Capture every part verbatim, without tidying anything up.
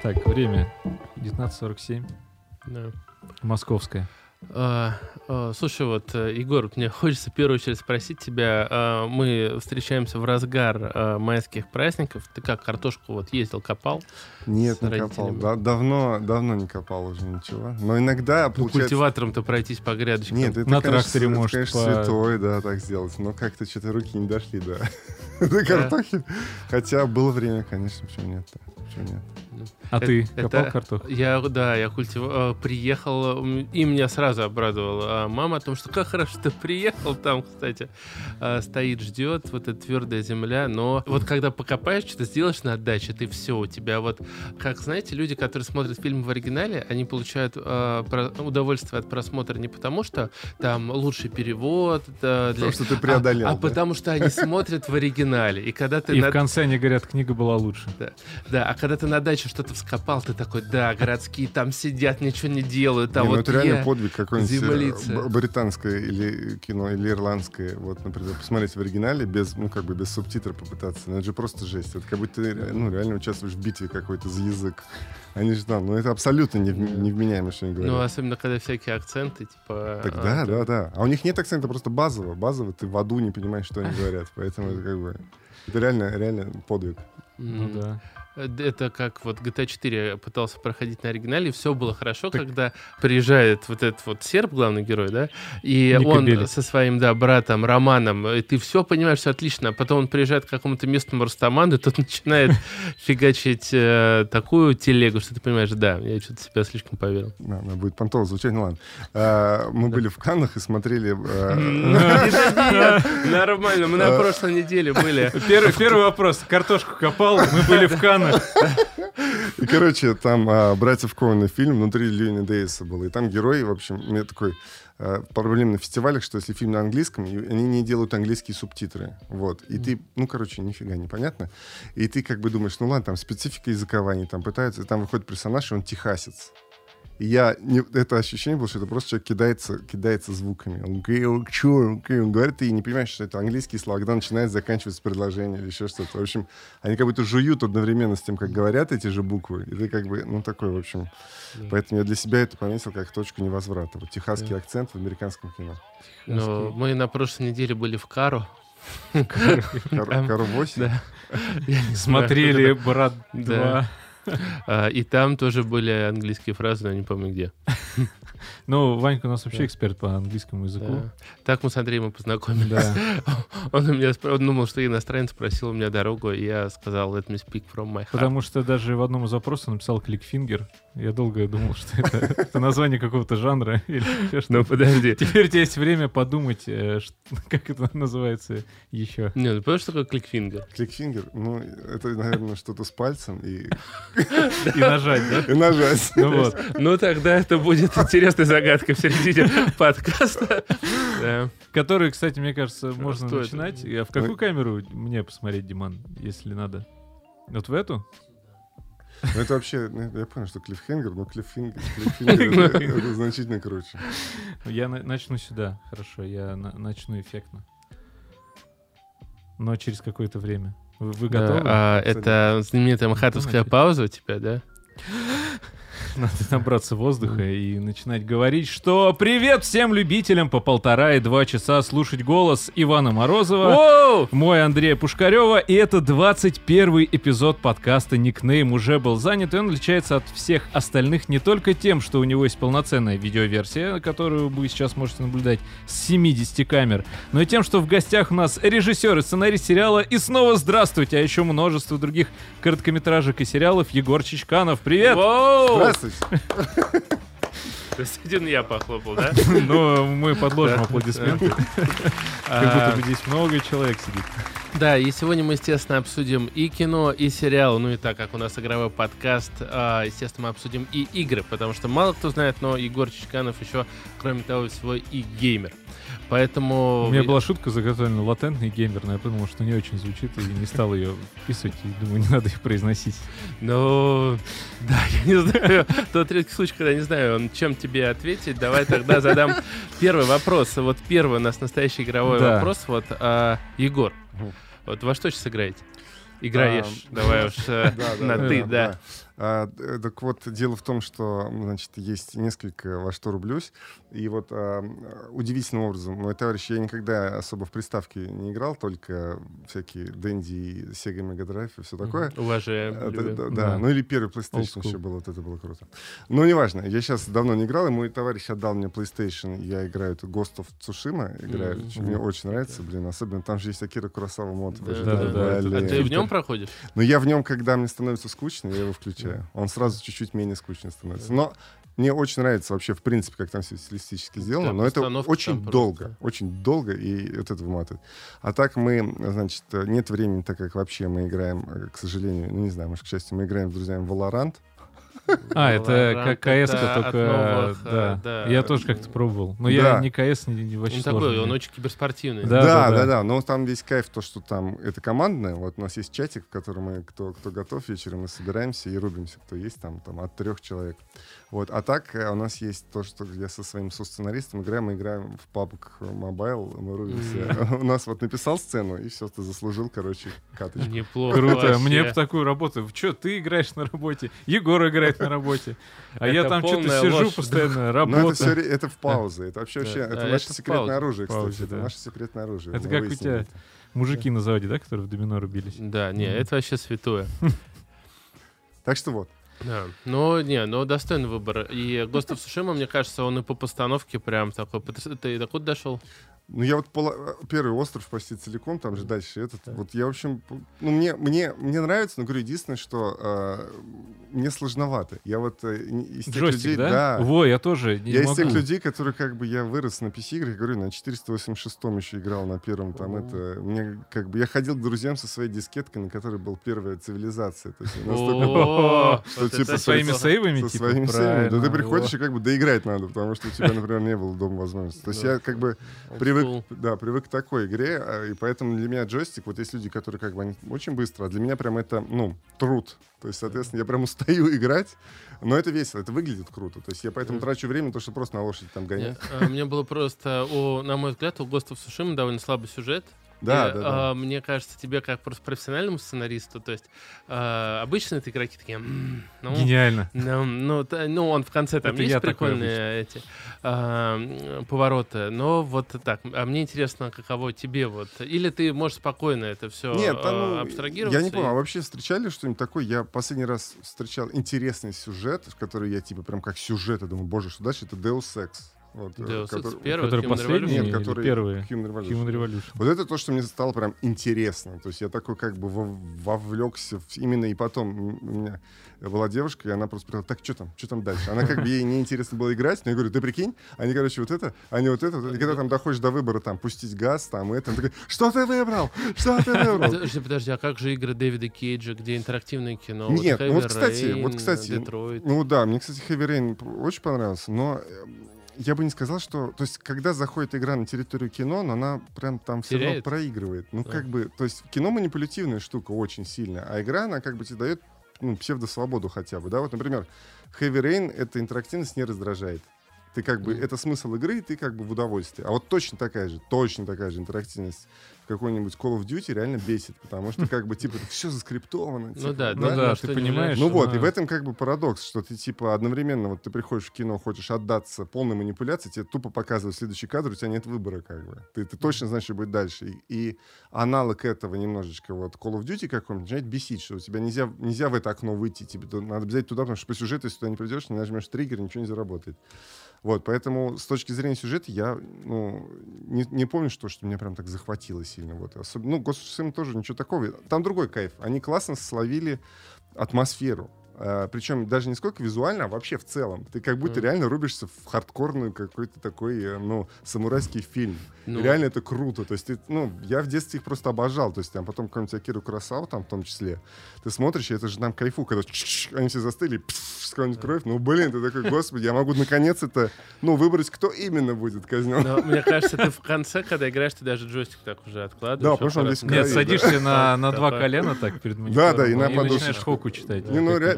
Так, время девятнадцать сорок семь. Да. Московская. А, а, слушай, вот, Егор, мне хочется в первую очередь спросить тебя. А, мы встречаемся в разгар а, майских праздников. Ты как, картошку вот ездил, копал? Нет, не копал. Да, давно, давно не копал уже ничего. Но иногда ну, получается... культиватором-то пройтись по грядочкам. Нет, это, на конечно, тракторе это, может конечно, по... святой, да, так сделать. Но как-то что-то руки не дошли, да. До картохи. Хотя было время, конечно, почему нет-то? Почему нет? А это, ты копал это, картоху? Я, да, я культив... приехал, и меня сразу обрадовала мама о том, что как хорошо ты приехал, там, кстати, стоит, ждет, вот эта твердая земля, но вот когда покопаешь, что-то сделаешь на отдаче, ты все, у тебя вот, как, знаете, люди, которые смотрят фильм в оригинале, они получают э, удовольствие от просмотра не потому, что там лучший перевод, да, для... потому что ты преодолел, а, да? а потому что они смотрят в оригинале, и когда ты... И на... в конце они говорят, книга была лучше. Да, да, а когда ты на даче что-то вскопал, ты такой, да, городские там сидят, ничего не делают, там не, вот ну это я... реально подвиг какой-нибудь землица. британское или кино, или ирландское, вот, например, посмотреть в оригинале без, ну, как бы без субтитров попытаться, ну, это же просто жесть, это как будто ты, ну, реально участвуешь в битве какой-то за язык. Они же там, ну, это абсолютно не, невменяемо, что они говорят. Ну, особенно, когда всякие акценты, типа... Так а, да, ты... да, да. А у них нет акцента, просто базово. Базово ты в аду не понимаешь, что они говорят. Поэтому это как бы... Это реально, реально подвиг. Ну Mm. да. Это как вот джи ти эй четыре пытался проходить на оригинале, и все было хорошо, так... когда приезжает вот этот вот серб, главный герой, да, и Ника он Белик. со своим, да, братом Романом, и ты все понимаешь, все отлично, а потом он приезжает к какому-то местному Рустаману, и тот начинает фигачить э, такую телегу, что ты понимаешь, да, я что-то в себя слишком поверил. Да, она будет понтово звучать, ну ладно. А, мы были в Каннах и смотрели... Нормально, мы на прошлой неделе были. Первый вопрос. Картошку копал, мы были в Каннах. И, короче, там а, «Братьев Коэна» фильм внутри Льюина Дэвиса был. И там герой, в общем, у меня такой а, проблема на фестивалях, что если фильм на английском, и они не делают английские субтитры. Вот. И ты, ну, короче, нифига непонятно. И ты как бы думаешь, ну ладно, там специфика языковая, они там пытаются, и там выходит персонаж, и он техасец. И я, не, это ощущение было, что это просто человек кидается, кидается звуками. Он, он говорит, и не понимаешь, что это английские слова, когда начинает заканчиваться предложение или еще что-то. В общем, они как будто жуют одновременно с тем, как говорят эти же буквы. И ты как бы, ну, такой, в общем. Yeah. Поэтому я для себя это пометил как точку невозврата. Вот техасский yeah. акцент в американском кино. Но мы на прошлой неделе были в Кару. Кару восемь? Смотрели «Брат два». Uh, и там тоже были английские фразы, но я не помню где. Ну, Ванька у нас вообще эксперт по английскому языку. Да. Так мы с Андреем познакомились. Да. Он у меня он думал, что я иностранец, спросил у меня дорогу, и я сказал «Let me speak from my heart». Потому что даже в одном из запросов написал «кликфингер». Я долго думал, что это, это название какого-то жанра. Или что. Ну, подожди. Теперь у тебя есть время подумать, что, как это называется еще. Не, ну понимаешь, что такое кликфингер? Кликфингер? Ну, это, наверное, что-то с пальцем и... И нажать, да? И нажать. Ну вот. Ну тогда это будет интересная загадка в середине подкаста. Который, кстати, мне кажется, можно начинать. А в какую камеру мне посмотреть, Диман, если надо? Вот в эту? Ну, это вообще, ну, я понял, что клиффхенгер, но клиффхенгер, клиффхенгер это, это значительно круче. Я на- начну сюда, хорошо, я на- начну эффектно. Но через какое-то время. Вы, вы готовы? А, это знаменитая махатовская пауза у тебя, да? Надо набраться воздуха и начинать говорить, что привет всем любителям по полтора и два часа слушать голос Ивана Морозова, Воу! мой Андрея Пушкарева, и это двадцать первый эпизод подкаста «Никнейм уже был занят», и он отличается от всех остальных не только тем, что у него есть полноценная видеоверсия, которую вы сейчас можете наблюдать с семидесяти камер, но и тем, что в гостях у нас режиссер и сценарист сериала, и снова здравствуйте, а еще множество других короткометражек и сериалов, Егор Чичканов. Привет! Воу! Здравствуйте! То есть один я похлопал, да? Ну, мы подложим аплодисменты. Как будто бы здесь много человек сидит. Да, и сегодня мы, естественно, обсудим и кино, и сериал. Ну и так как у нас игровой подкаст, естественно, мы обсудим и игры, потому что мало кто знает, но Егор Чичканов еще, кроме того всего, и геймер. Поэтому... У меня была шутка заготовлена латентный геймер, но я подумал, что не очень звучит, и не стал ее вписывать, и думаю, не надо ее произносить. Ну, да, я не знаю. Тот редкий случай, когда не знаю, он чем тебе ответить. Давай тогда задам первый вопрос. Вот первый у нас настоящий игровой Да. вопрос. Вот, а, Егор, вот во что сейчас играете? Играешь, А, давай уж э, Да, да, на да, «ты», да, да. да. А, д- так вот, дело в том, что, значит, есть несколько во что рублюсь. И вот а, удивительным образом, мой товарищ, я никогда особо в приставки не играл, только всякие Dendy и Sega Mega Drive и все такое. Уважаем. А, да, любим. да, Да. да. Ну или первый Old PlayStation school. еще был, вот это было круто. Но неважно, я сейчас давно не играл, и мой товарищ отдал мне PlayStation, я играю эту Ghost of Tsushima, играю, Мгм. что мне очень нравится, блин, особенно там же есть Акира Куросава мод. Да, вы же да, знаете, да, это- блин. А ты в нем проходишь? Но я в нем, когда мне становится скучно, я его включаю. Он сразу чуть-чуть менее скучно становится. Но мне очень нравится вообще, в принципе, как там все стилистически сделано. Да, Но это постановка очень там долго. просто. Очень долго, и вот это выматывает. А так мы, значит, нет времени, так как вообще мы играем, э, к сожалению, ну не знаю, может, к счастью, мы играем с друзьями в Valorant. А, это Valorant как это КС, от только... новых, да. э, да. Я тоже как-то пробовал. Но Да. я ни КС, ни, ни вообще Он такой, сложный. он очень киберспортивный. Да, Да, да, да, да. да. Но там весь кайф то, что там это командное. Вот у нас есть чатик, в котором мы, кто, кто готов вечером, мы собираемся и рубимся, кто есть там, там от трех человек. Вот. А так э, у нас есть то, что я со своим сосценаристом играем, мы играем в пабг Mobile, мы рубимся. У нас вот написал сцену, и все, ты заслужил, короче, каточку. Неплохо. Круто. вообще. Мне бы такую работу. Че, ты играешь на работе, Егор играет на работе. А я Это там что-то полная сижу ложь. постоянно, Но это все работаю. это в паузе. Это вообще, Да. вообще это Да, наше это в секретное паузе. оружие, кстати. Паузе, Это да. наше секретное оружие. Это мы как у выяснили тебя это. мужики на заводе, да, которые в домино рубились? Да, не, Мгм. это вообще святое. Так что вот. Да. Но, не, но достойный выбор. И Ghost of Tsushima, мне кажется, он и по постановке прям такой... потряс- Ты до куда дошел? Ну, я вот пола- первый остров почти целиком, там же дальше этот. Вот я, в общем, п- ну, мне, мне, мне нравится, но говорю, единственное, что э, мне сложновато. Я вот э, не- из тех Джойстик, людей, да? Во, я тоже не я из могу. тех людей, которые как бы я вырос на пи си-играх, я говорю, на четыреста восемьдесят шестом еще играл на первом, там О. это, мне как бы, я ходил к друзьям со своей дискеткой, на которой была первая цивилизация. То есть настолько О, что вот типа это Со своими неплохо. сейвами, со типа, своими сейвами. Да ты правильно. приходишь Во. и как бы доиграть надо, потому что у тебя, например, не было дома возможности. То есть Да. я как бы Old привык, school. да, привык к такой игре, а, и поэтому для меня джойстик, вот есть люди, которые как бы они очень быстро, а для меня прям это, ну, труд. То есть, соответственно, я прям устаю играть, но это весело, это выглядит круто. То есть я поэтому Мгм. трачу время на то, что просто на лошади там гонять. Не, а, Мне было просто, о, на мой взгляд, у Ghost of Tsushima довольно слабый сюжет. Да, И, да, да. а, мне кажется, тебе как просто профессиональному сценаристу, то есть а, обычно это игроки такие, «М, ну, Гениально. ну, ну, та- ну, он в конце там Это есть я такой прикольные эти а, м, повороты, но вот так. А мне интересно, каково тебе вот, или ты можешь спокойно это все Нет, там, ну, абстрагироваться? я не помню, а и- вообще встречали что-нибудь такое? Я последний раз встречал интересный сюжет, в который я типа прям как сюжет, я думаю, боже, что дальше? Это Deus Ex. Вот, э, Deus Ex который- первый, Который Human последний Revolution? Нет, или который первый? Human Revolution. Human Revolution. Вот это то, что мне стало прям интересно. То есть я такой как бы вов- вовлекся в- именно и потом м- у меня была девушка, и она просто сказала, так, что там, что там дальше? Она как бы ей неинтересно было играть, но я говорю, ты прикинь, они, короче, вот это, они вот это, вот это. И когда там доходишь до выбора, там, пустить газ, там, это, он такой, что ты выбрал? Что ты выбрал? Подожди, подожди, а как же игры Дэвида Кейджа, где интерактивное кино? Нет, ну вот, Heavy кстати, Rain, вот, кстати, Detroit. Ну да, мне, кстати, Heavy Rain п- очень понравился, но э, я бы не сказал, что... То есть, когда заходит игра на территорию кино, но она прям там все равно Теряет? проигрывает. Ну, Да. как бы... То есть, кино манипулятивная штука очень сильно, а игра, она как бы тебе дает ну, псевдосвободу хотя бы, да? Вот, например, Heavy Rain — это интерактивность не раздражает. Ты как бы... Мгм. Это смысл игры, и ты как бы в удовольствии. А вот точно такая же, точно такая же интерактивность в какой-нибудь Call of Duty реально бесит, потому что как бы, типа, все заскриптовано. Ну типа, да, Ну да, да, ну, ты что не понимаешь. ну вот, она- и в этом как бы парадокс, что ты типа одновременно, вот ты приходишь в кино, хочешь отдаться полной манипуляции, тебе тупо показывают следующий кадр, у тебя нет выбора как бы. Ты, ты точно знаешь, что будет дальше. И, и аналог этого немножечко вот Call of Duty какой-нибудь начинает бесить, что у тебя нельзя, нельзя в это окно выйти, тебе то- надо обязательно туда, потому что по сюжету, если туда не придешь, не нажмешь триггер, ничего не заработает. Вот, поэтому с точки зрения сюжета я, ну, не, не помню, что, что меня прям так захватило сильно. Вот. Особенно, ну, Ghost of Tsushima тоже ничего такого. Там другой кайф. Они классно словили атмосферу. А, причем даже не сколько визуально, а вообще в целом. Ты как будто Мгм. реально рубишься в хардкорную какой-то такой, э, ну, самурайский фильм. Ну, И реально это круто. То есть ты, ну, я в детстве их просто обожал. То есть там потом какой-нибудь Акиру Куросаву там в том числе. Ты смотришь, и это же там кайфу, когда чш-чш, они все застыли, пф, какая-нибудь кровь. Ну, блин, ты такой, господи, я могу наконец это, ну, выбрать, кто именно будет казнен. но мне кажется, ты в конце, когда играешь, ты даже джойстик так уже откладываешь. Да, потому что он аккуратно. весь в Нет, крови, садишься на, на два Такой. колена так перед Да, монитором да, и на начинаешь подушечку. хоку читать. Не, ну, ре-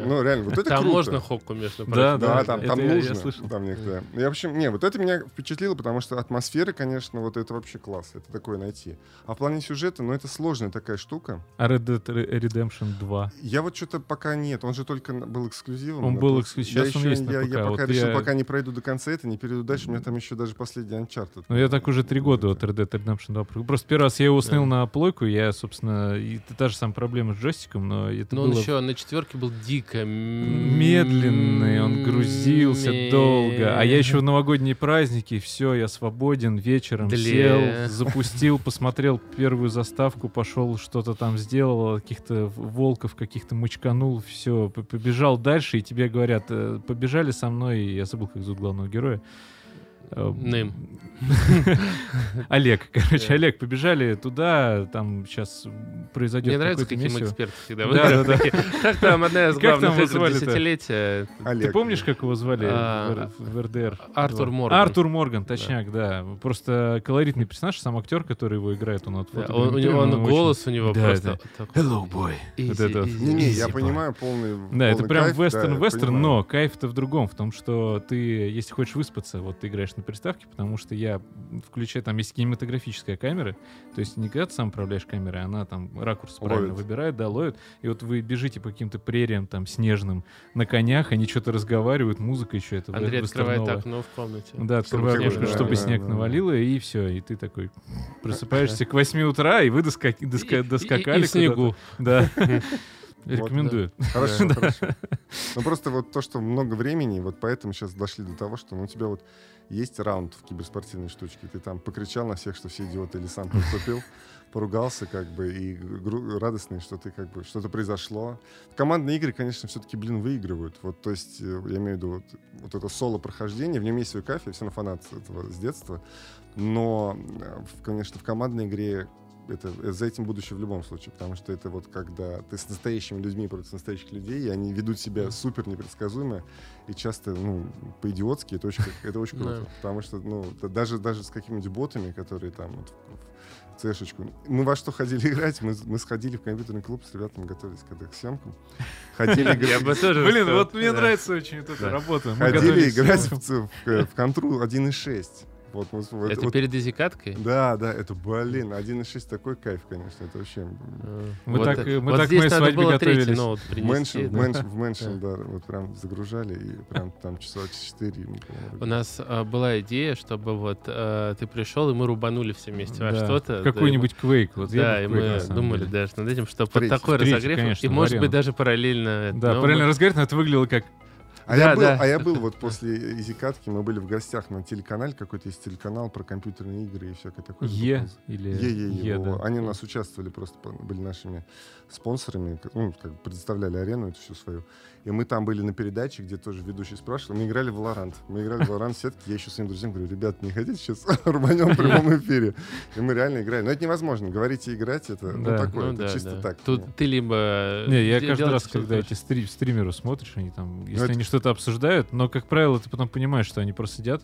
Ну, реально, вот это Там круто. можно хокку, между прочим. Да, Да, да, там, это там я- я нужно. слышал. Там некоторые. Я, в общем, не, вот это меня впечатлило, потому что атмосфера, конечно, вот это вообще класс. Это такое найти. А в плане сюжета, ну, это сложная такая штука. А Red Dead Redemption два. Я вот что-то пока нет. Он же только н- был эксклюзивом. Он на был пл- эксклюзив. Я Сейчас он еще- есть на я, ПК. я пока Вот решил, я- пока не пройду до конца это, не перейду дальше. У меня там еще даже последний Uncharted. Ну, я так уже три года вот Red Dead Redemption два. прохожу. Просто первый раз я его слил Да. на плойку, я, собственно, и т- та же самая проблема с джойстиком, но это Но он было еще на четверке был дико медленный, он грузился м- долго. А я еще в новогодние праздники, все, я свободен, вечером Для. сел, запустил, посмотрел первую заставку, пошел что-то там сделал, каких-то волков каких-то мочканул, все, побежал дальше, и тебе говорят, э, побежали со мной, я забыл, как зовут главного героя. Э, Ным. Олег, короче, Да. Олег, побежали туда, там сейчас произойдет Мне нравится, какое-то каким месиво. эксперты всегда в Да, играх да, да. такие. Как там одна из Как там главных его игр звали-то? десятилетия? Олег. Ты помнишь, как его звали А, в, в эр дэ эр? Артур два? Морган. Артур Морган, точняк, да. Просто колоритный персонаж, сам актер, который его играет, он от Да, фото. он- у него он голос у него Да, просто такой. Hello, boy. Easy, Вот это вот. easy, Не-не, easy, я boy. понимаю полный Да, это полный прям кайф, да, я вестерн-вестерн, понимаю. но кайф-то в другом, в том, что ты, если хочешь выспаться, вот ты играешь на приставке, потому что я включаю, там есть кинематографическая камера, то есть не когда ты сам управляешь камерой, она там ракурс правильно Ловит. выбирает, да, ловит, и вот вы бежите по каким-то прериям там снежным на конях, они что-то разговаривают, музыка еще это Андрей открывает вестерновая. окно в комнате. Да, открываю Чтобы окошко, снег, чтобы да, снег да, да. навалило, и все, и ты такой просыпаешься к восьми утра, и вы доска- доска- И- и- доскакали и в снегу. куда-то. Да. Рекомендую. Хорошо, хорошо. Ну просто вот то, что много времени, вот поэтому сейчас дошли до того, что ну, у тебя вот есть раунд в киберспортивной штучке, ты там покричал на всех, что все идиоты, или сам поступил, поругался как бы, и гру- радостный, что ты как бы, что-то произошло. Командные игры, конечно, все-таки, блин, выигрывают. Вот, то есть, э, я имею в виду вот, вот это соло-прохождение, в нем есть свой кайф, я все равно фанат этого с детства, но, э, в- конечно, в командной игре это, э, за этим будущее в любом случае, потому что это вот когда ты с настоящими людьми против настоящих людей, и они ведут себя супер непредсказуемо и часто, ну, по-идиотски, это очень, это очень круто, Да. потому что, ну, это даже, даже с какими-нибудь ботами, которые там вот в цешечку. Мы во что ходили играть? Мы, мы сходили в компьютерный клуб с ребятами, готовились когда к съемкам. Ходили Я играть. бы тоже... Блин, сказал, вот мне да. нравится очень вот эта Да. работа. Мы Ходили готовились играть к в, в, в контру один и шесть. Вот, мы- вот- Это вот- перед изикаткой? Да, да, это, блин, один и шесть такой кайф, конечно, это вообще... Мы Вот так, это- э, мы вот так к здесь моей надо свадьбе было третий готовились. ноут В принести. Мэншн, в да. Мэншн, в Мэншн, да, вот прям загружали, и прям там часа четыре. мы, по-моему, У нас а, была идея, чтобы вот а, ты пришел, и мы рубанули все вместе во Да, что-то. в да, какой-нибудь Quake. Вот и мы- Да, я и бы в Quake, мы на самом думали деле. даже над этим, что В под третий, такой в третий, разогрев, конечно, и в может арену. быть даже параллельно. Да, но правильно мы- разговаривать, но это выглядело как... А, Да, я был, да. а я был вот после изикатки, мы были в гостях на телеканале, какой-то есть телеканал про компьютерные игры и всякое такое. Е или Е-е-е. Е, во. да. Они у нас участвовали, просто по- были нашими спонсорами, к- ну, как бы предоставляли арену эту всю свою. И мы там были на передаче, где тоже ведущий спрашивал. Мы играли в Valorant. Мы играли в Valorant в сетке. Я еще своим друзьям говорю, ребят, не хотите сейчас рубанем в прямом эфире? И мы реально играли. Но это невозможно. Говорить и играть, это ну, Да. такое, Ну это да, чисто да. так. Тут ты либо... Не, я де- каждый делаете раз, всё когда хорошо. эти стри- стримеры смотришь, они там, если это- они что-то обсуждают, но, как правило, ты потом понимаешь, что они просто сидят.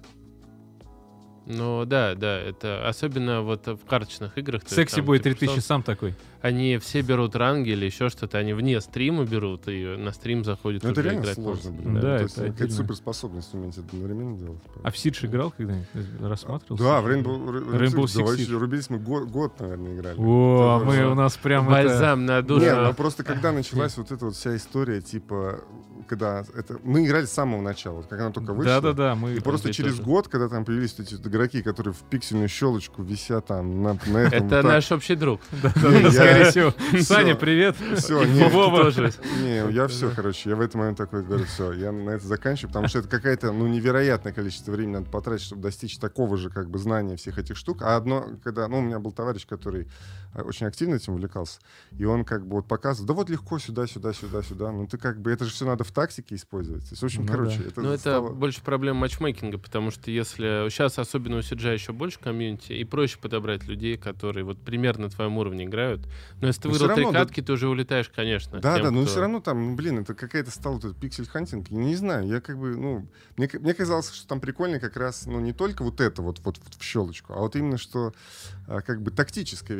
Ну да, да, это особенно вот в карточных играх. ты Секси там, Бой типа, три тысячи что- сам такой. Они все берут ранги или еще что-то, они вне стрима берут, и на стрим заходят Ну, это уже реально играть. сложно, просто. блин. Да, То это есть какая-то отдельно. суперспособность уметь это одновременно делать. А в Сидж играл когда-нибудь? Рассматривал? Да, в Сидж? Rainbow, Rainbow Rainbow Six, да, Six вообще Siege. рубились мы год, год, наверное, играли. О, Это мы, тоже- у нас прям это... Бальзам на душу. Не, ну просто когда началась вот эта вот вся история, типа, когда это... Мы играли с самого начала, вот как она только вышла. Да-да-да, мы... И просто Здесь через тоже. год, когда там появились эти игроки, которые в пиксельную щелочку висят там на, на этом... Это наш общий друг. Да-да-да, Я- скорее всего. Всё. Саня, привет. Все, И не, Вова. тоже. не, я все, короче, я в этот момент такой говорю, все, я на это заканчиваю, потому что это какое-то, ну, невероятное количество времени надо потратить, чтобы достичь такого же, как бы, знания всех этих штук. А одно, когда, ну, у меня был товарищ, который э, очень активно этим увлекался, и он как бы вот показывал, да вот легко сюда, сюда, сюда, сюда, ну, ты как бы, это же все надо в тактике использовать. То есть, в общем, Ну короче, да. это Ну, это стало- больше проблема матчмейкинга, потому что если... Сейчас, особенно у си джи еще больше комьюнити, и проще подобрать людей, которые вот примерно на твоем уровне играют. Но если ты Но выиграл всё три равно, да- катки, ты уже улетаешь, конечно. к Да, тем, да, но кто- все равно там, ну, блин, это какая-то стала вот этот пиксель-хантинг. Я не знаю, я как бы, ну, мне, ка- мне казалось, что там прикольно как раз, ну, не только вот это вот, вот, вот в щелочку, а вот именно что а, как бы тактическая вещь. Это же классно,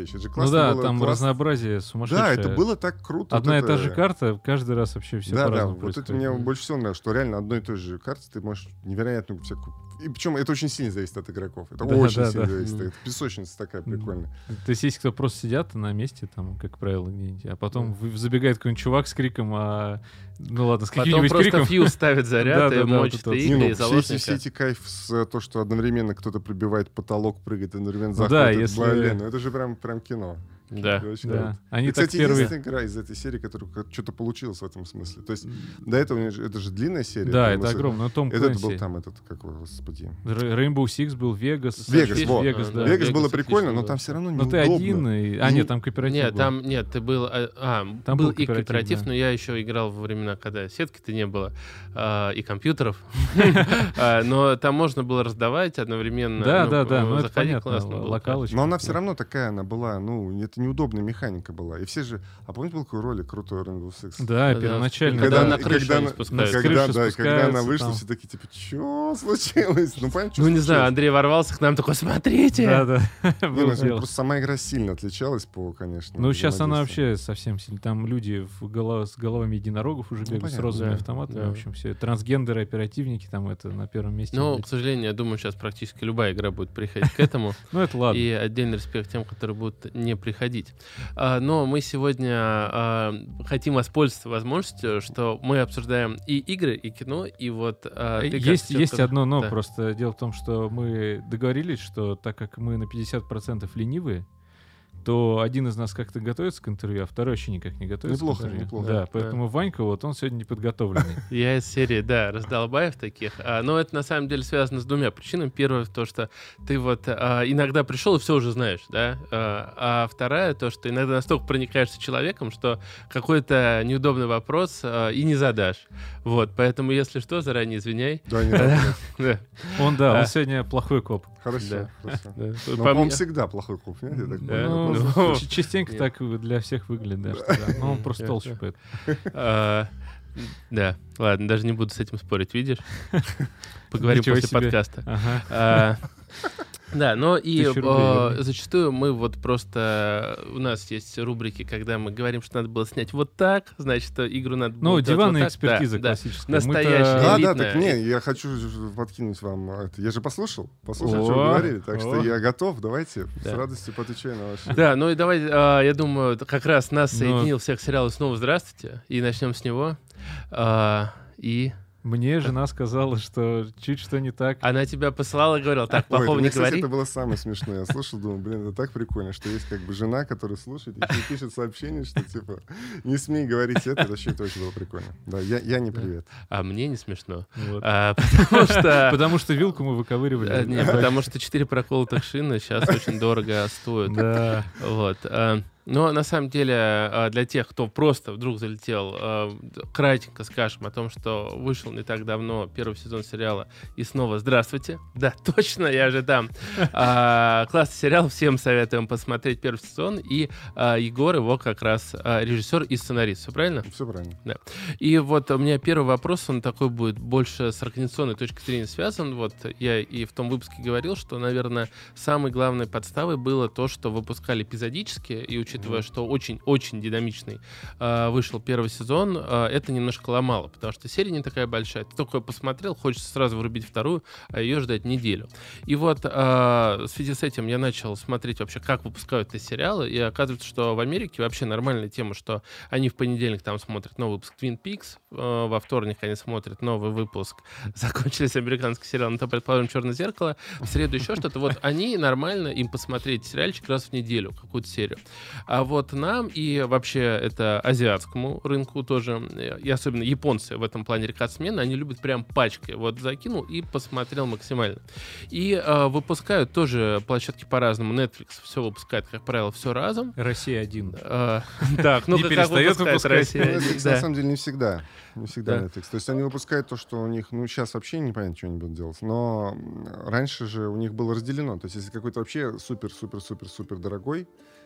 классно Ну да, было, там класс- разнообразие сумасшедшее. Да, это было так круто. Одна вот и та это- же карта, каждый раз вообще все Да, да, по-разному вот это происходит. мне больше всего нравится, что реально одной и той же карте ты можешь невероятную всякую... И причем это очень сильно зависит от игроков. Это Да, очень да, сильно да. зависит. Мгм. Это песочница такая прикольная. То есть есть кто просто сидят на месте, там, как правило, где-нибудь, а потом вы- забегает какой-нибудь чувак с криком, а... ну ладно, с Потом каким-нибудь просто криком. фьюз ставит заряд Да, и да, да, мочит вот это вот. и Не, игры, ну, и все, эти, заложника. все эти кайф с э, то, что одновременно кто-то пробивает потолок, прыгает, одновременно Ну заходит. да, если- Блин, ну это же прям, прям кино. Да. Это очень Да. круто. Они И, так кстати, первые... единственная игра из этой серии, которая как- что-то получилось в этом смысле. То есть до этого у них же- это же длинная серия. Да, там, это если- огромно. Но Том Этот Клэнси. был там, этот, как его, господи. Р- Rainbow Six был, Вегас. Вегас, Фиш- во. Вегас, А, да. да. Вегас было Vegas прикольно, отлично но было. там все равно Но ты неудобно. один, и... а И- нет, там кооператив Нет, был. там нет, ты был, а, а, Там был был и кооператив, кооператив, да. но я еще играл во времена, когда сетки-то не было а, и компьютеров, А, но там можно было раздавать одновременно. Да, ну, да, да, ну это заходить понятно, классно было. локалочка. Но она все да. равно такая, она была, ну, это неудобная механика была. И все же... А помните, был какой ролик крутой Rainbow Six? Да, Да, первоначально. когда да. на крышу когда, они она- спускаются. С когда, крыши да, когда она спускаются вышла, там. все такие, типа, что случилось? Ну, понятно, что Ну, не знаю, случилось. Андрей ворвался к нам такой, смотрите! Да, да. Не, ну, Было дело. просто сама игра сильно отличалась по, конечно. Ну, сейчас она взаимодействию. вообще совсем сильно. Там люди в голо- с головами единорогов уже бегают с понятно, розовыми да, автоматами. да. В общем, все. Трансгендеры, оперативники, там это на первом месте. Но, блядь. к сожалению, я думаю, сейчас практически любая игра будет приходить к этому. Ну, это ладно. И отдельный респект тем, которые будут не приходить. А, но мы сегодня а, хотим воспользоваться возможностью, что мы обсуждаем и игры, и кино, и вот... а, ты как Есть, человек, есть который- одно но, Да. просто дело в том, что мы договорились, что так как мы на пятьдесят процентов ленивые, то один из нас как-то готовится к интервью, а второй вообще никак не готовится Неплохо, к интервью. неплохо. Да, Да. поэтому Ванька, вот он сегодня неподготовленный. Я из серии, да, раздолбаев таких. А, но это на самом деле связано с двумя причинами. Первое, то, что ты вот а, иногда пришел и все уже знаешь, да. А, а вторая, то, что иногда настолько проникаешься человеком, что какой-то неудобный вопрос а, и не задашь. Вот, поэтому, если что, заранее извиняй. Да, не надо. Да. Он, да, А. он сегодня плохой коп. Хорошо, Да. хорошо. Да. Но, По по-моему, мне- всегда плохой клуб, нет? Я так Да. понимаю. Ну, Ну, ч- частенько нет. так для всех выглядит, да, что да. Но он просто толще, Ясно. поэтому. А, Да, ладно, даже не буду с этим спорить, видишь? Поговорим Ничего после себе. подкаста. Ага. А, Да, но и Тысячу рублей э, верни. зачастую мы вот просто... У нас есть рубрики, когда мы говорим, что надо было снять вот так, значит, э, игру надо было Ну, делать диванная вот так. Да, экспертиза да. классическая. Настоящая. Мы-то- Да, да, элитная. так не, я хочу подкинуть вам это. Я же послушал, послушал, что вы О, говорили, так что о. я готов. Давайте с Да. радостью поотвечаю на ваши. Да, ну и давай, э, я думаю, как раз нас Ну. соединил всех сериал снова «Здравствуйте», и начнем с него. А, И Мне жена сказала, что чуть что не так. она тебя посылала и говорила, так, Ой, плохого мне, не кстати, говори. это было самое смешное. Я слушал, думаю, блин, это так прикольно, что есть как бы жена, которая слушает и тебе пишет сообщение, что типа не смей говорить это. Вообще это очень было прикольно. Да, я, я не привет. А мне не смешно. Вот. А, Потому что... Потому что вилку мы э, выковыривали. Не, потому что четыре проколотых шины сейчас очень дорого стоят. Да. Вот. а, Но на самом деле а, для тех, кто просто вдруг залетел, а, кратенько скажем о том, что вышел не так давно первый сезон сериала «И снова здравствуйте». Да, точно, я же там. А, Классный сериал, всем советуем посмотреть первый сезон. И а, Егор его как раз а, режиссер и сценарист. Все правильно? Все правильно. И вот у меня первый вопрос, он такой будет больше с организационной точки зрения связан. Вот я и в том выпуске говорил, что, наверное, самой главной подставой было то, что выпускали эпизодически, и учитывая, mm-hmm. что очень-очень динамичный э, вышел первый сезон, э, это немножко ломало, потому что серия не такая большая. Ты только посмотрел, хочется сразу врубить вторую, а ее ждать неделю. И вот э, в связи с этим я начал смотреть вообще, как выпускают эти сериалы, и оказывается, что в Америке вообще нормальная тема, что они в понедельник там смотрят новый выпуск Twin Peaks, э, во вторник они смотрят новый выпуск, закончились американский сериал, ну то, предположим, «Черное зеркало», в среду еще что-то. Вот они нормально им посмотреть сериальчик раз в неделю, какую-то серию. А вот нам и вообще это азиатскому рынку тоже, и особенно японцы в этом плане рекордсмены, они любят прям пачкой. Вот закинул и посмотрел максимально. И э, выпускают тоже площадки по-разному. Netflix все выпускает, как правило, все разом. Россия один. Э, Так, ну Не как перестает выпускает выпускать. Россия? Ну, Netflix, Да. на самом деле не всегда. Не всегда Да. Netflix. То есть они выпускают то, что у них, ну, сейчас вообще непонятно, что они будут делать. Но м, раньше же у них было разделено. То есть если какой-то вообще супер-супер-супер-супер дорогой,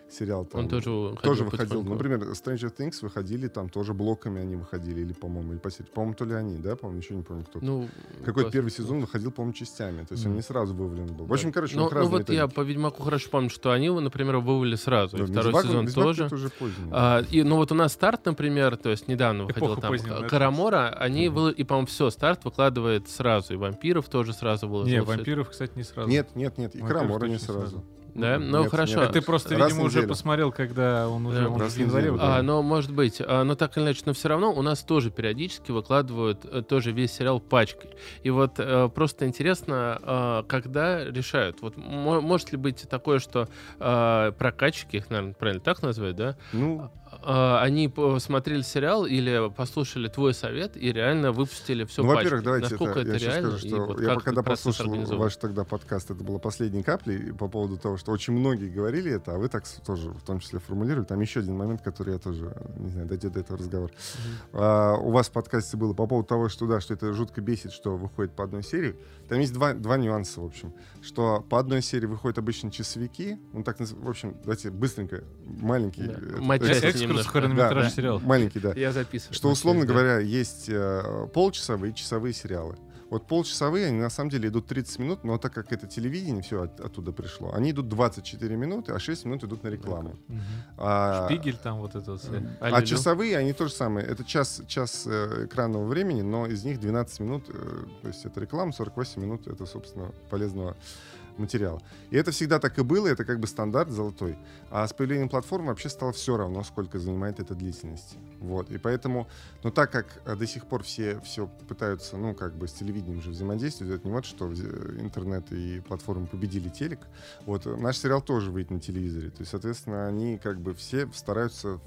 сериал. Там, Он тоже выходил. Тоже выходил. Например, Stranger Things выходили, там тоже блоками они выходили, или, по-моему, или по сети. По-моему, то ли они, да? По-моему, ничего не помню, кто. Ну, какой-то первый сезон выходил, по-моему, частями. То есть mm. он не сразу вывален был. В общем, короче, ну, он разные. Ну, вот я по Ведьмаку хорошо помню, что они, например, вывели сразу. Да, и второй Ведьмак, сезон Ведьмак тоже. уже поздний. А, и, ну, вот у нас старт, например, то есть недавно выходил там Карамора, они, mm-hmm. и, по-моему, все, старт выкладывает сразу. И вампиров тоже сразу выложил. Не, вампиров, кстати, не сразу. Нет, нет, нет. И Карамора не сразу. сразу. Да, ну нет, хорошо. Нет, ты просто, раз видимо, уже посмотрел, когда он уже да, он в январе. А, ну, может быть. А, но так или иначе, но все равно у нас тоже периодически выкладывают а, тоже весь сериал пачкой. И вот а, просто интересно, а, когда решают. Вот м- может ли быть такое, что а, прокатчики, их, наверное, правильно так назвать, да? Ну... А, они посмотрели сериал или послушали твой совет и реально выпустили все ну, пачкой. Во-первых, давайте Насколько это, это я реально? Скажу, что вот я когда послушал организован? ваш тогда подкаст, это было последней каплей по поводу того, что очень многие говорили это, а вы так тоже в том числе формулировали. Там еще один момент, который я тоже, не знаю, дойдет до этого разговора. Mm-hmm. А, у вас в подкасте было по поводу того, что да, что это жутко бесит, что выходит по одной серии. Там есть два, два нюанса, в общем. Что по одной серии выходят обычно часовики. Ну так, в общем, давайте быстренько, маленький... Да. Это, это, экскурс в хронометраж да, сериал. Маленький, да. Я записываю. Что, условно да. говоря, есть э, полчасовые и часовые сериалы. Вот полчасовые, они на самом деле идут тридцать минут, но так как это телевидение, все от, оттуда пришло, они идут двадцать четыре минуты, а шесть минут идут на рекламу. Угу. А, Шпигель там вот это вот. А, а часовые, они то же самое. Это час, час э, экранного времени, но из них двенадцать минут, э, то есть это реклама, сорок восемь минут, это, собственно, полезного материала. И это всегда так и было, это как бы стандарт золотой. А с появлением платформы вообще стало все равно, сколько занимает эта длительность. Вот. И поэтому, но так как до сих пор все, все пытаются, ну, как бы с телевидением же взаимодействовать, это не вот что интернет и платформы победили телек. Вот. Наш сериал тоже выйдет на телевизоре. То есть, соответственно, они как бы все стараются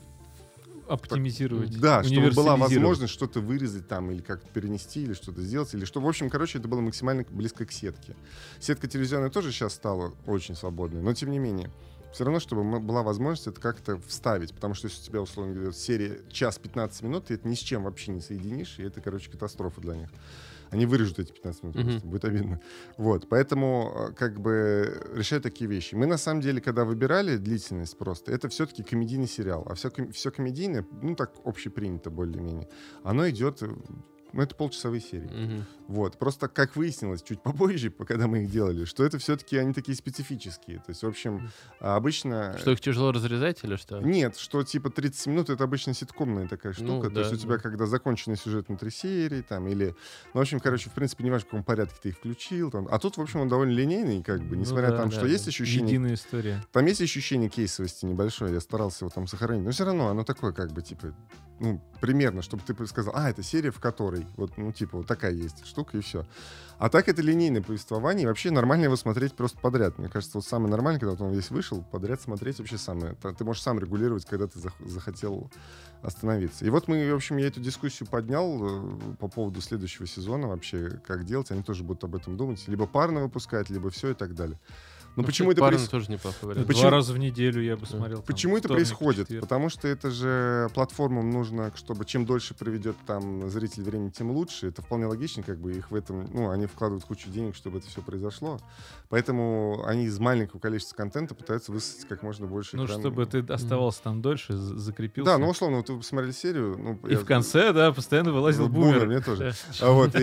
оптимизировать. Так, да, чтобы была возможность что-то вырезать там, или как-то перенести, или что-то сделать, или что. В общем, короче, это было максимально близко к сетке. Сетка телевизионная тоже сейчас стала очень свободной, но тем не менее. Все равно, чтобы была возможность это как-то вставить, потому что если у тебя, условно говоря, серия час пятнадцать минут, ты это ни с чем вообще не соединишь, и это, короче, катастрофа для них. Они вырежут эти пятнадцать минут, mm-hmm. будет обидно. Вот, поэтому как бы решают такие вещи. Мы, на самом деле, когда выбирали длительность просто, это все-таки комедийный сериал. А все, все комедийное, ну, так общепринято более-менее, оно идет... Ну, это полчасовые серии. Mm-hmm. Вот. Просто, как выяснилось чуть попозже, когда мы их делали, что это все-таки они такие специфические. То есть, в общем, обычно... Что их тяжело разрезать или что? Нет, что типа тридцать минут — это обычно ситкомная такая штука. Ну, То да, есть у тебя, да. когда законченный сюжет внутри серии, там, или... Ну, в общем, короче, в принципе, не важно, в каком порядке ты их включил. Там. А тут, в общем, он довольно линейный, как бы, несмотря ну, да, там, да, что да. есть ощущение... Единая история. Там есть ощущение кейсовости небольшое, я старался его там сохранить. Но все равно оно такое, как бы, типа, ну, примерно, чтобы ты сказал, а, это серия, в которой, вот, ну, типа, вот такая есть штука, и все. А так это линейное повествование, и вообще нормально его смотреть просто подряд. Мне кажется, вот самое нормальное, когда вот он весь вышел, подряд смотреть вообще самое. Ты можешь сам регулировать, когда ты захотел остановиться. И вот мы, в общем, я эту дискуссию поднял по поводу следующего сезона вообще, как делать. Они тоже будут об этом думать. Либо парно выпускать, либо все и так далее. Но ну, почему это проис... тоже неплохо вариант. Два раза в неделю я бы смотрел. Там, почему это вторник, происходит? четверг. Потому что это же платформам нужно, чтобы чем дольше проведет там зритель времени, тем лучше. Это вполне логично, как бы их в этом, ну, они вкладывают кучу денег, чтобы это все произошло. Поэтому они из маленького количества контента пытаются высосать как можно больше. Ну, экран... чтобы ты оставался mm. там дольше, закрепился. Да, ну, условно, вот вы посмотрели серию. Ну, и я... в конце, да, постоянно вылазил ну, бумер. Бумер, мне тоже. Вот,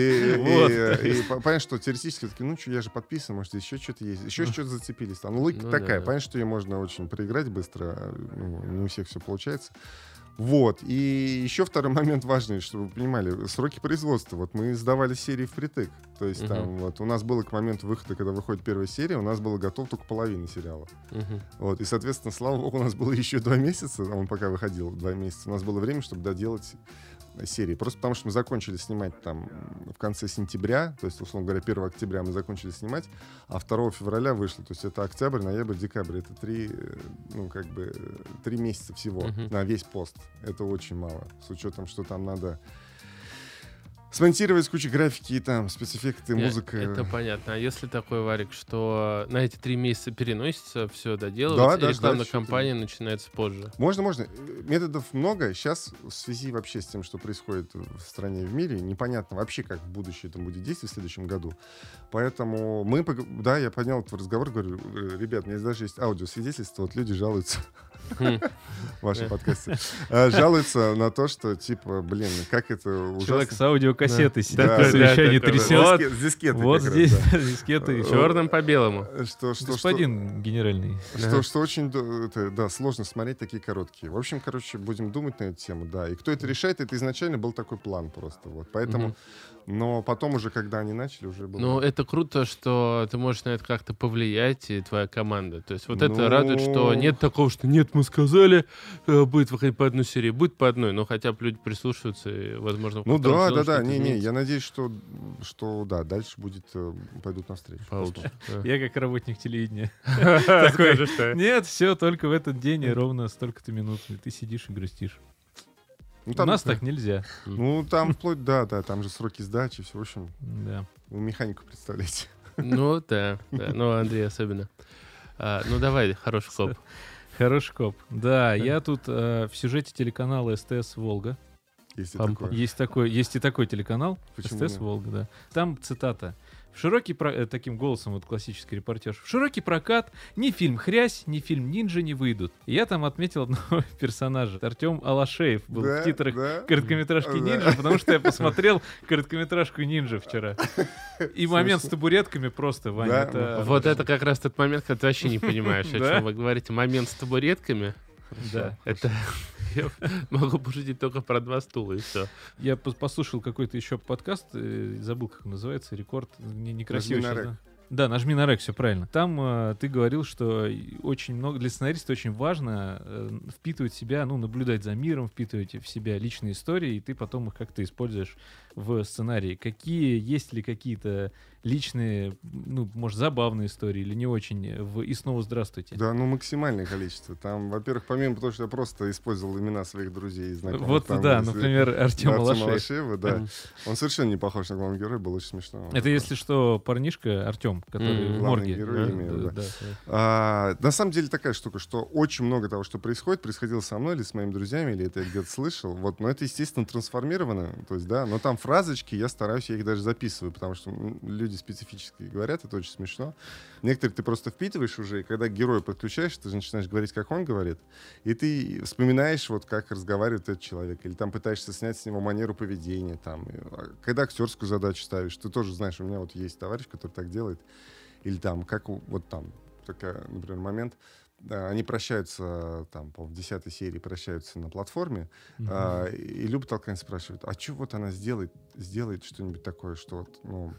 и понятно, что теоретически такие, ну, что, я же подписан, может, еще что-то есть, еще что-то зацепились. Там, ну, логика такая, понятно, что ее можно очень проиграть быстро, ну, не у всех все получается. Вот. И еще второй момент важный, чтобы вы понимали, сроки производства. Вот мы сдавали серии впритык. То есть uh-huh. там вот у нас было к моменту выхода, когда выходит первая серия, у нас было готово только половина сериала. Uh-huh. Вот. И, соответственно, слава богу, у нас было еще два месяца, он пока выходил два месяца, у нас было время, чтобы доделать серии. Просто потому, что мы закончили снимать там в конце сентября, то есть, условно говоря, первого октября мы закончили снимать, а второго февраля вышло. То есть это октябрь, ноябрь, декабрь. Это три, ну, как бы, три месяца всего uh-huh. на весь пост. Это очень мало. С учетом, что там надо смонтировать кучу графики, и там спецэффекты, Нет, музыка. Это понятно. А если такой, Варик, что на эти три месяца переносится, все Да, доделывается, да, и рекламная ждать кампания начинается позже? Можно, можно. Методов много. Сейчас в связи вообще с тем, что происходит в стране и в мире, непонятно вообще, как будущее там будет действовать в следующем году. Поэтому мы, пог- да, я поднял этот разговор, говорю, ребят, у меня даже есть аудиосвидетельство, вот люди жалуются в вашем подкасте, э, жалуются на то, что, типа, блин, как это Человек ужасно. с аудиокассетой сидит Да, на да, совещании, такой, трясет. вот, С дискетой Вот как раз, здесь да. дискеты. Черным по белому. Что, что, что, Господин генеральный. Что, что очень да, это, да, сложно смотреть такие короткие. В общем, короче, будем думать на эту тему, да. И кто это решает, это изначально был такой план просто. Вот. Поэтому, Мгм. но потом уже, когда они начали, уже было... Ну, это круто, что ты можешь на это как-то повлиять, и твоя команда. То есть вот это Ну. радует, что нет такого, что нет, мы сказали, э, будет выходить по одной серии, будет по одной, но хотя бы люди прислушиваются, и, возможно, в Ну каком-то да, сезоне да, да, что-то не-не, изменится. я надеюсь, что, что да, дальше будет, э, пойдут навстречу. Получше. Да. Я как работник телевидения. Скажи, что. Нет, все, только в этот день и ровно столько-то минут. И ты сидишь и грустишь. Ну, У там, нас так нельзя. ну, там вплоть, да, да, там же сроки сдачи, все, в общем, Да. вы механику представляете. Ну да, да, ну Андрей особенно. А, ну давай, хороший коп. Хороший коп. Да, я тут э, в сюжете телеканала СТС «Волга». Если Пам- такое. Есть такой, есть и такой телеканал, Почему СТС нет? «Волга», да. Там цитата. В широкий про... э, таким голосом вот классический репортеж. В широкий прокат ни фильм «Хрясь», ни фильм «Нинджа» не выйдут. И я там отметил одного персонажа. Артем Алашеев был Да, в титрах да. короткометражки Да. «Нинджа», потому что я посмотрел короткометражку «Нинджа» вчера. И момент с табуретками просто, Ваня, Да, это... Вот это как раз тот момент, когда ты вообще не понимаешь, о Да? чем вы говорите. Момент с табуретками. Да. Это я могу пошутить только про два стула, и все. Я пос- послушал какой-то еще подкаст, э, забыл, как он называется, рекорд, не, некрасивый «Нажми на сейчас, рек». да? Да, нажми на рек, все правильно. Там э, ты говорил, что и очень много для сценариста очень важно э, впитывать в себя, ну, наблюдать за миром, впитывать в себя личные истории, и ты потом их как-то используешь в сценарии. Какие, есть ли какие-то личные, ну, может, забавные истории или не очень в «И снова здравствуйте»? Да, ну максимальное количество. Там, во-первых, помимо того, что я просто использовал имена своих друзей и знакомых. Вот, там, да, если- например, Артем да, Алашеев. Алашеева, да. Он совершенно не похож на главного героя, был очень смешно. Это, если что, парнишка Артем, который М, в главный морге. герой, Да, имею в виду, да, да. А, на самом деле такая штука, что очень много того, что происходит, происходило со мной или с моими друзьями, или это я где-то слышал. Вот, но это, естественно, трансформировано. То есть, да, но там фразочки, я стараюсь, я их даже записываю, потому что м, люди специфически говорят, это очень смешно. Некоторые ты просто впитываешь уже, и когда к герою подключаешь, ты же начинаешь говорить, как он говорит, и ты вспоминаешь, вот как разговаривает этот человек, или там пытаешься снять с него манеру поведения. Там. И, а, когда актерскую задачу ставишь, ты тоже знаешь, у меня вот есть товарищ, который так делает. Или там, как у- вот там, такой, например, момент, а, они прощаются, там, по в десятой серии прощаются на платформе, а, и Люба Толкань спрашивает, а что вот она сделает, сделает что-нибудь такое, что вот, ну,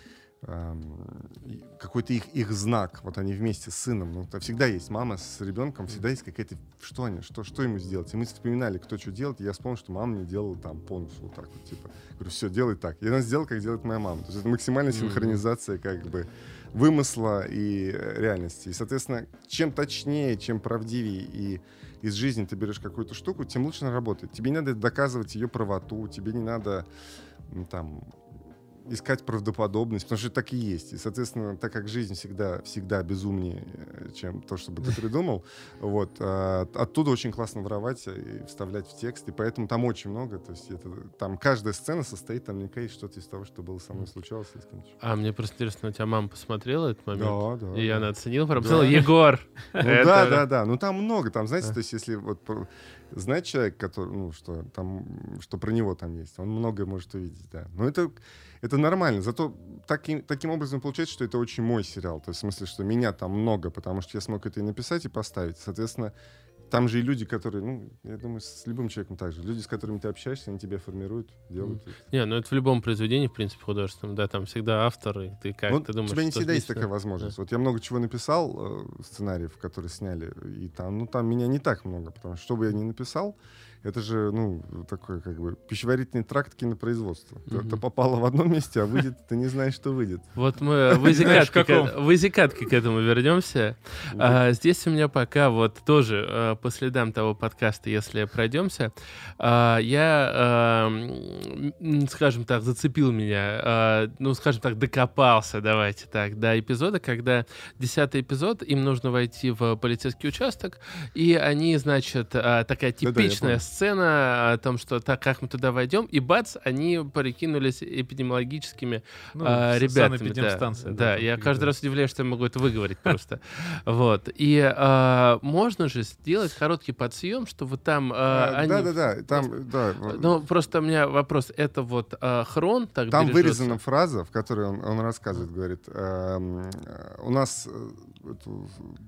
ам, и какой-то их, их знак, вот они вместе с сыном, ну, там всегда есть мама с ребенком, всегда есть какая-то, что они, что, что ему сделать, и мы вспоминали, кто что делает, и я вспомнил, что мама мне делала там по носу вот так вот, типа, говорю, все, делай так, и она сделала, как делает моя мама, то есть это максимальная синхронизация, как бы, вымысла и э, реальности. И, соответственно, чем точнее, чем правдивее и из жизни ты берешь какую-то штуку, тем лучше она работает. Тебе не надо доказывать ее правоту, тебе не надо ну, там искать правдоподобность, потому что это так и есть. И, соответственно, так как жизнь всегда, всегда безумнее, э, чем то, что бы ты придумал, вот, а, оттуда очень классно воровать и вставлять в текст, и поэтому там очень много, то есть это, там каждая сцена состоит, там наверняка есть что-то из того, что было со мной случалось. или с кем-то. А мне просто интересно, у тебя мама посмотрела этот момент? Да, да. И да. она оценила, прям Да. сказала, Егор! Ну, это- да, да, да. Ну там много, там, знаете, Да. то есть если вот про- знать человек, который, ну что там, что про него там есть, он многое может увидеть, да. Но это это нормально. Зато таким таким образом получается, что это очень мой сериал, то есть в смысле, что меня там много, потому что я смог это и написать, и поставить. Соответственно, там же и люди, которые, ну, я думаю, с любым человеком так же. Люди, с которыми ты общаешься, они тебя формируют, делают. Не, ну это в любом произведении, в принципе, художественном, да, там всегда авторы, ты как, Ну, ты думаешь, у тебя не что всегда есть здесь, такая да. возможность. Вот я много чего написал, э, сценариев, которые сняли, и там, ну, там меня не так много, потому что, что бы я ни написал, Это же, ну, такой, как бы, пищеварительный тракт кинопроизводства. Мгм. Это попало в одном месте, а выйдет, ты не знаешь, что выйдет. Вот мы в знаешь, в изикатке каком. к- в изикатке к этому вернемся. А, здесь у меня пока вот тоже а, по следам того подкаста, если пройдемся, а, я, а, м, скажем так, зацепил меня, а, ну, скажем так, докопался, давайте так, до эпизода, когда десятый эпизод, им нужно войти в полицейский участок, и они, значит, а, такая Да-да, я типичная помню. сцена о том, что так, как мы туда войдем, и бац, они прикинулись эпидемиологическими Ну, а, с- ребятами. санэпидемстанция, Да, да, там я какие-то. каждый раз удивляюсь, что я могу это выговорить просто. Вот. И а, можно же сделать короткий подсъем, что вот там а, А, они... Да-да-да, там, да. Ну, просто у меня вопрос, это вот а, Хрон так Там бережется? вырезана фраза, в которой он, он рассказывает, говорит, эм, э, у нас э, эту,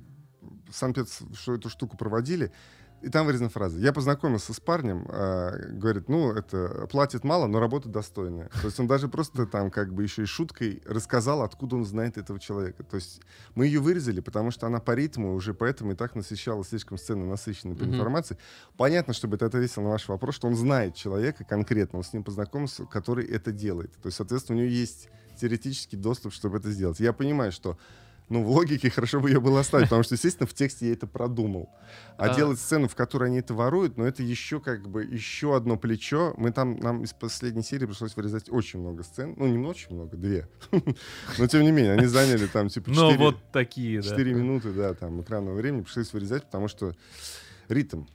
санпец, что эту штуку проводили, и там вырезана фраза. Я познакомился с парнем, э, говорит, ну, это платит мало, но работа достойная. То есть он даже просто там как бы еще и шуткой рассказал, откуда он знает этого человека. То есть мы ее вырезали, потому что она по ритму уже поэтому и так насыщала слишком сцену, насыщенной по Мгм. информации. Понятно, чтобы это ответил на ваш вопрос, что он знает человека конкретно, он с ним познакомился, который это делает. То есть, соответственно, у него есть теоретический доступ, чтобы это сделать. Я понимаю, что ну, в логике хорошо бы ее было оставить, потому что, естественно, в тексте я это продумал. А, А. делать сцену, в которой они это воруют, ну, это еще как бы еще одно плечо. Мы там, нам из последней серии пришлось вырезать очень много сцен. Ну, не очень много, две. Но, тем не менее, они заняли там, типа, Но четыре вот такие, да. четыре минуты, да, там, экранного времени. Пришлось вырезать, потому что ритм.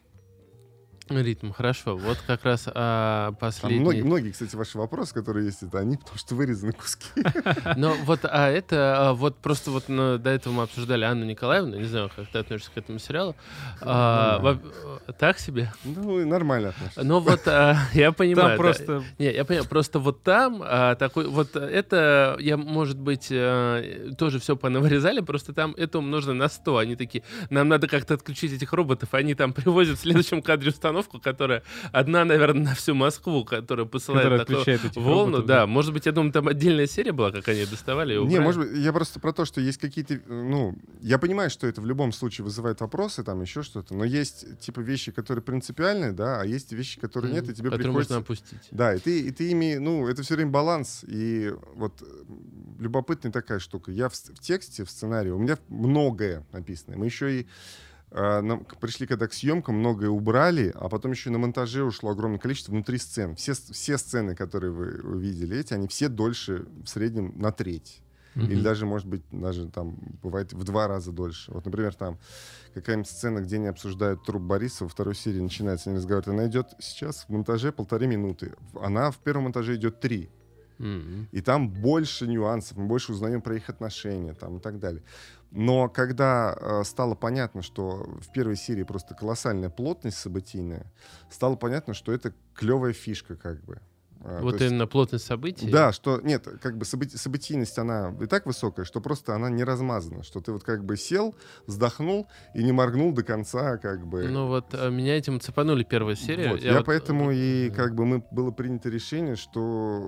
Ритм, хорошо. Вот как раз а, Там последний... многие, многие, кстати, ваши вопросы, которые есть, это они, потому что вырезаны куски. Но вот, а это, а, вот просто вот ну, до этого мы обсуждали Анну Николаевну, не знаю, как ты относишься к этому сериалу. А, Нормально. во- так себе? Ну, и нормально отношусь. Ну вот, а, я понимаю. Там да. просто... Не, я понимаю, просто вот там а, такой, вот это, я, может быть, а, тоже все понавырезали, просто там это умножено на сто. Они такие, нам надо как-то отключить этих роботов, они там привозят в следующем кадре установку, которая одна, наверное, на всю Москву, которая посылает Которая такую отключает этих волну. роботов, Да, да. может быть, я думаю, там отдельная серия была, как они доставали и убрали. Не, может быть, я просто про то, что есть какие-то, ну, я понимаю, что это в любом случае вызывает вопросы, там еще что-то, но есть типа вещи, которые принципиальные, да, а есть вещи, которые нет, и тебе Которые приходится... можно опустить. Да, и ты, и ты ими, ну, это все время баланс, и вот э, любопытная такая штука. Я в, с- в тексте, в сценарии, у меня многое написано. Мы еще и э, нам к- пришли когда к съемкам, многое убрали, а потом еще и на монтаже ушло огромное количество внутри сцен. Все, с- все сцены, которые вы увидели, эти, они все дольше в среднем на треть. Мгм. Или даже, может быть, даже там бывает в два раза дольше. Вот, например, там какая-нибудь сцена, где они обсуждают труп Бориса, во второй серии начинается, они разговаривают. Она идет сейчас в монтаже полторы минуты. Она в первом монтаже идет три. Мгм. И там больше нюансов, мы больше узнаем про их отношения там, и так далее. Но когда э, стало понятно, что в первой серии просто колоссальная плотность событийная, стало понятно, что это клевая фишка как бы. А, Вот то есть- именно плотность событий. да, что нет, как бы событи- событийность, она и так высокая, что просто она не размазана, что ты вот как бы сел, вздохнул и не моргнул до конца, как бы. Ну вот а, меня этим цепанули первая серия. Вот, Я, вот, поэтому и Мгм. как бы мы было принято решение, что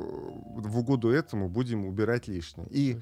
в угоду этому будем убирать лишнее. И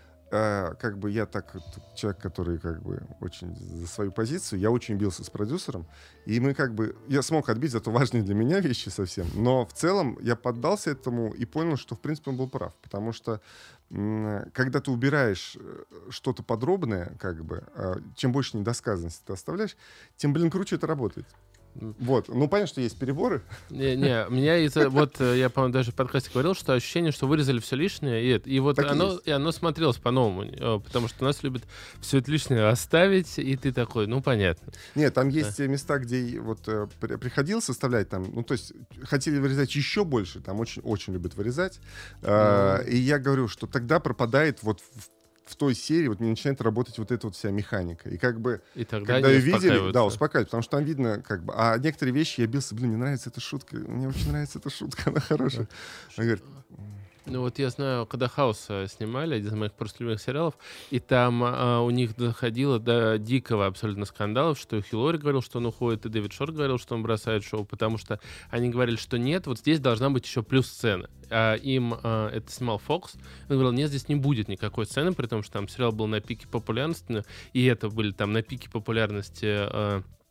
э, как бы я так вот человек, который как бы очень за свою позицию, я очень бился с продюсером, и мы как бы я смог отбить зато важные для меня вещи совсем, но в целом я поддался этому и понял, что в принципе он был прав, потому что м, когда ты убираешь э, что-то подробное, как бы, э, чем больше недосказанности ты оставляешь, тем, блин, круче это работает. Вот. Ну, понятно, что есть переборы. Не, не, меня из-за... Вот э, я, по-моему, даже в подкасте говорил, что ощущение, что вырезали все лишнее, и, это- и вот Так и оно, есть. и оно смотрелось по-новому, э, потому что нас любят все это лишнее оставить, и ты такой, ну, понятно. Нет, там есть э, места, где и вот э, при- приходилось составлять там, ну, то есть хотели вырезать еще больше, там очень, очень любят вырезать. Э, И я говорю, что тогда пропадает вот в, в той серии, вот не начинает работать вот эта вот вся механика. И как бы, И тогда когда они ее видели, успокаиваются. да, успокаивать, потому что там видно, как бы, а некоторые вещи я бился, блин, мне нравится эта шутка, мне очень нравится эта шутка, она хорошая. Она говорит, Ну вот я знаю, когда «Хаус» э, снимали, один из моих просто любимых сериалов, и там а, у них доходило до дикого абсолютно скандала, что Хью Лори говорил, что он уходит, и Дэвид Шор говорил, что он бросает шоу, потому что они говорили, что нет, вот здесь должна быть еще плюс сцена. А им а, это снимал Фокс, он говорил, нет, здесь не будет никакой сцены, при том, что там сериал был на пике популярности, и это были там на пике популярности... а,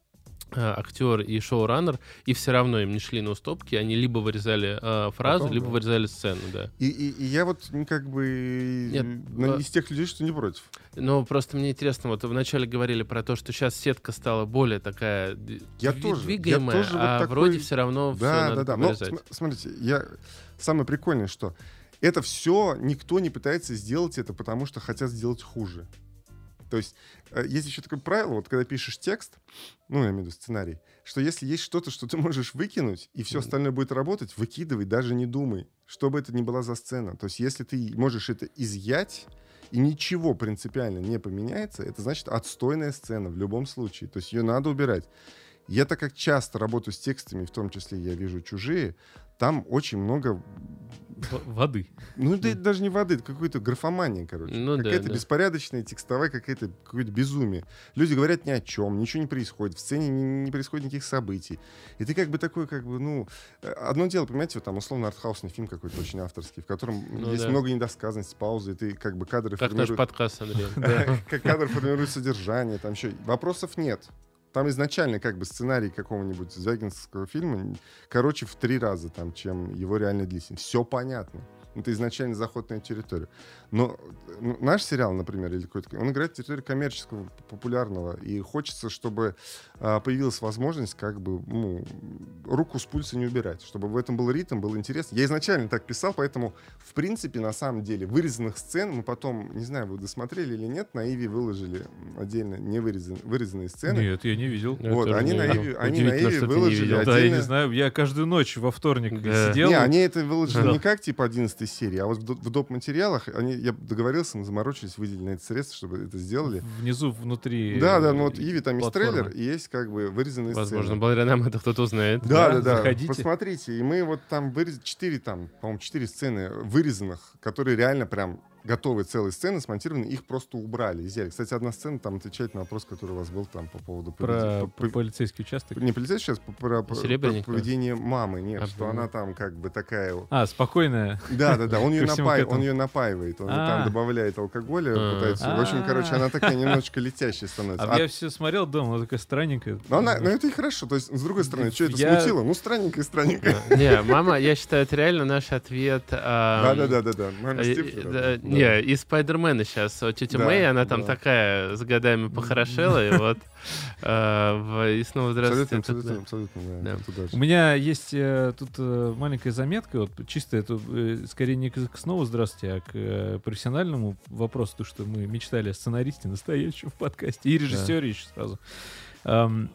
актер и шоураннер, и все равно им не шли на уступки, они либо вырезали э, фразу, Потом, либо да. вырезали сцену, да. И, и, и я вот ну, как бы Нет, на- а- из тех людей, что не против. Но просто мне интересно, вот вначале говорили про то, что сейчас сетка стала более такая д- Я дви- тоже, я двигаемая, тоже вот а такой- вроде все равно все Да, надо да, да. Но вырезать. см- смотрите, я самое прикольное, что это все никто не пытается сделать это, потому что хотят сделать хуже. То есть э, есть еще такое правило, вот когда пишешь текст, ну, я имею в виду сценарий, что если есть что-то, что ты можешь выкинуть, и все Мгм. остальное будет работать, выкидывай, даже не думай, что бы это ни была за сцена. То есть если ты можешь это изъять, и ничего принципиально не поменяется, это значит отстойная сцена в любом случае. То есть ее надо убирать. Я так как часто работаю с текстами, в том числе я вижу чужие, там очень много, В- Воды. ну да это даже не воды, это какой-то графомания, короче. Ну да, какая-то да. беспорядочная текстовая, какая-то, какое-то безумие. Люди говорят ни о чем, ничего не происходит, в сцене не, не происходит никаких событий. И ты как бы такой, как бы, ну... э, Одно дело, понимаете, вот там условно артхаусный фильм какой-то очень авторский, в котором Ну есть да. много недосказанности, паузы, и ты как бы кадры Как наш формируют- подкаст, Андрей. как кадр формирует содержание, там еще вопросов нет. Там изначально как бы сценарий какого-нибудь звягинского фильма короче в три раза, там, чем его реальная длительность. Все понятно. Это изначально заход на эту территорию. Но ну, наш сериал, например, или какой-то, он играет в территорию коммерческого, популярного, и хочется, чтобы а, появилась возможность как бы ну, руку с пульса не убирать, чтобы в этом был ритм, был интерес. Я изначально так писал, поэтому, в принципе, на самом деле, вырезанных сцен мы потом, не знаю, вы досмотрели или нет, на Иви выложили отдельно не вырезан- вырезанные сцены. Нет, я не видел. Я Вот, тоже они не на видел. Иви, они на Удивительно, Иви что ты не выложили видел. Да, я отдельно. не знаю, я каждую ночь во вторник Да. сидел. Не, они это выложили Да. не как типа одиннадцатой серии, а вот в, до- в доп. Материалах они, я договорился, мы заморочились, выделили на это средства, чтобы это сделали. Внизу, внутри. Да, да, э, ну вот Иви там есть платформы. трейлер, и есть как бы вырезанные Возможно, сцены. благодаря нам это кто-то узнает. Да, Да, да, да. заходите. Посмотрите, и мы вот там вырезали четыре там, по-моему, четыре сцены вырезанных, которые реально прям готовые целые сцены, смонтированы, их просто убрали, изъяли. Кстати, одна сцена там отвечает на вопрос, который у вас был там по поводу Про поведения- по- по- полицейский участок. не полицейский сейчас, по- про, про- Серебряник, про поведение мамы, нет, А, что ну. она там как бы такая. А, спокойная. Да, да, да, он ее, Ко всему напаив- к этому. он ее напаивает, он ей А. там добавляет алкоголя, А. пытается. В общем, короче, она такая немножечко летящая становится. А А- я все смотрел дома, она такая странненькая. Но она, ну это и хорошо. То есть, с другой стороны, что это Я- смутило? Ну, странненько и странненько. Не, мама, я считаю, это реально наш ответ. Да, да, да, да, да. Э, э, Не, из Спайдермена сейчас тетя Да, Мэй, она там да. такая с годами похорошела, и вот э, в- и снова здравствуйте. Абсолютно, это- абсолютно, абсолютно, да. Да. туда же. У меня есть э, тут э, маленькая заметка, вот чисто это э, скорее не к, к снова здравствуйте, а к э, профессиональному вопросу, то, что мы мечтали о сценаристе настоящем в подкасте и режиссере еще сразу. Ам,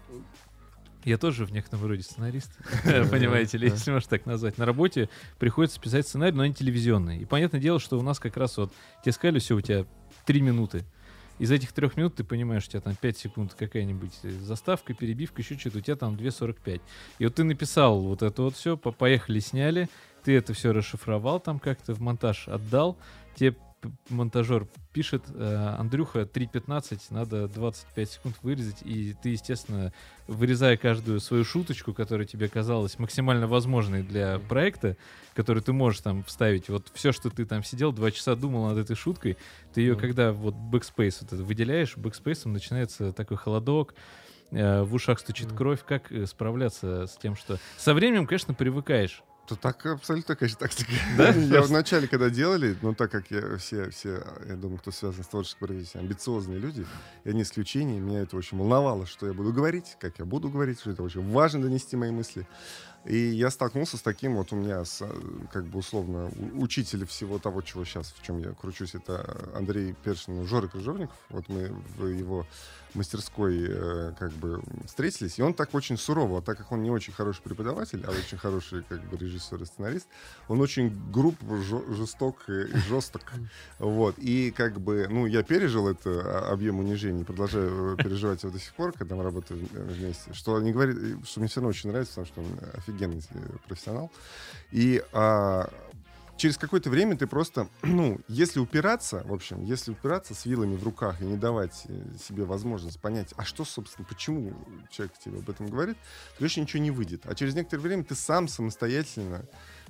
я тоже в некотором роде сценарист, понимаете ли, да. если можно так назвать. На работе приходится писать сценарий, но они телевизионные. И понятное дело, что у нас как раз вот тебе сказали, все, у тебя три минуты. Из этих трех минут ты понимаешь, у тебя там пять секунд какая-нибудь заставка, перебивка, еще что-то, у тебя там две сорок пять. И вот ты написал вот это вот все, поехали, сняли, ты это все расшифровал там как-то, в монтаж отдал, тебе п- монтажер пишет, э, Андрюха, три пятнадцать, надо двадцать пять секунд вырезать, и ты, естественно, вырезая каждую свою шуточку, которая тебе казалась максимально возможной для проекта, которую ты можешь там вставить, вот все, что ты там сидел, два часа думал над этой шуткой, ты ее, Мгм. когда вот бэкспейс вот это выделяешь, бэкспейсом начинается такой холодок, э, в ушах стучит Мгм. кровь, как э, справляться с тем, что... Со временем, конечно, привыкаешь. То так абсолютно, конечно, тактика. Да? Я Просто- вначале, когда делали, ну, так как я, все, все, я думаю, кто связан с творческой профессией, амбициозные люди, я не исключение, меня это очень волновало, что я буду говорить, как я буду говорить, что это очень важно донести мои мысли. И я столкнулся с таким, вот у меня, с, э, как бы условно, у- учитель всего того, чего сейчас, в чем я кручусь, это Андрей Першин, Жора Крыжовников. Вот мы в его мастерской э, как бы встретились, и он так очень сурово, так как он не очень хороший преподаватель, а очень хороший как бы режиссер и сценарист, он очень груб, жё- жесток и и жесток. Вот. И как бы, ну, я пережил это а, объем унижений, продолжаю э, переживать его до сих пор, когда мы работаем э, вместе. Что не говорит, э, что мне все равно очень нравится, потому что он офигенный э, профессионал. И а, через какое-то время ты просто, ну, если упираться, в общем, если упираться с вилами в руках и не давать э, себе возможность понять, а что, собственно, почему человек тебе об этом говорит, то, конечно, ничего не выйдет. А через некоторое время ты сам самостоятельно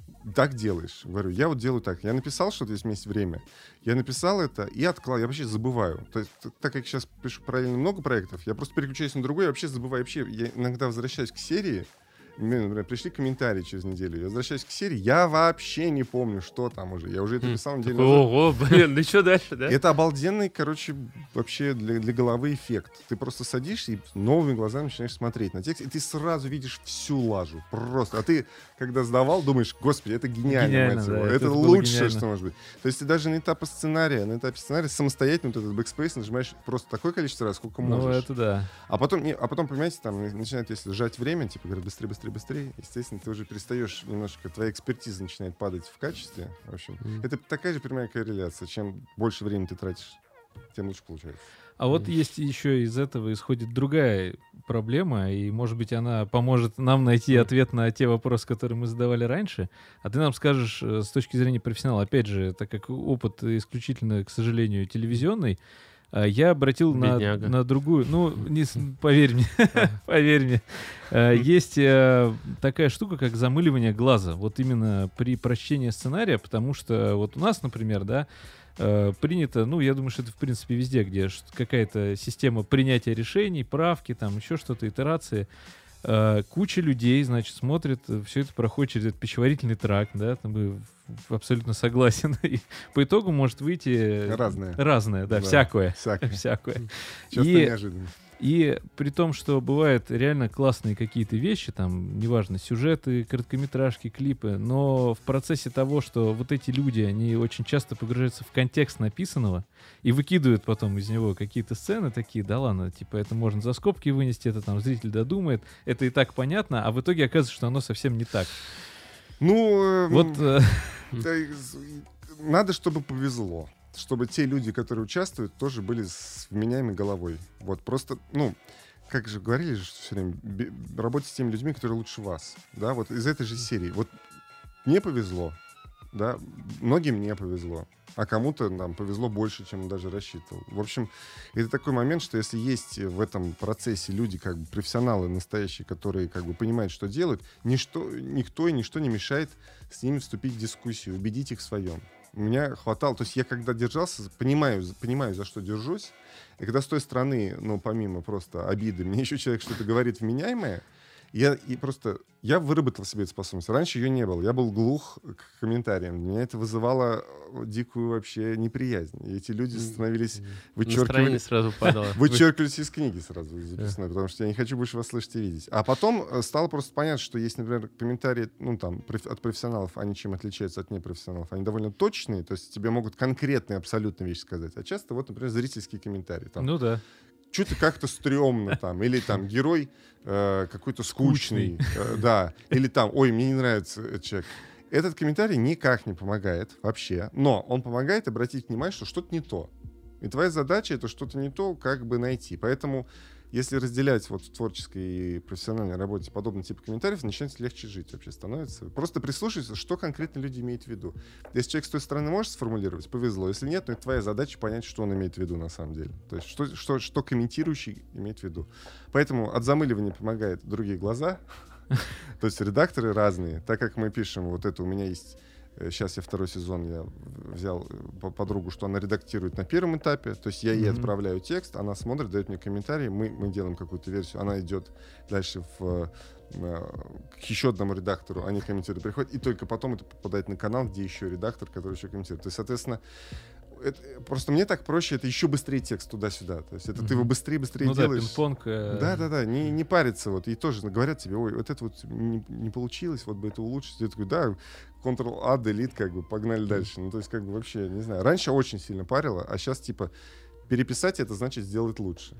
так делаешь. Говорю, я вот делаю так. Я написал что-то, если есть время. Я написал это и откладываю. Я вообще забываю. То есть, так как сейчас пишу параллельно много проектов, я просто переключаюсь на другой, я вообще забываю. Вообще, я иногда возвращаюсь к серии. Мне, например, пришли комментарии через неделю. Я возвращаюсь к серии, я вообще не помню, что там уже. Я уже это писал неделю назад. Ого, блин, ну что дальше, да? Это обалденный, короче, вообще для, для головы эффект. Ты просто садишься и новыми глазами начинаешь смотреть на текст, и ты сразу видишь всю лажу. Просто. А ты, когда сдавал, думаешь, господи, это гениально, Гениально, мать да, его. это Это было лучшее, гениально. что может быть. То есть ты даже на этапе сценария, на этапе сценария самостоятельно вот этот бэкспейс нажимаешь просто такое количество раз, сколько Ну, можешь. это да. А потом, не, а потом, понимаете, там начинает, если сжать время, типа, говорят, быстрее, быстрее, быстрее, естественно, ты уже перестаешь немножко, твоя экспертиза начинает падать в качестве. В общем, Мгм. это такая же прямая корреляция. Чем больше времени ты тратишь, тем лучше получается. А вот есть еще из этого исходит другая проблема, и, может быть, она поможет нам найти ответ на те вопросы, которые мы задавали раньше. А ты нам скажешь э, с точки зрения профессионала, опять же, так как опыт исключительно, к сожалению, телевизионный, а, я обратил на, Бедняга. на другую, ну, не, с- поверь мне, поверь мне, э, есть э, такая штука, как замыливание глаза, вот именно при прочтении сценария, потому что вот у нас, например, да, э, принято, ну, я думаю, что это в принципе везде, где ш- какая-то система принятия решений, правки, там еще что-то, итерации. Э, куча людей, значит, смотрит, все это проходит через этот пищеварительный тракт, да, там мы в- абсолютно согласен. И по итогу может выйти Разное. разное, да, Да, всякое. всякое. Всякое. Часто И- неожиданно. И при том, что бывают реально классные какие-то вещи, там, неважно, сюжеты, короткометражки, клипы, но в процессе того, что вот эти люди, они очень часто погружаются в контекст написанного и выкидывают потом из него какие-то сцены такие, да ладно, типа это можно за скобки вынести, это там зритель додумает, это и так понятно, а в итоге оказывается, что оно совсем не так. Ну, эм, Вот, э, да, и з- и надо, чтобы повезло. Чтобы те люди, которые участвуют, тоже были с вменяемой головой. Вот просто, ну, как же говорили же все время, бе- работайте с теми людьми, которые лучше вас. Да, вот из этой же серии. Вот мне повезло, да, многим не повезло, а кому-то нам повезло больше, чем он даже рассчитывал. В общем, это такой момент, что если есть в этом процессе люди, как бы профессионалы настоящие, которые как бы понимают, что делают, ничто, никто и ничто не мешает с ними вступить в дискуссию, убедить их в своем. У меня хватало, то есть я когда держался, понимаю, понимаю, за что держусь, и когда с той стороны, ну, помимо просто обиды, мне еще человек что-то говорит вменяемое, я и просто, я выработал себе эту способность. Раньше ее не было. Я был глух к комментариям. Меня это вызывало дикую вообще неприязнь. И эти люди становились, вычеркивали, Настроение сразу падало. вычеркивались из книги сразу записной, потому что я не хочу больше вас слышать и видеть. А потом э, стало просто понятно, что есть, например, комментарии, ну, там, проф- от профессионалов, они чем отличаются от непрофессионалов? Они довольно точные, то есть тебе могут конкретные абсолютно вещи сказать. А часто, вот, например, зрительские комментарии. Там, ну да. что-то как-то стрёмно там, или там герой э, какой-то скучный, э, да, или там, ой, мне не нравится этот человек. Этот комментарий никак не помогает вообще, но он помогает обратить внимание, что что-то не то. И твоя задача это что-то не то как бы найти. Поэтому если разделять вот в творческой и профессиональной работе подобный тип комментариев, начинается легче жить вообще становится. Просто прислушайся, что конкретно люди имеют в виду. Если человек с той стороны может сформулировать, повезло. Если нет, то это твоя задача понять, что он имеет в виду на самом деле. То есть что, что, что комментирующий имеет в виду. Поэтому от замыливания помогают другие глаза. То есть редакторы разные. Так как мы пишем, вот это у меня есть... Сейчас я второй сезон, я взял подругу, что она редактирует на первом этапе, то есть я ей Мгм. отправляю текст, она смотрит, дает мне комментарии, мы, мы делаем какую-то версию, она идет дальше в, э, к еще одному редактору, они комментируют, приходят, и только потом это попадает на канал, где еще редактор, который еще комментирует. То есть, соответственно, это, просто мне так проще, это еще быстрее текст туда-сюда. То есть это ты его быстрее, быстрее Ну да, делаешь. пинг-понг. э, Да-да-да, не, не париться. Вот. И тоже говорят тебе, ой, вот это вот не, не получилось, вот бы это улучшить. Я такой, да, контрол-А, делит, как бы, погнали дальше. Ну, то есть, как бы, вообще, не знаю. Раньше очень сильно парило, а сейчас, типа, переписать это значит сделать лучше.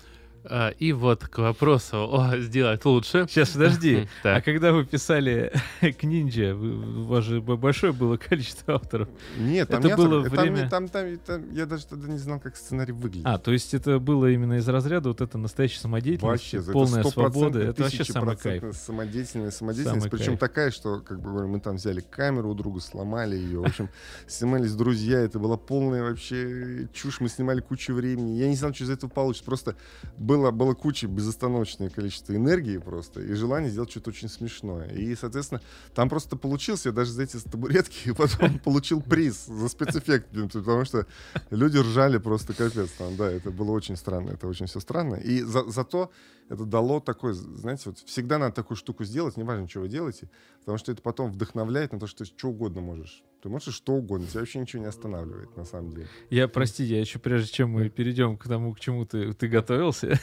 А, и вот к вопросу о сделать лучше. Сейчас, подожди. А Так. когда вы писали к Ниндзя, вы- у вас же б- большое было количество авторов. Нет, там Это не было автор, там время- не- там, там, там- я даже тогда не знал, как сценарий выглядит. А, то есть это было именно из разряда вот это настоящей самодеятельности, Вообще, это полная стопроцентная, свобода. Это вообще самый тысячепроцентная кайф. самодеятельная самодеятельность. Самый Причем кайф. такая, что, как бы говорю, мы там взяли камеру у друга, сломали ее. В общем, снимались друзья. Это была полная вообще чушь. Мы снимали кучу времени. Я не знал, что из этого получится. Просто было, было куча безостановочное количество энергии просто и желание сделать что-то очень смешное. И, соответственно, там просто получился, я даже за эти табуретки и потом получил приз за спецэффект, потому что люди ржали просто капец. Там, да, это было очень странно, это очень все странно. И за, зато это дало такой, знаете, вот всегда надо такую штуку сделать, неважно, что вы делаете, потому что это потом вдохновляет на то, что ты что угодно можешь. Ты можешь что угодно, тебя вообще ничего не останавливает, на самом деле. Я, прости, я еще прежде чем мы перейдем к тому, к чему ты, ты готовился.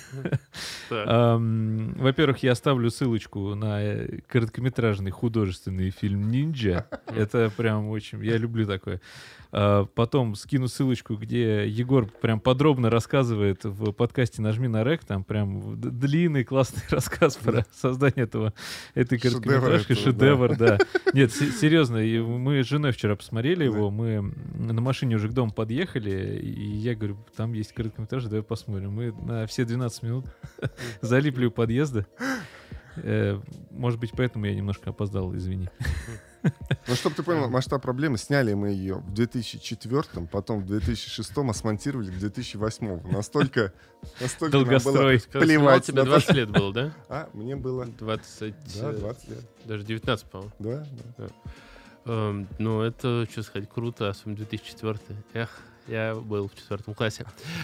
Во-первых, я оставлю ссылочку на короткометражный художественный фильм «Ниндзя». Это прям очень... Я люблю такое. Потом скину ссылочку, где Егор прям подробно рассказывает в подкасте «Нажми на рек». Там прям длинный классный рассказ про создание этого, этой короткометражки. Шедевр, да. Нет, серьезно, мы с женой вчера посмотрели его, мы на машине уже к дому подъехали, и я говорю, там есть короткометражка, давай посмотрим. Мы на все двенадцать минут залипли у подъезда. Может быть, поэтому я немножко опоздал, извини. Ну, чтобы ты понял, масштаб проблемы, сняли мы ее в две тысячи четвёртом, потом в две тысячи шестом, а смонтировали в две тысячи восьмом. Настолько, настолько нам было плевать. Тебе двадцать лет было, да? А, мне было... двадцать... Да, двадцать лет. Даже девятнадцать, по-моему. Да, да. Эм, ну, это, что сказать, круто, особенно две тысячи четвёртый. Эх, я был в четвертом классе.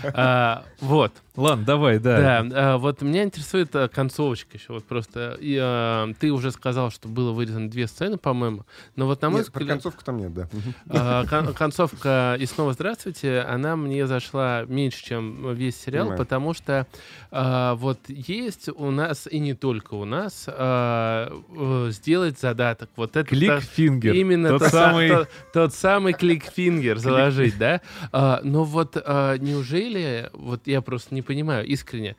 А, вот. Ладно, давай, да. Да, а, вот меня интересует а, концовочка еще. Вот просто и, а, ты уже сказал, что было вырезано две сцены, по-моему. Но вот на мой нет, взгляд... про концовку там нет, да. А, кон- концовка «И снова здравствуйте», она мне зашла меньше, чем весь сериал, Понимаю. потому что а, вот есть у нас, и не только у нас, а, э, сделать задаток. Вот это Кликфингер. Именно тот тот, самый... тот, тот самый кликфингер заложить, да? А, но вот а, неужели, вот я просто не понимаю, искренне,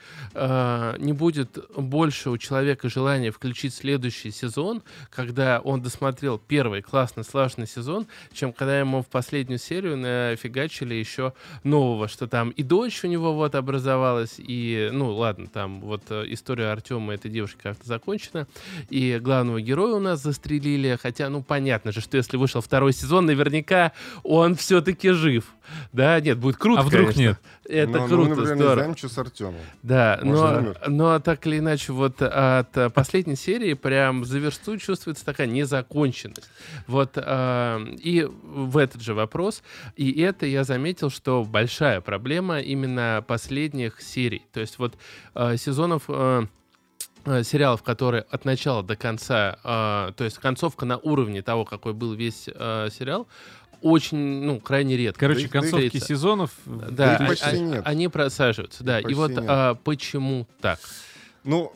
а, не будет больше у человека желания включить следующий сезон, когда он досмотрел первый классный, слаженный сезон, чем когда ему в последнюю серию нафигачили еще нового, что там и дочь у него вот образовалась, и, ну, ладно, там вот история Артема, этой девушки, как-то закончена, и главного героя у нас застрелили, хотя, ну, понятно же, что если вышел второй сезон, наверняка он все-таки жив. Да, нет, будет круто, А вдруг конечно. нет? Это но, круто, ну, например, здорово. не знаем, что с Артемом. Да, Может, но, но так или иначе, вот от последней серии прям за версту чувствуется такая незаконченность. Вот, э, и в этот же вопрос, и это я заметил, что большая проблема именно последних серий. То есть вот э, сезонов... Э, сериалов, которые от начала до конца, э, то есть концовка на уровне того, какой был весь э, сериал, очень, ну, крайне редко. Короче, Да, концовки да, сезонов... да Да, их а- почти а- нет. они просаживаются, да. Их И вот почти нет. а, почему так? Ну,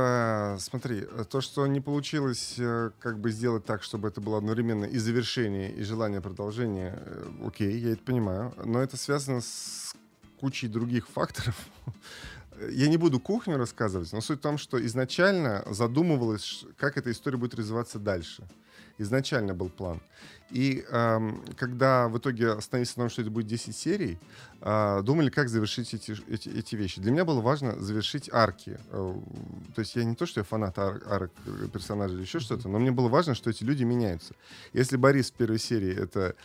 э, смотри, то, что не получилось э, как бы сделать так, чтобы это было одновременно и завершение, и желание продолжения, э, окей, я это понимаю, но это связано с кучей других факторов. Я не буду кухню рассказывать, но суть в том, что изначально задумывалось, как эта история будет развиваться дальше. Изначально был план. И эм, когда в итоге остановились на том, что это будет десять серий, э, думали, как завершить эти, эти, эти вещи. Для меня было важно завершить арки. Э, то есть я не то, что я фанат ар- арок персонажей или еще что-то, но мне было важно, что эти люди меняются. Если Борис в первой серии — это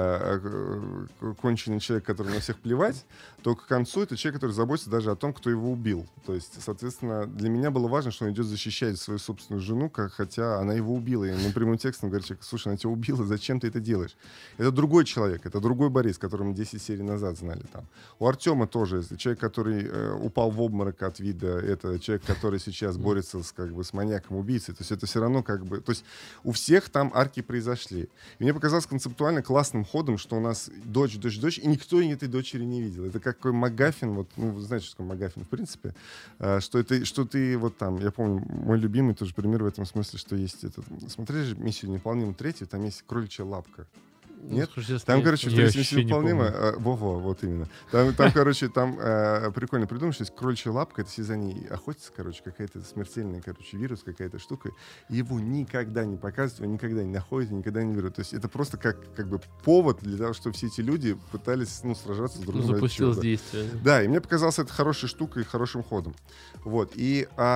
э, конченый человек, который на всех плевать, то к концу это человек, который заботится даже о том, кто его убил. То есть, соответственно, для меня было важно, что он идет защищать свою собственную жену, как, хотя она его убила. И ну, прямым текстом говорит: слушай, она тебя убила, зачем ты это делаешь? Это другой человек, это другой Борис, которого мы десять серий назад знали там. У Артема тоже человек, который э, упал в обморок от вида, это человек, который сейчас борется с, как бы, с маньяком-убийцей. То есть это все равно как бы... То есть у всех там арки произошли. И мне показалось концептуально классным ходом, что у нас дочь, дочь, дочь, и никто этой дочери не видел. Это как какой МакГаффин, вот, ну, вы знаете, что такое МакГаффин, в принципе, э, что, это, что ты вот там, я помню, мой любимый тоже пример в этом смысле, что есть этот... Смотри же «Миссию невыполнимую» третью, там есть кроличья лапка. Нет? Там, короче, в «Миссию невыполнимую», а, во-во, вот именно. Там, там короче, там а, прикольно придумано, что есть кроличья лапка, это если за ней охотится, короче, какая-то смертельная, короче, вирус, какая-то штука, и его никогда не показывают, его никогда не находят, никогда не берут. То есть это просто как, как бы повод для того, чтобы все эти люди пытались, ну, сражаться с другом. Запустилось действие. Да, и мне показалось это хорошей штукой и хорошим ходом. Вот, и... А,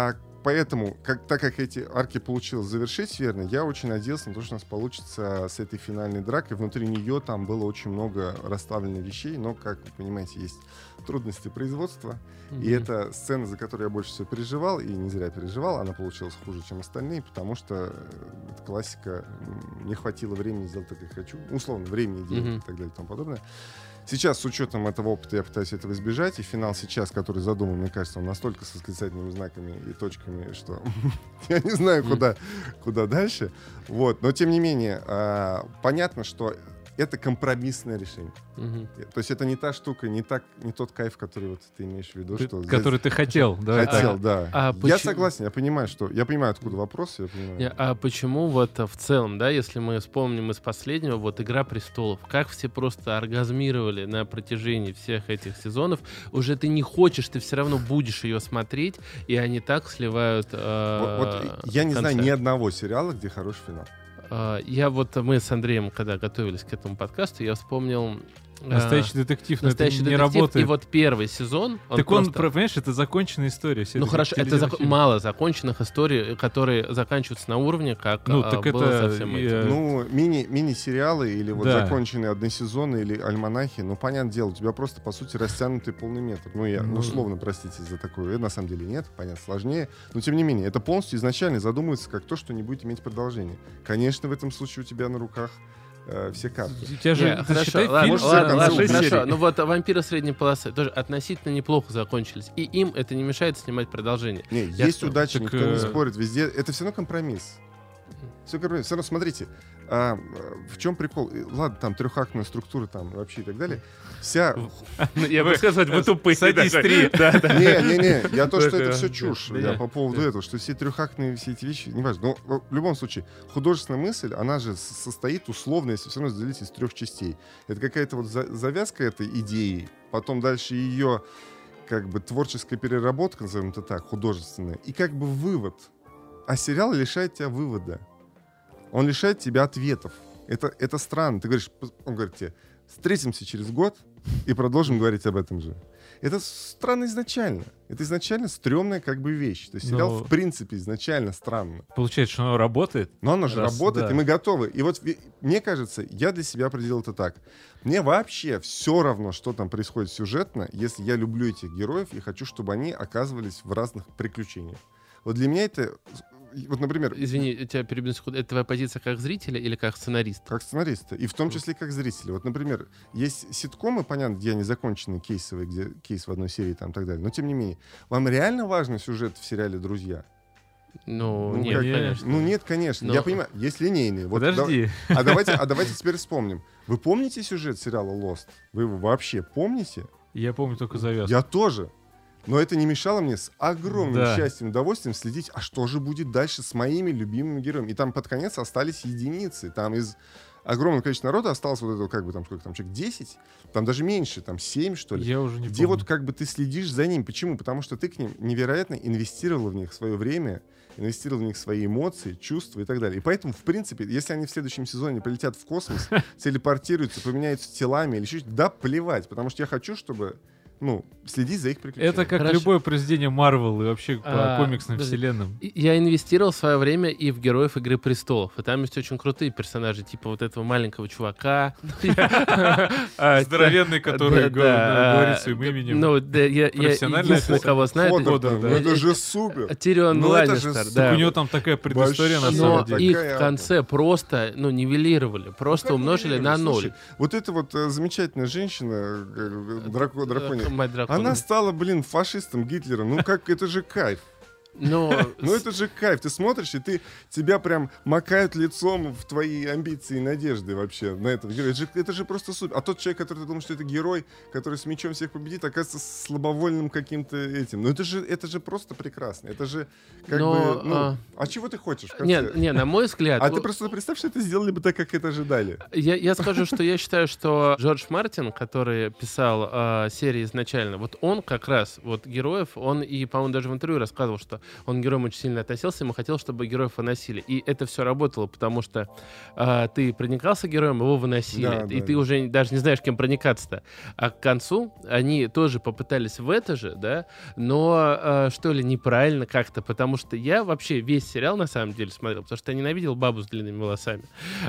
поэтому, как, так как эти арки получилось завершить верно, я очень надеялся на то, что у нас получится с этой финальной дракой. Внутри нее там было очень много расставленных вещей, но, как вы понимаете, есть трудности производства. Mm-hmm. И эта сцена, за которую я больше всего переживал, и не зря переживал, она получилась хуже, чем остальные, потому что это классика, не хватило времени сделать так, как хочу. Условно, времени делать mm-hmm. и так далее и тому подобное. Сейчас, с учетом этого опыта, я пытаюсь этого избежать, и финал сейчас, который задуман, мне кажется, он настолько с восклицательными знаками и точками, что я не знаю, куда, куда дальше. Вот. Но, тем не менее, понятно, что это компромиссное решение. Угу. То есть это не та штука, не, так, не тот кайф, который вот ты имеешь в виду. Что который здесь... ты хотел. Хотел, а, да. А я почему... согласен, я понимаю, что... Я понимаю, откуда вопрос, я понимаю. А почему вот в целом, да, если мы вспомним из последнего, вот «Игра престолов», как все просто оргазмировали на протяжении всех этих сезонов, уже ты не хочешь, ты все равно будешь ее смотреть, и они так сливают э, вот, вот я не знаю ни одного сериала, где хороший финал. Я вот, мы с Андреем, когда готовились к этому подкасту, я вспомнил... Настоящий детектив, но Настоящий это не детектив, работает. И вот первый сезон... Он так просто... он, понимаешь, это законченная история. Ну хорошо, это зак... мало законченных историй, которые заканчиваются на уровне, как ну, так было это... совсем и, этим. Ну, мини, мини-сериалы или вот да. законченные односезонные или альманахи, ну, понятное дело, у тебя просто, по сути, растянутый полный метр. Ну, я, ну, условно, простите за такое. Это, на самом деле, нет, понятно, сложнее. Но, тем не менее, это полностью изначально задумывается как то, что не будет иметь продолжения. Конечно, в этом случае у тебя на руках все карты. У тебя же, не, хорошо, считай, ладно, фильм, ладно, ладно, хорошо. хорошо. Ну вот «Вампиры средней полосы» тоже относительно неплохо закончились. И им это не мешает снимать продолжение. Не, Я есть что? удача, Так, никто э... не спорит. Везде это все равно компромисс. Все компромисс. Все равно, смотрите, а, в чем прикол? Ладно, там трехактная структура там вообще и так далее. Вся... Я бы сказал, вы тупые. Садись три. Не-не-не, я то, что это все чушь. Я по поводу этого, что все трехактные, все эти вещи, неважно. Но в любом случае, художественная мысль, она же состоит условно, если все равно разделить из трех частей. Это какая-то вот завязка этой идеи, потом дальше ее как бы творческая переработка, назовем это так, художественная, и как бы вывод. А сериал лишает тебя вывода. Он лишает тебя ответов. Это, это странно. Ты говоришь, он говорит тебе, встретимся через год и продолжим говорить об этом же. Это странно изначально. Это изначально стрёмная как бы вещь. То есть сериал Но... в принципе изначально странно. Получается, что оно работает? Но оно же Раз, работает, да. и мы готовы. И вот мне кажется, я для себя определил это так. Мне вообще все равно, что там происходит сюжетно, если я люблю этих героев и хочу, чтобы они оказывались в разных приключениях. Вот для меня это... Вот, например... Извини, я тебя перебью на секунду. Это твоя позиция как зрителя или как сценариста? Как сценариста. И в том числе как зрителя. Вот, например, есть ситкомы, понятно, где они закончены, кейсовые, где кейс в одной серии там и так далее. Но, тем не менее, вам реально важен сюжет в сериале «Друзья»? Ну, ну нет, как, конечно. Ну, нет, конечно. Но... Я понимаю, есть линейные. Вот Подожди. Да, а, давайте, а давайте теперь вспомним. Вы помните сюжет сериала «Lost»? Вы его вообще помните? Я помню только завязку. Я тоже. Но это не мешало мне с огромным да. счастьем и удовольствием следить, а что же будет дальше с моими любимыми героями. И там под конец остались единицы. Там из огромного количества народа осталось вот это, как бы там, сколько там, человек десять, там даже меньше, там семь, что ли. Я уже не Где помню. вот как бы ты следишь за ним. Почему? Потому что ты к ним невероятно инвестировал в них свое время, инвестировал в них свои эмоции, чувства и так далее. И поэтому, в принципе, если они в следующем сезоне полетят в космос, телепортируются, поменяются телами или что-то, да, плевать. Потому что я хочу, чтобы... Ну, следить за их приключениями. Это как Хорошо. любое произведение Марвел и вообще по А, комиксным подожди. вселенным. Я инвестировал в свое время и в героев «Игры престолов». И там есть очень крутые персонажи, типа вот этого маленького чувака. Здоровенный, который говорит своим именем. Ну, да, я Профессиональный единственный, кого знаю. Ходор, да. Это же супер. Тирион Ну, это же Ланнистер, супер. да. У него там такая предыстория на Большая. самом Но деле. их Такая в конце просто, ну, нивелировали, просто умножили на ноль. Слушай, вот эта вот э, замечательная женщина, э, драко, дракония, Мать дракона. она стала, блин, фашистом Гитлера. Ну как, это же кайф. Но Ну это же кайф. Ты смотришь, и ты тебя прям макают лицом в твои амбиции и надежды вообще на этого героя. Это же, это же просто супер. А тот человек, который ты думаешь, что это герой, который с мечом всех победит, оказывается слабовольным каким-то этим. Ну это же, это же просто прекрасно. Это же как Но, бы... Ну, а... а чего ты хочешь в конце? Не, не, на мой взгляд... А ты просто представь, что это сделали бы так, как это ожидали. Я, я скажу, что я считаю, что Джордж Мартин, который писал э, серии изначально, вот он как раз, вот героев, он и, по-моему, даже в интервью рассказывал, что он к героям очень сильно относился, ему хотел, чтобы героев выносили. И это все работало, потому что э, ты проникался героем, его выносили. Да, и да, ты да. уже даже не знаешь, кем проникаться-то. А к концу они тоже попытались в это же, да, но, э, что ли, неправильно как-то, потому что я вообще весь сериал, на самом деле, смотрел, потому что я ненавидел бабу с длинными волосами,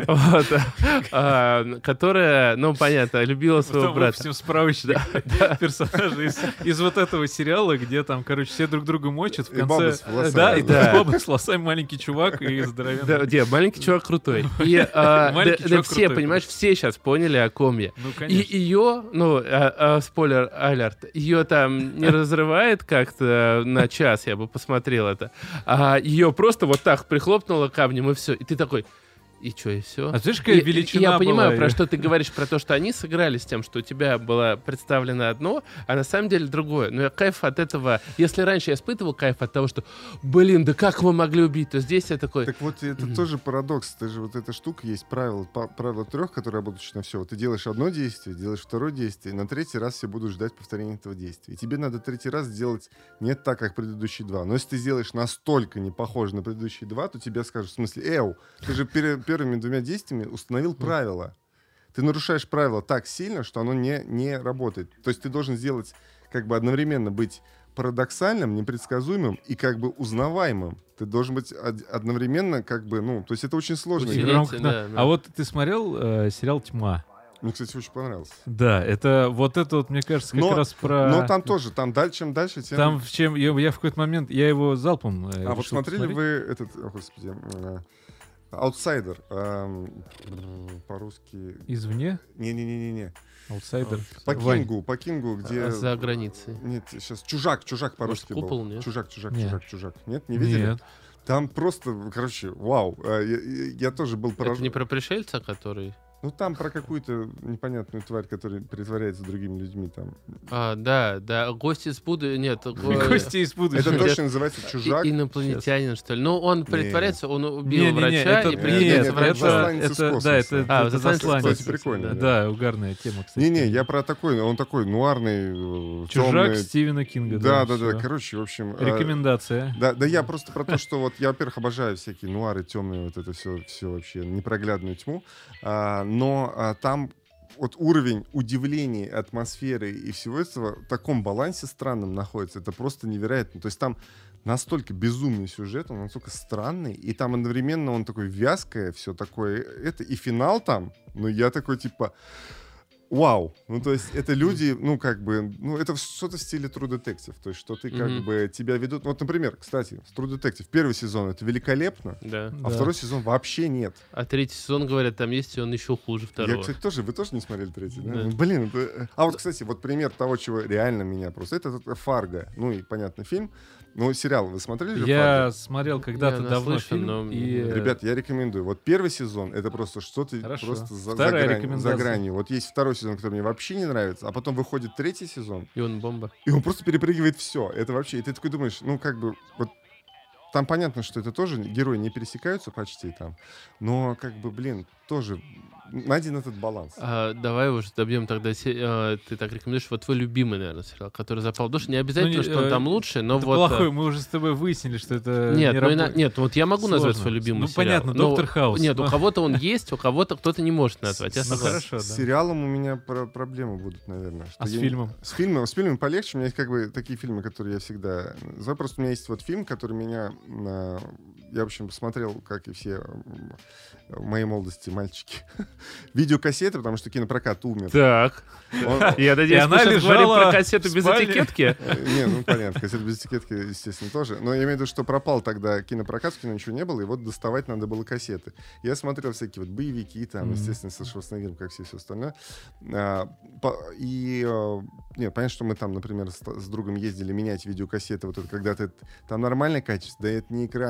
которая, ну, понятно, любила своего брата. Выпустим справочник персонажей из вот этого сериала, где там, короче, все друг друга мочат в И баба конце. с волосами. Да, и Да. баба с волосами, маленький чувак и Да, здоровенный. где, маленький чувак крутой. И а, Маленький да, чувак да все, крутой, понимаешь, все сейчас поняли, о ком я. Ну, И конечно. ее, ну, а, а, спойлер алерт, ее там не разрывает как-то на час, я бы посмотрел это, а ее просто вот так прихлопнуло камнем, и все. И ты такой... И что, и все? А знаешь, какая и, величина и я понимаю, была? про что ты говоришь, про то, что они сыграли с тем, что у тебя было представлено одно, а на самом деле другое. Но я кайф от этого... Если раньше я испытывал кайф от того, что, блин, да как вы могли убить, то здесь я такой... Так вот, это Мгм. тоже парадокс. Ты же вот эта штука, есть правило, па- правило трех, которые работают на все. Вот ты делаешь одно действие, делаешь второе действие, и на третий раз все будут ждать повторения этого действия. И тебе надо третий раз сделать не так, как предыдущие два. Но если ты сделаешь настолько не похоже на предыдущие два, то тебе скажут, в смысле, эу, ты же пере- первыми двумя действиями установил правила. Ты нарушаешь правила так сильно, что оно не, не работает. То есть ты должен сделать, как бы одновременно быть парадоксальным, непредсказуемым и как бы узнаваемым. Ты должен быть од- одновременно как бы, ну, то есть это очень сложно. Усилить. В рамках, Да, да. да. А вот ты смотрел э, сериал «Тьма»? Мне, кстати, очень понравился. Да, это вот это вот, мне кажется, как Но- раз про... Но там тоже, там дальше, чем дальше, тем... Там в чем... Я, я в какой-то момент... Я его залпом э, А вот решил смотрели посмотреть. вы этот, о, господи, э, «Аутсайдер», эм, по-русски... Извне? Не-не-не-не. Аутсайдер. По Вань. Кингу, по Кингу, где... А за границей. Нет, сейчас «Чужак», «Чужак» по-русски Может, «Купол», был. нет? «Чужак», «Чужак», Нет. «Чужак», «Чужак». Нет, не видели? Нет. Там просто, короче, вау. Э, Я, я- я тоже был Это поражен. не про пришельца, который... Ну, там про какую-то непонятную тварь, которая притворяется другими людьми. Там. А, да, да, гости из будущего... Нет, го- Гости из будущего. Это точно называется «Чужак». и- инопланетянин, что ли. Ну, он притворяется, он убил Не-не-не, врача это, и не, притворяется нет, врачом. это, Засланец из это, космоса. да, это, А, это засланец из засланец. космоса, прикольно, Да, да. угарная тема, кстати. Не-не, я про такой, он такой нуарный, э, Чужак темный. Стивена Кинга. Да, да, да, всё. короче, в общем... э, Рекомендация. Да, да, я просто про то, что вот я, во-первых, обожаю всякие нуары, темные, вот это все, все вообще, непроглядную тьму. А, но а, там вот уровень удивления, атмосферы и всего этого в таком балансе странном находится. Это просто невероятно. То есть там настолько безумный сюжет, он настолько странный, и там одновременно он такой вязкое, все такое. Это и финал там, ну я такой типа... Вау! Ну, то есть это люди, ну, как бы, ну, это что-то в стиле True Detective. То есть, что ты, как Мгм. бы, тебя ведут... Вот, например, кстати, с True Detective первый сезон — это великолепно, Да. а Да. второй сезон вообще нет. А третий сезон, говорят, там есть, и он еще хуже второго. Я, кстати, тоже... Вы тоже не смотрели третий, да? Да. Ну, блин, это... А вот, кстати, вот пример того, чего реально меня просто... Это, это «Фарго». Ну, и, понятно, фильм. Ну, сериал вы смотрели же Я «Фарго»? смотрел когда-то Я давно наслышан, фильм. но- и, э, Ребят, я рекомендую. Вот первый сезон — это просто что-то Хорошо. просто за, за, Вторая грань- за рекомендация. гранью. Вот есть второй сезон, который мне вообще не нравится, а потом выходит третий сезон, И он бомба. и он просто перепрыгивает все. Это вообще... И ты такой думаешь, ну, как бы... Вот там понятно, что это тоже герои не пересекаются почти там, но, как бы, блин, тоже найден этот баланс. А, давай уже добьем тогда... се- а, ты так рекомендуешь, вот твой любимый, наверное, сериал, который запал в душу. Не обязательно, Ну, не, что он э, там лучше, но это вот... плохой, а, мы уже с тобой выяснили, что это Нет, не ну, ина- работает. нет, вот я могу назвать Сложно. свой любимый Ну, сериал. понятно, но- «Доктор Хаус». Нет, у Ну. кого-то он есть, у кого-то кто-то не может назвать. Я С- Ну, согласен. хорошо, С да. сериалом у меня про- проблемы будут, наверное. что А с я не- фильмом? С фильмом, с фильмом полегче. У меня есть как бы такие фильмы, которые я всегда... называю. Просто у меня есть вот фильм, который меня... а, я, в общем, смотрел, как и все м, в моей молодости мальчики, видеокассеты, потому что кинопрокат умер. Так. Он- Я надеюсь, она мы сейчас говорим лежала про кассету в без спальне. этикетки. Э, Не, ну понятно, кассеты без этикетки, естественно, тоже. Но я имею в виду, что пропал тогда кинопрокат, в кино ничего не было, и вот доставать надо было кассеты. Я смотрел всякие вот боевики, там, Мгм. естественно, со Шварценеггером, как все, все остальное. А, по- и, э, нет, понятно, что мы там, например, с, с другом ездили менять видеокассеты, вот это когда ты, там нормальное качество, да это не экранка, это все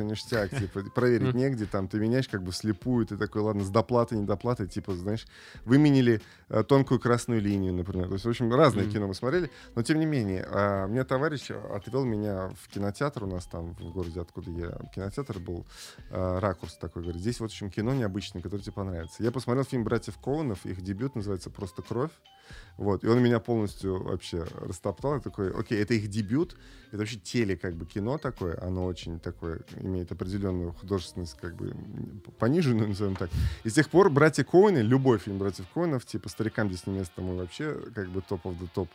ништяк, типа, проверить негде, там, ты меняешь как бы вслепую, ты такой, ладно, с доплатой, не доплатой, типа, знаешь, выменили э, тонкую красную линию, например. То есть, в общем, разные mm-hmm. кино мы смотрели, но, тем не менее, э, мне товарищ отвел меня в кинотеатр у нас там, в городе, откуда я, кинотеатр был, э, «Ракурс» такой, говорит, здесь вот, в общем, кино необычное, которое тебе понравится. Я посмотрел фильм «Братьев Коунов», их дебют называется «Просто кровь», вот, и он меня полностью вообще растоптал, я такой, окей, это их дебют, это вообще теле, как бы, кино такое, оно очень такое, имеет определенную художественность, как бы, пониженную, назовем так. И с тех пор «Братья Коуэны», любой фильм «Братьев Коуэнов», типа «Старикам здесь не место», мы вообще, как бы, топ of the топ.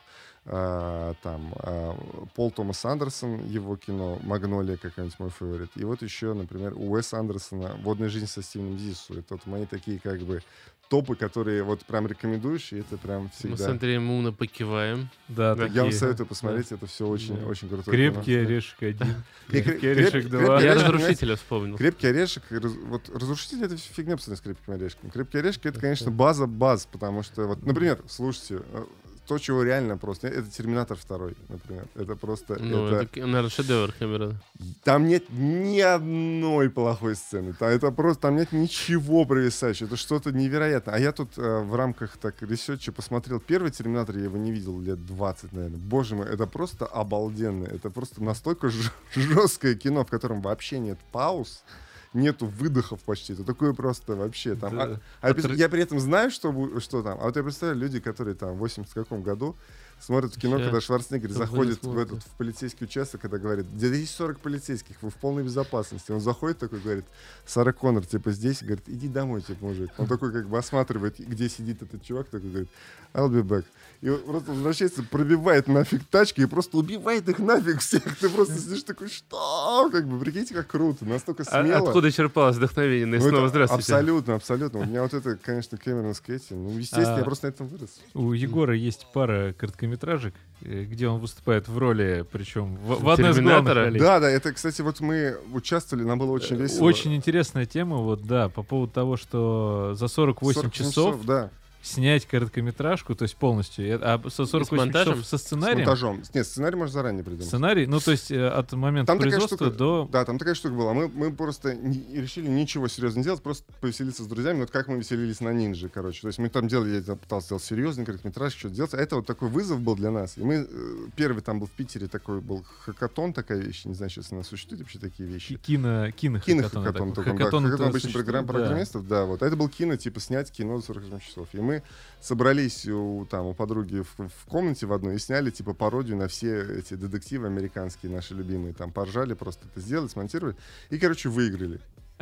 А, там, а, Пол Томас Андерсон, его кино «Магнолия» какой-нибудь мой фаворит. И вот еще, например, у Уэса Андерсона «Водная жизнь» со Стивеном Зису. Это вот мои такие, как бы, топы, которые вот прям рекомендуешь, и это прям всегда... Мы с Андреем умно покиваем. Да, да. Я вам советую посмотреть, да. Это все очень, да. очень круто. «Крепкий орешек» один, «Крепкий орешек» два. Я «Разрушителя» вспомнил. «Крепкий орешек», вот «Разрушитель» — это фигня с «Крепким орешком». «Крепкий орешек» — это, конечно, база баз, потому что, вот, например, слушайте, то, чего реально просто... Это «Терминатор два», например. Это просто... Ну, это, это наверное, шедевр Кэмерона. Там нет ни одной плохой сцены. Там, это просто... Там нет ничего провисающего. Это что-то невероятное. А я тут э, в рамках так ресерча посмотрел первый «Терминатор», я его не видел лет двадцать, наверное. Боже мой, это просто обалденно. Это просто настолько ж- жесткое кино, в котором вообще нет пауз. Нету выдохов почти. Это такое просто вообще там. Да. А, а я при этом знаю, что, что там. А вот я представляю, люди, которые там в восьмидесятом каком году смотрят в кино, Сейчас. когда Шварценеггер заходит в этот в полицейский участок, когда говорит, здесь сорок полицейских, вы в полной безопасности. Он заходит такой, говорит, Сара Коннор, типа, здесь, говорит, иди домой, типа, мужик. Он такой, как бы, осматривает, где сидит этот чувак, такой, говорит, I'll be back. И он просто возвращается, пробивает нафиг тачки и просто убивает их нафиг всех. Ты просто сидишь такой, что? Как бы, прикиньте, как круто, настолько смело. А откуда черпалось вдохновение? Ну, и снова здравствуйте. Абсолютно, абсолютно. У меня вот это, конечно, Кэмерон Скетти. Ну, естественно, а, я просто на этом вырос. У Егора есть пара короткометражек, где он выступает в роли, причем в, в одной из главных ролей. Да, да, это, кстати, вот мы участвовали, нам было очень весело. Очень интересная тема, вот, да, по поводу того, что за сорок восемь часов, часов да. снять короткометражку, то есть полностью, а со сорок восемь часов со сценарием? С монтажом. Нет, сценарий можно заранее придумать. Сценарий, ну то есть от момента там производства штука, до... Да, там такая штука была. Мы, мы просто не, решили ничего серьезно не делать, просто повеселиться с друзьями. Вот как мы веселились на «Нинже», короче. То есть мы там делали, я пытался сделать серьезный короткометраж, что-то делать. А это вот такой вызов был для нас. И мы, первый там был в Питере, такой был хакатон, такая вещь. Не знаю, сейчас она существует, вообще такие вещи. Кино, кино хакатон. Хакатон, такой, хакатон, да, хакатон обычно программ, да. программистов, да. Вот. А это был кино, типа снять кино за сорок восемь часов. И мы собрались у, там, у подруги в, в комнате в одной и сняли типа пародию на все эти детективы американские, наши любимые. Там поржали, просто это сделали, смонтировали. И, короче, выиграли.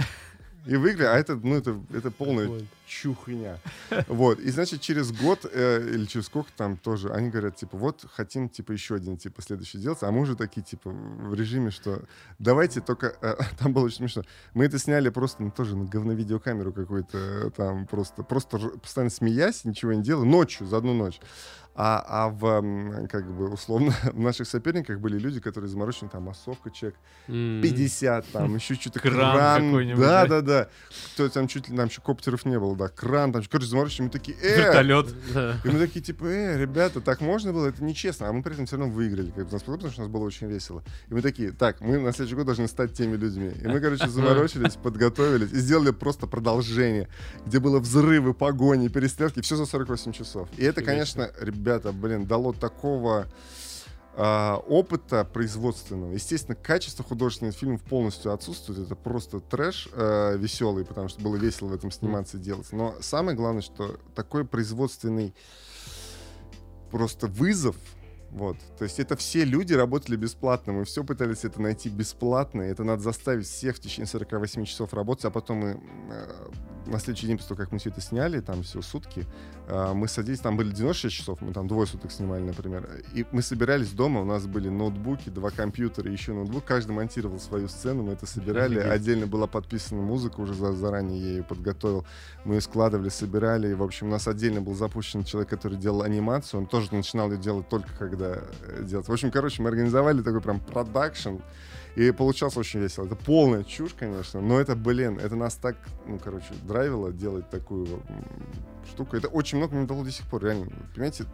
И выиграли, а это, ну, это, это полная Ой. чухня. Вот. И, значит, через год э, или через сколько там тоже, они говорят, типа, вот, хотим, типа, еще один, типа, следующий делать. А мы уже такие, типа, в режиме, что давайте только... Э, там было очень смешно. Мы это сняли просто, ну, тоже на говновидеокамеру какую-то, э, там, просто, просто постоянно смеясь, ничего не делая, ночью, за одну ночь. А, а в, как бы, условно, в наших соперниках были люди, которые заморочены, там, массовка, чек, mm. пятьдесят, там, еще что-то кран, кран какой-нибудь. Да, да, да. Кто там чуть ли, там еще коптеров не было, да, кран, там, короче, заморочены, мы такие, э! Вертолет. И мы такие, типа, э, ребята, так можно было? Это нечестно. А мы при этом все равно выиграли, как бы, потому что у нас было очень весело. И мы такие, так, мы на следующий год должны стать теми людьми. И мы, короче, заморочились, подготовились и сделали просто продолжение, где было взрывы, погони, перестрелки, все за сорок восемь часов. И это, конечно, ребята, блин, дало такого э, опыта производственного. Естественно, качество художественных фильмов полностью отсутствует. Это просто трэш э, веселый, потому что было весело в этом сниматься и делать. Но самое главное, что такой производственный просто вызов. Вот. То есть это все люди работали бесплатно. Мы все пытались это найти бесплатно. Это надо заставить всех в течение сорок восемь часов работать. А потом мы э, на следующий день, после того, как мы все это сняли, там все сутки, э, мы садились, там были девяносто шесть часов, мы там двое суток снимали, например. И мы собирались дома, у нас были ноутбуки, два компьютера и еще ноутбук. Каждый монтировал свою сцену, мы это собирали. Отдельно была подписана музыка, уже за, заранее я ее подготовил. Мы ее складывали, собирали. И, в общем, у нас отдельно был запущен человек, который делал анимацию. Он тоже начинал ее делать только когда делать. В общем, короче, мы организовали такой прям продакшн, и получалось очень весело. Это полная чушь, конечно, но это, блин, это нас так, ну, короче, драйвило делать такую штуку. Это очень много мне дало до сих пор, реально. Понимаете,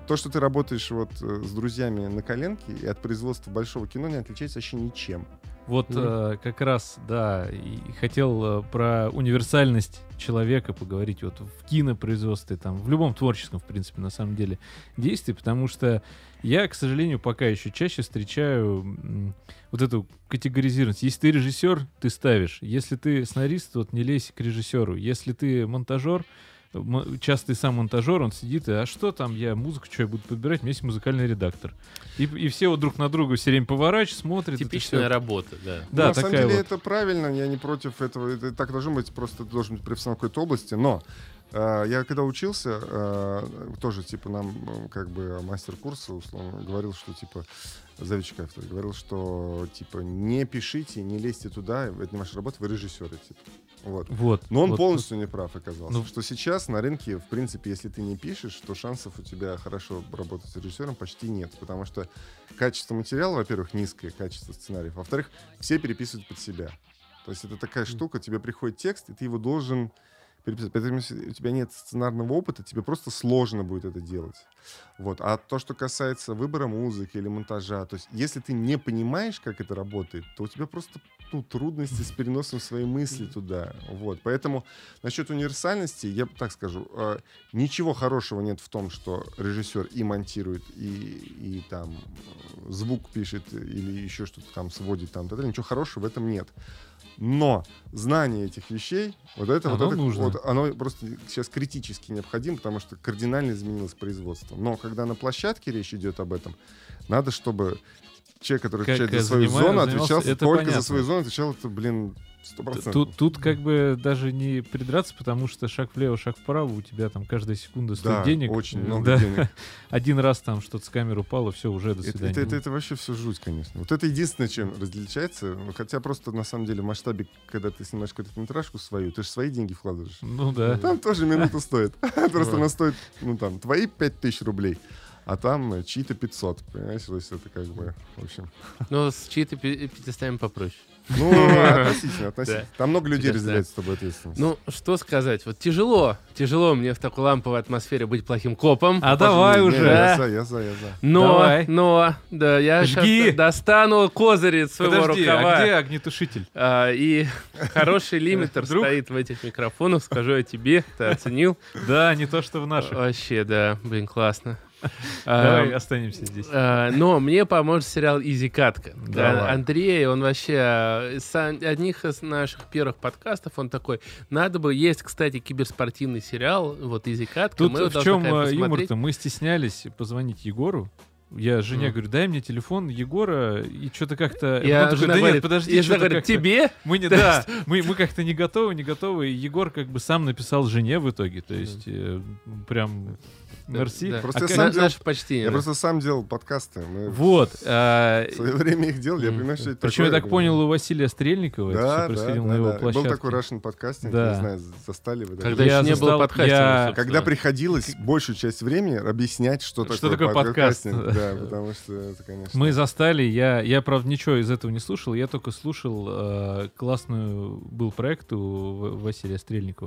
то, что ты работаешь вот э, с друзьями на коленке, и от производства большого кино не отличается вообще ничем. Вот Mm. э, как раз, да, и хотел э, про универсальность человека поговорить вот в кинопроизводстве, там, в любом творческом, в принципе, на самом деле, действии, потому что я, к сожалению, пока еще чаще встречаю м, вот эту категоризированность. Если ты режиссер, ты ставишь. Если ты сценарист, вот не лезь к режиссеру. Если ты монтажер, м- часто и сам монтажер, он сидит, и а что там, я музыку, что я буду подбирать, у меня есть музыкальный редактор. И, и все вот друг на друга все время поворачивают, смотрят. это Типичная всё. работа, да. Да, на самом такая деле вот. это правильно, я не против этого. Это так должно быть, просто ты должен быть профессионал в какой-то области. Но э, я когда учился, э, тоже типа нам э, как бы мастер курса условно говорил, что типа Завич Кафтер говорил, что типа не пишите, не лезьте туда, это не ваша работа, вы режиссеры типа. Вот. Вот. Но он вот. полностью не прав оказался. Ну. Что сейчас на рынке, в принципе, если ты не пишешь, то шансов у тебя хорошо работать с режиссером почти нет. Потому что качество материала, во-первых, низкое, качество сценариев. Во-вторых, все переписывают под себя. То есть это такая штука, тебе приходит текст, и ты его должен переписать. Поэтому если у тебя нет сценарного опыта, тебе просто сложно будет это делать. Вот. А то, что касается выбора музыки или монтажа, то есть если ты не понимаешь, как это работает, то у тебя просто ну, трудности с переносом своей мысли туда. Вот. Поэтому насчет универсальности, я так скажу, э, ничего хорошего нет в том, что режиссер и монтирует, и, и там э, звук пишет, или еще что-то там сводит, там, т.д. Ничего хорошего в этом нет. Но знание этих вещей, вот это, Оно вот это нужно. вот, оно просто сейчас критически необходимо, потому что кардинально изменилось производство. Но когда на площадке речь идет об этом, надо, чтобы человек, который Как, отвечает э, за свою занимаю- зону, занимался, отвечал это только понятно. за свою зону, отвечал это, блин, сто процентов. Тут, тут как бы даже не придраться, потому что шаг влево, шаг вправо, у тебя там каждая секунда стоит Да, денег. очень Э, много да. денег. Один раз там что-то с камеры упало, все, уже до Это, свидания. это, это, это вообще все жуть, конечно. Вот это единственное, чем различается. Ну, хотя просто на самом деле в масштабе, когда ты снимаешь какую-то метражку свою, ты же свои деньги вкладываешь. Ну да. Там тоже минуту стоит. Просто Вот. она стоит, ну там, твои пять тысяч рублей, а там э, чьи-то пятьсот. Понимаешь, то есть это как бы, в общем... Но с чьи-то пи- пятистами попроще. Ну, относительно, относительно. Да. Там много людей Тебе разделяют с тобой ответственность. Ну, что сказать. Вот тяжело. Тяжело мне в такой ламповой атмосфере быть плохим копом. А давай Не, не, уже. Я за, я за, я за. Но, Давай. но, да, я Жги. сейчас достану козыри из своего Подожди, рукава. а где огнетушитель? А, и хороший лимитер Вдруг? стоит в этих микрофонах, скажу я тебе, ты оценил? Да, не то, что в наших. Вообще, да, блин, классно. Давай А, останемся здесь. а, Но мне поможет сериал «Изи Катка». Давай. А, Андрей, он вообще э, с одних из наших первых подкастов, он такой, надо бы, есть, кстати, киберспортивный сериал, вот «Изи Катка». Тут мы его в должны, чем конечно, э, посмотреть. юмор-то? Мы стеснялись позвонить Егору. Я жене Мгм. говорю, дай мне телефон Егора, и что-то как-то... Я Он такой, жена да нет, говорит, подожди, я что-то жена говорит, как-то- тебе? Мы не, То да, мы, мы как-то не готовы, не готовы. И Егор как бы сам написал жене в итоге. То есть э, прям мерси. Да. Просто А я как- сам На- делал- Наше почтение. Я да. просто сам делал подкасты. Мы Вот. а, в свое время их делали, я Мгм. понимаю, что это Причем, я такое. так понял, у Василия Стрельникова это Да, все да, происходило да, на его да. площадке. Был такой Russian подкастинг, Да. не знаю, застали вы. Когда Я еще не было застал- подкастинга, я- собственно. Когда приходилось большую часть времени объяснять, что, Что такое подкаст. подкастинг. Да, потому что это, конечно... Мы застали, я, я, правда, ничего из этого не слушал, я только слушал э, классную, был проект у В- Василия Стрельникова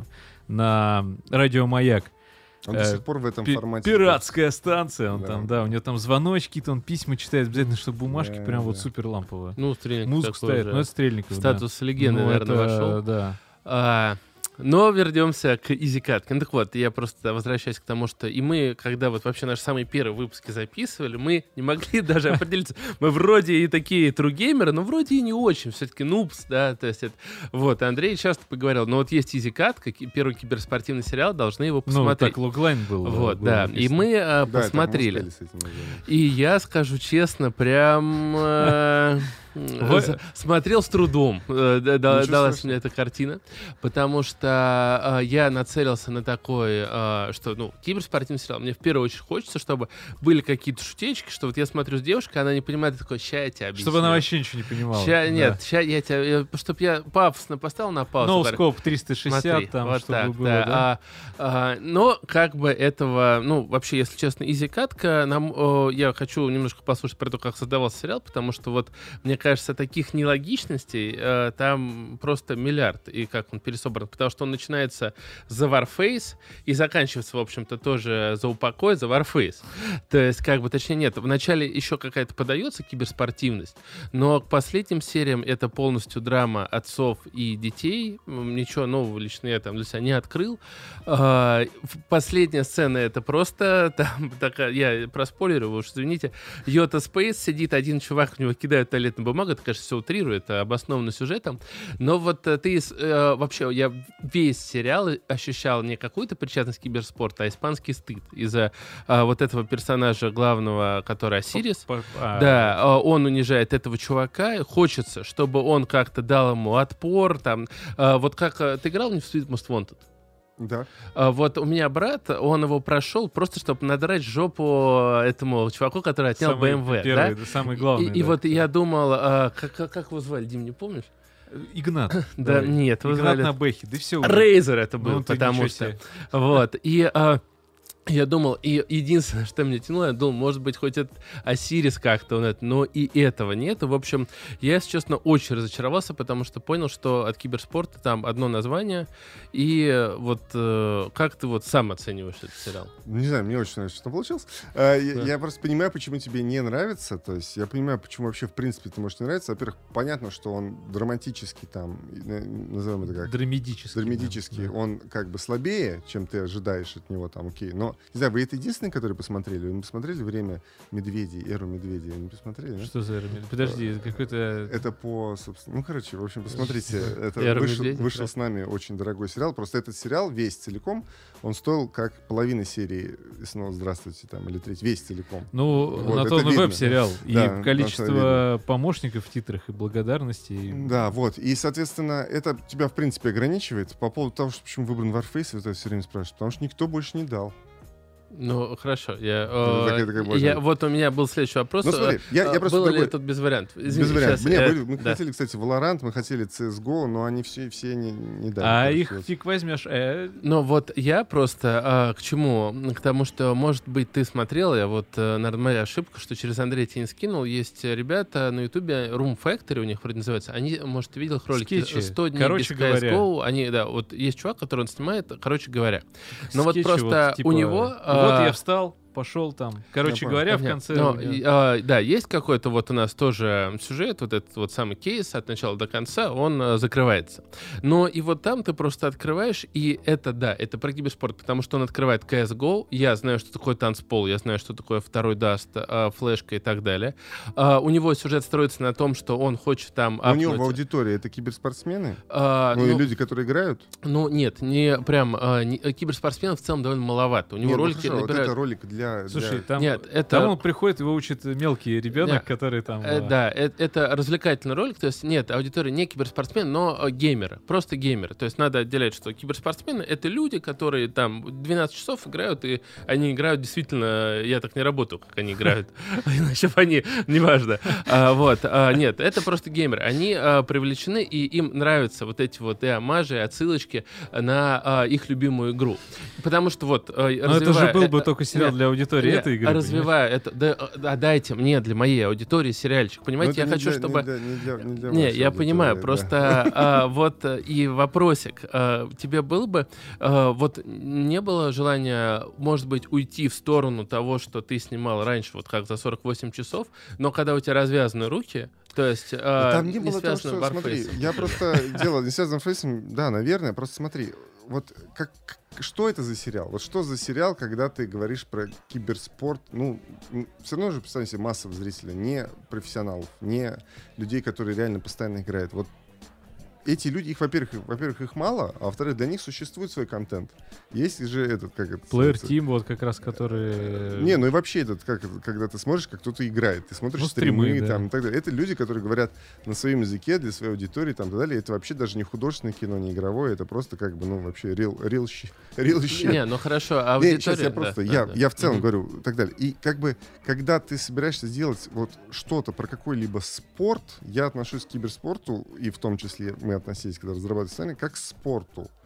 на радио «Маяк». Он до э, сих пор в этом Пи- формате. Пиратская станция, он Да. там, да, у него там звоночки, то он письма читает, обязательно, чтобы бумажки Да, прям вот да. супер ламповые. Ну, Стрельников Музыку такой ставит, же. ну это Стрельников, Статус да. легенды, Ну, наверное, это, вошел. Да. А, но вернемся к Изи Катке. Ну так вот, я просто возвращаюсь к тому, что и мы, когда вот вообще наши самые первые выпуски записывали, мы не могли даже определиться. Мы вроде и такие тру-геймеры, но вроде и не очень. Все-таки нубс, да, то есть это... Вот, Андрей часто поговорил, но вот есть Изи Катка, ки- первый киберспортивный сериал, должны его Ну, посмотреть. так логлайн был. э, Вот, был да. написан. И мы э, Да, это мы посмотрели. успели с этим названием. И я скажу честно, прям э, Вы- с- смотрел с трудом. э, да- да- Ничего Далась страшного. мне эта картина. Потому что э, я нацелился на такой, э, что, ну, киберспортивный сериал. Мне в первую очередь хочется, чтобы были какие-то шутечки, что вот я смотрю с девушкой, она не понимает, я такой, ща я тебя объясню. Чтобы она вообще ничего не понимала. Ща- да. Нет, ща я тебя... Чтобы я пафосно поставил на паузу. говорю, Ноускоп триста шестьдесят, Смотри, там, вот чтобы так, было, да. да? А, а, но как бы этого, ну, вообще, если честно, Изи Катка, нам, о, я хочу немножко послушать про то, как создавался сериал, потому что вот, мне кажется, таких нелогичностей э, там просто миллиард, и как он пересобран. Потому что что он начинается за Warface и заканчивается, в общем-то, тоже за упокой, за Warface. То есть, как бы, точнее, нет, вначале еще какая-то подается киберспортивность, но к последним сериям это полностью драма отцов и детей. Ничего нового лично я там для себя не открыл. А, последняя сцена — это просто там такая, я проспойлерю, вы уж извините, Йота Спейс, сидит один чувак, у него кидают туалетную бумагу, это, конечно, все утрирует, это обосновано сюжетом, но вот ты э, вообще, я весь сериал ощущал не какую-то причастность к киберспорту, а испанский стыд из-за э, вот этого персонажа главного, который Осирис. А, да, э, он унижает этого чувака, хочется, чтобы он как-то дал ему отпор, там, э, вот как, э, ты играл в Need for Speed Most Wanted? Да. А, вот у меня брат, он его прошел просто, чтобы надрать жопу этому чуваку, который отнял самый бэ эм вэ. Первый, да? да, самый главный. И, да. и вот я думал, а, как, как, как его звали, Дим, не помнишь? Игнат. Да, Давай. нет, его Игнат звали... на Бэхе, да все. Рейзер это был, Ну, ты потому ничего что... себе. Вот, и... а, я думал, и единственное, что меня тянуло, я думал, может быть, хоть этот Осирис как-то он это, но и этого нет. В общем, я, если честно, очень разочаровался, потому что понял, что от киберспорта там одно название, и вот э, как ты вот сам оцениваешь этот сериал? Не знаю, мне очень нравится, что получилось. А, я, Да. я просто понимаю, почему тебе не нравится. То есть я понимаю, почему вообще в принципе ты можешь не нравиться. Во-первых, понятно, что он драматический там, э, назовем это как... Драмедический. Драмедический, да. он как бы слабее, чем ты ожидаешь от него там, окей. Но, не знаю, вы это единственные, которые посмотрели? Вы не посмотрели «Время медведей», «Эру медведей»? Вы не посмотрели, да? Что за Эрмель? Подожди, какой-то... Это по, собственно... Ну, короче, в общем, посмотрите. Это «Эра вышел, медведей», вышел да. с нами очень дорогой сериал. Просто этот сериал весь целиком, он стоил как половина серии «И снова здравствуйте» там, или треть, весь целиком. Ну, Вот, на это то он и видно. веб-сериал. Да, И количество помощников в титрах и благодарностей. Да, вот. И, соответственно, это тебя, в принципе, ограничивает. По поводу того, что, почему выбран Warface, вот это все время спрашивают. Потому что никто больше не дал. Ну, хорошо. Я, Ну, э, так это как можно- я, вот у меня был следующий вопрос. Ну, смотри, я- я Э, просто Было ли другой- тут без вариантов? Извини, Без вариантов. сейчас, Не, э, были- мы да. хотели, кстати, Valorant, мы хотели си эс го, но они все, все не, не дали. А короче, их вот. фиг возьмешь. Э, Ну вот я просто а, к чему? К тому, что, может быть, ты смотрел, я вот, э, наверное, моя ошибка, что через Андрея тебе не скинул. Есть ребята на Ютубе, Room Factory у них вроде называется. Они, может, ты видел их ролики? Скетчи. сто дней Короче без си эс го. говоря. Они, да, вот есть чувак, который он снимает, короче говоря. Но вот скетчи просто типа, у него... Вот а, я встал, пошел там. Короче Я говоря, в Понятно. конце... Но, у него- и, а, да, есть какой-то вот у нас тоже сюжет, вот этот вот самый кейс от начала до конца, он а, закрывается. Но и вот там ты просто открываешь, и это, да, это про киберспорт, потому что он открывает си эс го, я знаю, что такое танцпол, я знаю, что такое второй даст, а, флешка и так далее. А, у него сюжет строится на том, что он хочет там... У него в апнуть, аудитории это киберспортсмены? а, Ну, ну, и люди, которые играют? ну, нет, не прям... а, не- киберспортсменов в целом довольно маловато. У него Нет, ну, ролики хорошо, вот набирают... это ролик для... Слушай, для- там, Нет, это... там он приходит, его учит мелкий ребенок, Нет. который там... Э, э, Да, э- это развлекательный ролик, то есть нет, аудитория не киберспортсмен, но э, геймеры, просто геймеры. То есть надо отделять, что киберспортсмены — это люди, которые там двенадцать часов играют, и они играют действительно, я так не работаю, как они играют, иначе бы они, неважно. А, Вот, а, нет, это просто геймеры. Они а, привлечены, и им нравятся вот эти вот и омажи, и отсылочки на а, их любимую игру. Потому что вот... Но это же был бы только сериал для аудитории Нет, этой игры. развиваю это. Да, да, дайте мне для моей аудитории сериальчик. Ну, Понимаете, это я не хочу, для- чтобы... Не, для- не для- не для Не, вашей я аудитории, понимаю, да. просто а, вот э, и вопросик. А, тебе было бы, а, вот не было желания, может быть, уйти в сторону того, что ты снимал раньше, вот как за сорок восемь часов, но когда у тебя развязаны руки, то есть Да а, там не было того, связано что, смотри, Warface. я просто делал, не связано с Warface, да, наверное, просто смотри, вот как, к- что это за сериал? Вот что за сериал, когда ты говоришь про киберспорт, ну, все равно же, представьте себе, массовых зрителей, не профессионалов, не людей, которые реально постоянно играют. Вот эти люди, их, во-первых, их- во-первых, их мало, а во-вторых, для них существует свой контент. Есть же этот, как это Player называется? Team, вот как раз, который... Не, ну и вообще этот, как, это, когда ты смотришь, как кто-то играет, ты смотришь Ну, стримы, стримы, да. там и так далее. Это люди, которые говорят на своем языке для своей аудитории, там и так далее. Это вообще даже не художественное кино, не игровое, это просто как бы, ну вообще real, real, shit, real shit. Не, ну хорошо, Не, аудитория... сейчас я да, просто, да, я, да. я в целом Мгм. говорю и так далее. И как бы, когда ты собираешься сделать вот что-то про какой-либо спорт, я отношусь к киберспорту, и в том числе мы относились, когда разрабатывали сцены, как к спорту.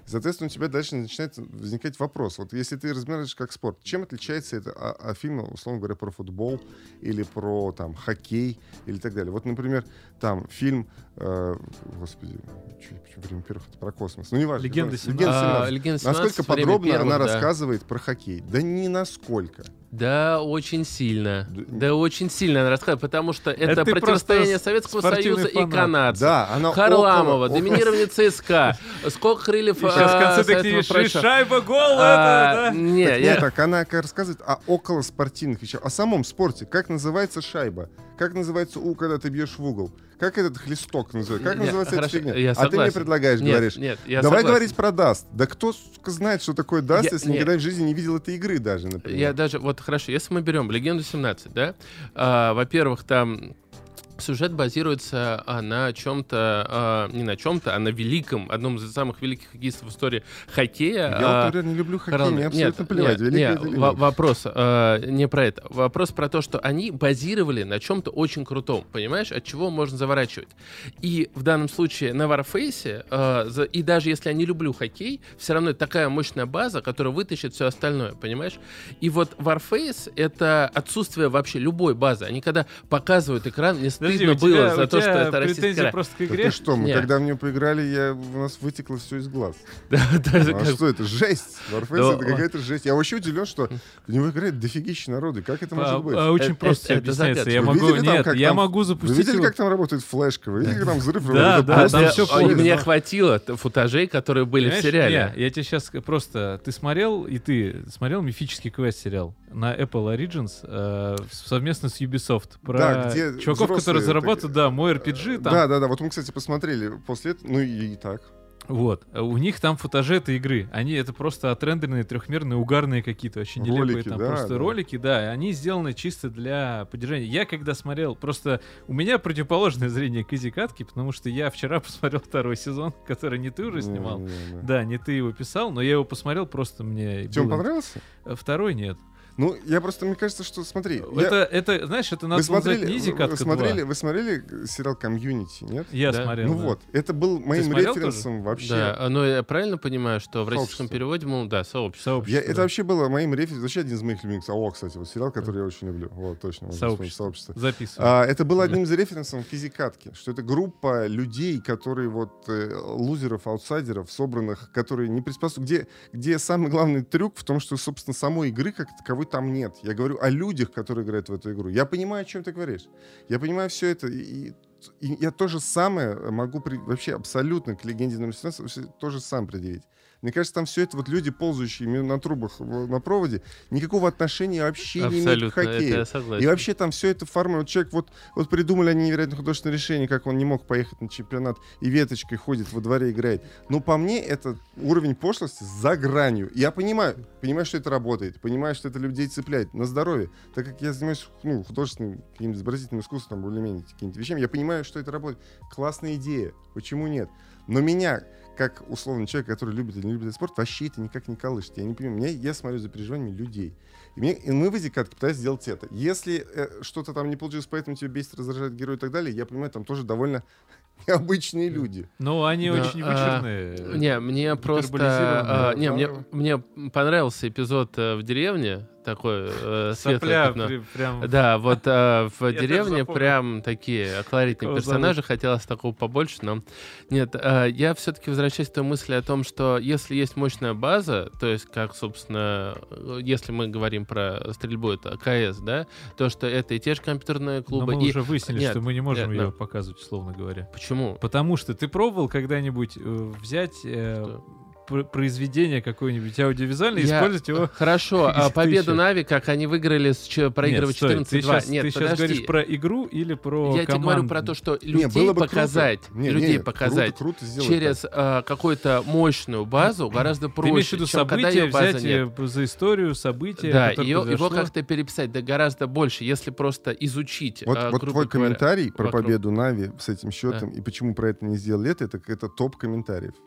Соответственно, у тебя дальше начинает возникать вопрос. Вот если ты разбираешь как спорт, чем отличается это от фильма, условно говоря, про футбол или про там хоккей или так далее? Вот, например, там фильм, э, господи, почему время первых, это про космос. Ну, неважно. Легенда семнадцать. А, Легенда семнадцать, насколько время подробно первых, она да. рассказывает про хоккей? Да не насколько. Да, очень сильно. Да. Да, очень сильно она рассказывает, потому что это, Это ты противостояние просто Советского спортивный Союза фанат. и канадцев. Да, она Харламова, около- доминирование ЦСКА, скок крыльев. Сейчас в конце ты Советского кричишь, правительства. шайба, гол, А, это, да? Не, Так я- нет, так она как рассказывает о около спортивных вещах, о самом спорте. Как называется шайба? Как называется у, когда ты бьешь в угол? Как этот хлесток называется? Как Не, называется хорошо, эта фигня? я А ты мне согласен. предлагаешь, Нет, говоришь, нет, я давай согласен. говорить про Даст. Да кто, сука, знает, что такое Даст, Я- если нет. никогда в жизни не видел этой игры даже, например? Я даже, вот хорошо, если мы берем «Легенду семнадцать», да, а, во-первых, там сюжет базируется а, на чем-то, а, не на чем-то, а на великом, одном из самых великих хоккеистов в истории хоккея. Я, а, вот, например, не люблю хоккей, Харламов. мне абсолютно Нет, плевать, нет, великий нет, это или во- нет. вопрос э, не про это. Вопрос про то, что они базировали на чем-то очень крутом, понимаешь, от чего можно заворачивать. И в данном случае на Warface, э, за- и даже если я не люблю хоккей, все равно это такая мощная база, которая вытащит все остальное, понимаешь? И вот Warface — это отсутствие вообще любой базы. Они когда показывают экран, мне Подожди, стыдно у было тебя, за у то, что тебя это российская претензии игра. просто к Да игре? ты что, мы Не. когда в нее поиграли, я, у нас вытекло все из глаз. Да, даже А как- что это? Жесть! Warface Да, это какая-то жесть. Я вообще удивлен, что в него играет дофигища народу. Как это А, может быть? а, Очень Это- просто это- это объясняется. загадка. Я Вы могу, видели там, нет, как я там- могу Вы запустить видели, его. как там работает флешка? Вы видели, как там взрыв? Да, Это да, просто там А, всё да, понял. Мне но- хватило т- футажей, которые были Понимаешь, в сериале. не, я тебе сейчас просто... Ты смотрел, и ты смотрел «Мифический квест» сериал на Apple Origins э, совместно с Ubisoft про Да, где чуваков, которые взрослые, зарабатывают, так, да, мой эр пи джи там. Да, да, да. Вот мы, кстати, посмотрели после этого. Ну и, и так. Вот. А у них там футажи этой игры. Они это просто отрендеренные, трехмерные, угарные какие-то, очень нелепые Ролики, там да, просто да. ролики, да. и Они сделаны чисто для поддержания. Я когда смотрел, просто у меня противоположное зрение к Изи Катке, потому что я вчера посмотрел второй сезон, который не ты уже снимал. Не, не, не. Да, не ты его писал, но я его посмотрел, просто мне... Тебе он было- понравился? Второй нет. Ну, я просто, мне кажется, что, смотри... я- Это, это, знаешь, это надо Вы было назвать смотрели, не Изи вы, Катка смотрели, два. вы смотрели сериал «Комьюнити», нет? Я Да. смотрел, Ну да. вот, это был моим смотрел референсом вообще. Да, но я правильно понимаю, что в российском Сообщество. переводе, мол, да, сообщество. Сообщество, Я, это да. вообще было моим референсом, вообще один из моих любимых. О, кстати, вот сериал, который я очень люблю. Вот, точно. можно вспомнить, Сообщество. «Сообщество». Записываю. А, это было одним из референсов к Изи Катке, что это группа людей, которые вот э, лузеров, аутсайдеров, собранных, которые не приспособлены, где, где самый главный трюк в том, что, собственно, самой игры как таковой там нет. Я говорю о людях, которые играют в эту игру. Я понимаю, о чем ты говоришь. Я понимаю все это. И, и я то же самое могу при, вообще абсолютно к «Легенде номер семнадцать» то же сам предъявить. Мне кажется, там все это вот люди, ползающие на трубах в- на проводе, никакого отношения вообще не имеют к Абсолютно, это хоккею. я согласен. И вообще там все это фарма. Вот человек, вот, вот придумали они невероятно художественное решение, как он не мог поехать на чемпионат и веточкой ходит во дворе играет. Но по мне это уровень пошлости за гранью. Я понимаю, понимаю, что это работает, понимаю, что это людей цепляет на здоровье. Так как я занимаюсь ну, художественным, каким-то изобразительным искусством, там, более-менее какими-то вещами, я понимаю, что это работает. Классная идея. Почему нет? Но меня, как условно человек, который любит или не любит этот спорт, вообще это никак не колышет. Я не понимаю. Меня, я смотрю за переживаниями людей. И, мне, и мы в Изи Катке пытались сделать это. Если э, что-то там не получилось, поэтому тебя бесит, раздражает герой и так далее, я понимаю, там тоже довольно необычные люди. Ну, они Да, очень а, вычурные. Не, мне просто... гиперболизированные. а, не, мне, Да. мне понравился эпизод э, в деревне, такой э, светлое Сопля, пятно. при- прям... Да, вот э, в тоже деревне запомнил. прям такие колоритные Кого персонажи, хотелось такого побольше, но нет, э, я все-таки возвращаюсь к той мысли о том, что если есть мощная база, то есть как, собственно, э, если мы говорим про стрельбу, это КС, да, то, что это и те же компьютерные Но клубы, мы и... уже выяснили, Нет, что мы не можем нет, ее да. показывать, условно говоря. Почему? Потому что ты пробовал когда-нибудь э, взять э, Что? пр- произведение какое-нибудь аудиовизуальное и Я- использовать его... Хорошо, а где-то победу еще. Нави, как они выиграли, с, ч- проигрывая Нет, стой, четырнадцать ты два. сейчас, Нет, ты сейчас подожди. говоришь про игру или про Я тебе говорю команду? про то, что Не, людей было бы показать, круто. Не, людей не, показать круто, круто сделать через так. э, какую-то мощную базу гораздо проще, Ты имеешь в виду чем когда события, ее базы взять нет. э, за историю, события, Да, которое ее, его произошло? как-то переписать, да гораздо больше, если просто изучить. Вот, э, вот грубо твой говоря, комментарий про вокруг. победу Нави с этим счетом и почему про это не сделали это, это, это топ комментариев.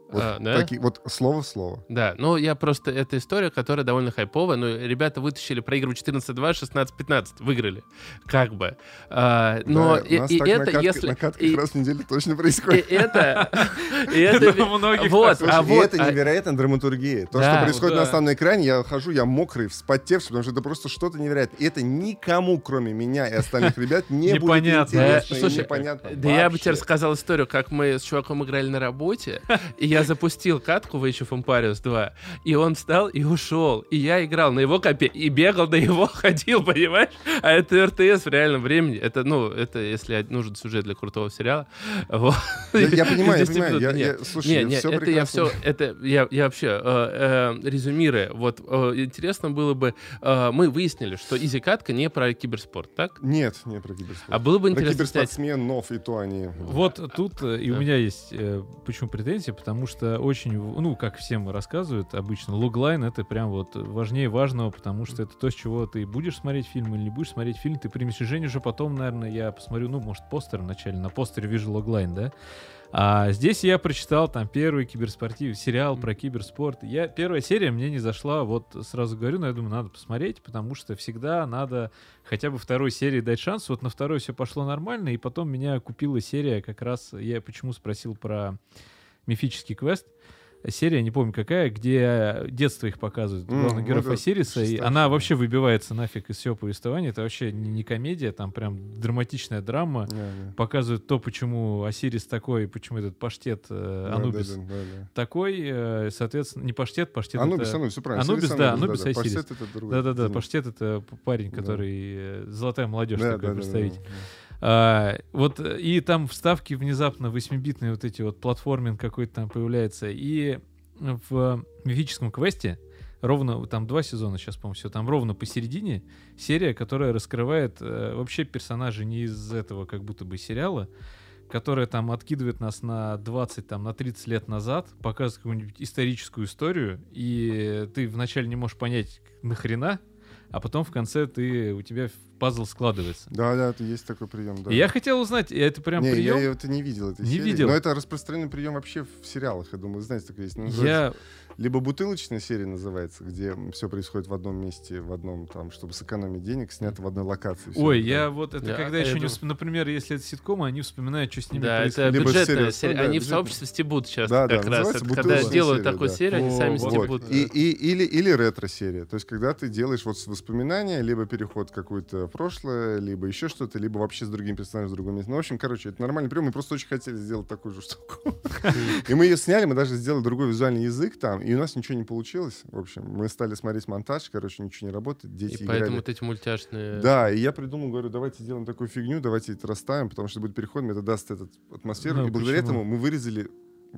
Вот, А, да? таки, вот слово в слово. Да, ну я просто... Это история, которая довольно хайповая, но ребята вытащили, проигрывали четырнадцать два, шестнадцать пятнадцать, выиграли. Как бы. А, но Да, и, у нас и так это, на катках, если... на катках и, раз в неделю точно и происходит. это... и это Это у многих вот, так. Слушай, а и вот, это а- невероятная драматургия. То, Да, что происходит да. на основном экране, я хожу, я мокрый, вспотевший, потому что это просто что-то невероятное. И это никому, кроме меня и остальных ребят, не будет Непонятно. интересно Да, и слушай, непонятно. Да я бы вообще. тебе рассказал историю, как мы с чуваком играли на работе, и я запустил катку в Age of Empires два, и он встал и ушел. И я играл на его копе, и бегал на его, ходил, понимаешь? А это эр тэ эс в реальном времени. Это, ну, это если нужен сюжет для крутого сериала. Вот. Я, я понимаю, я десять понимаю. минут. Я, Нет, я- слушай, не, не, всё это я прекрасно. все, это я, я вообще э, э, резюмируя. Вот э, интересно было бы, э, мы выяснили, что изи-катка не про киберспорт, так? Нет, не про киберспорт. А было бы Про интересно снять... киберспортсменов, и то они... Вот тут э, и у Да. меня есть э, почему претензии, потому что очень, в- ну, как всем рассказывают обычно, логлайн — это прям вот важнее важного, потому что это то, с чего ты будешь смотреть фильм или не будешь смотреть фильм, ты примешь решение уже потом, наверное, я посмотрю, ну, может, постер вначале, на постере вижу логлайн, да? А здесь я прочитал там первый киберспортив, сериал про киберспорт. Я, первая серия мне не зашла, вот сразу говорю, но я думаю, надо посмотреть, потому что всегда надо хотя бы второй серии дать шанс. Вот на второй все пошло нормально, и потом меня купила серия как раз, я почему спросил про мифический квест. Серия, не помню какая, где детство их показывают, М, главных ну героев это Осириса, и шестая она серия. вообще выбивается нафиг из всего повествования. Это вообще не, не комедия, там прям драматичная драма. Не, не. Показывают то, почему Осирис такой, почему этот паштет э, Да, Анубис да, да, да, да. такой, э, соответственно, не паштет, паштет Анубис, это... Анубис, все правильно. Анубис, Сирис, да, Анубис, Осирис. Паштет это другой. Да-да-да, Извини. паштет — это п- парень, Да. который... э, Золотая молодежь Да, такой да, да, да, представитель. да. А, вот, э, и там вставки внезапно восьмибитные вот эти вот, платформинг какой-то там появляется. И в мифическом квесте ровно, там два сезона сейчас, по-моему, все, там ровно посередине серия, которая раскрывает э, вообще персонажей не из этого как будто бы сериала, которая там откидывает нас на двадцать, там, на тридцать лет назад, показывает какую-нибудь историческую историю, и ты вначале не можешь понять, нахрена, а потом в конце ты, у тебя пазл складывается. Да, да, это есть такой прием, да. И я хотел узнать, это прям не, прием? я это не видел этой Не серии, видел? но это распространенный прием вообще в сериалах, я думаю, знаете, такое есть. Называется- Я... Либо бутылочная серия называется, где все происходит в одном месте, в одном там, чтобы сэкономить денег, снято в одной локации. Всё Ой, это, я да. вот это Да, когда а еще я не... думаю- всп- Например, если это ситкомы, они вспоминают, что с ними Да, это происходит. Либо бюджетная серия, серия. да, Они в бюджетная. сообществе стебут сейчас Да, как да, раз. называется Это когда бутылочная делают серия, такую да. серию, они О, сами вот. стебут. И, и, или, или ретро-серия. То есть, когда ты делаешь вот воспоминания, либо переход в какое-то прошлое, либо еще что-то, либо вообще с другим персонажем в другом месте. Ну, в общем, короче, это нормальный прием. Мы просто очень хотели сделать такую же штуку. И мы ее сняли, мы даже сделали другой визуальный язык там, и у нас ничего не получилось. В общем, мы стали смотреть монтаж, короче, ничего не работает, дети И играли. поэтому вот эти мультяшные... Да, и я придумал, говорю, давайте сделаем такую фигню, давайте это расставим, потому что будет переходом, это даст эту атмосферу. Ну, и благодаря почему? этому мы вырезали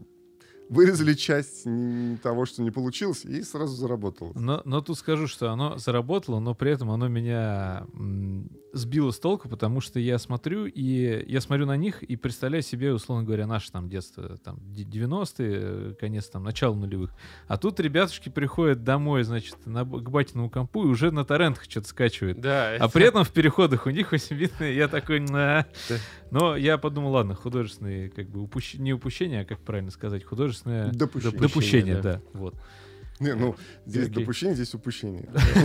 вырезали часть н- того, что не получилось, и сразу заработало. Но, но тут скажу, что оно заработало, но при этом оно меня м, сбило с толку, потому что я смотрю, и я смотрю на них и представляю себе, условно говоря, наше там детство, там, де- девяностые, конец там, начало нулевых. А тут ребятушки приходят домой, значит, на, б- к батиному компу и уже на торрентах что-то скачивают. Да, А при этом в переходах у них восьмибитные, я такой... «На». Но я подумал, ладно, художественные, как бы, упущ... не упущения, а как правильно сказать, художественное Допущение. допущение, да. да. Вот. Не, ну, здесь Окей. допущение, здесь упущение.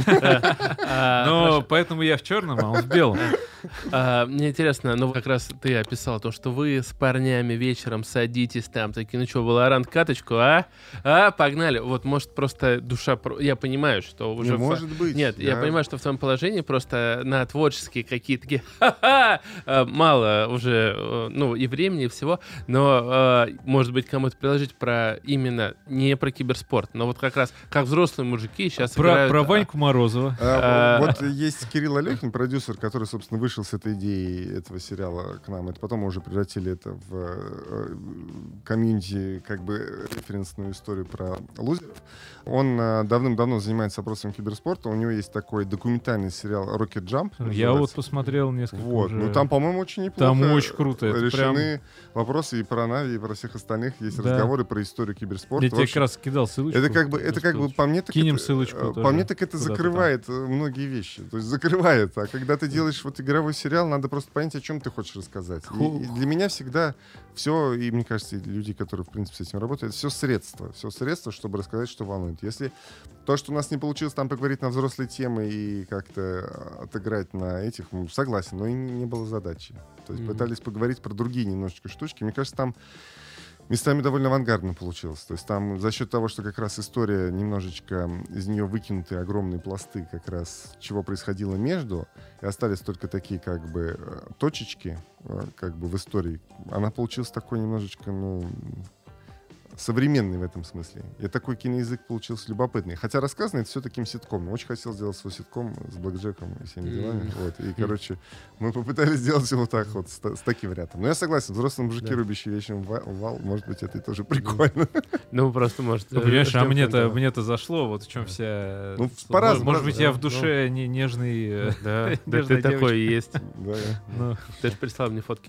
А, Но поэтому я в черном, а он в белом. А, мне интересно, ну как раз ты описал то, что вы с парнями вечером садитесь там, такие, ну что, Valorant каточку, а? А, погнали. Вот, может, просто душа... про- Я понимаю, что уже... Не в- может быть. Нет, я понимаю, что в твоем положении просто на творческие какие-то такие ха-ха, э, мало уже, э, ну, и времени, и всего, но, э, может быть, кому-то приложить про именно, не про киберспорт, но вот как раз, как взрослые мужики сейчас Про, играют... про а, Ваньку Морозова. А, А, Вот есть Кирилл Алехин, продюсер, который, собственно, вышел с этой идеей этого сериала к нам. Это потом мы уже превратили это в э, комьюнити, как бы референсную историю про лузеров. Он э, давным-давно занимается вопросом киберспорта. У него есть такой документальный сериал Rocket Jump. Я вот называется. посмотрел несколько Вот, уже. ну там, по-моему, очень неплохо. Там очень круто, это решены вопросы и про Нави, и про всех остальных. Есть Да. разговоры про историю киберспорта. Я В тебе общем, как раз кидал ссылочку. это как бы, это как бы по мне так Кинем это, ссылочку э, тоже по мне так это куда-то закрывает э, многие вещи. То есть закрывает. А когда ты делаешь вот игровой игровой сериал, надо просто понять, о чем ты хочешь рассказать. И, и для меня всегда все, и мне кажется, люди, которые, в принципе, с этим работают, это все средства. Все средства, чтобы рассказать, что волнует. Если то, что у нас не получилось там поговорить на взрослые темы и как-то отыграть на этих, ну, согласен, но и не было задачи. То есть mm-hmm. пытались поговорить про другие немножечко штучки. Мне кажется, там местами довольно авангардно получилось. То есть там за счет того, что как раз история немножечко из нее выкинуты огромные пласты как раз чего происходило между, и остались только такие как бы точечки как бы в истории, она получилась такой немножечко, ну, современный в этом смысле. И такой киноязык получился любопытный. Хотя рассказано это все таким ситкомом. Очень хотел сделать свой ситком с Блэк Джеком и всеми делами. Mm-hmm. Вот. И, короче, мы попытались сделать его так вот, с, с таким вариантом. Но я согласен, взрослые мужики, да. рубящие вечером вал, может быть, это и тоже прикольно. Ну, просто, может... Ну, понимаешь, а мне-то, мне-то зашло, вот в чем вся... Ну, по-разному. Может быть, я в душе не нежный... Да, ты такой и есть. Ты же прислал мне фотки.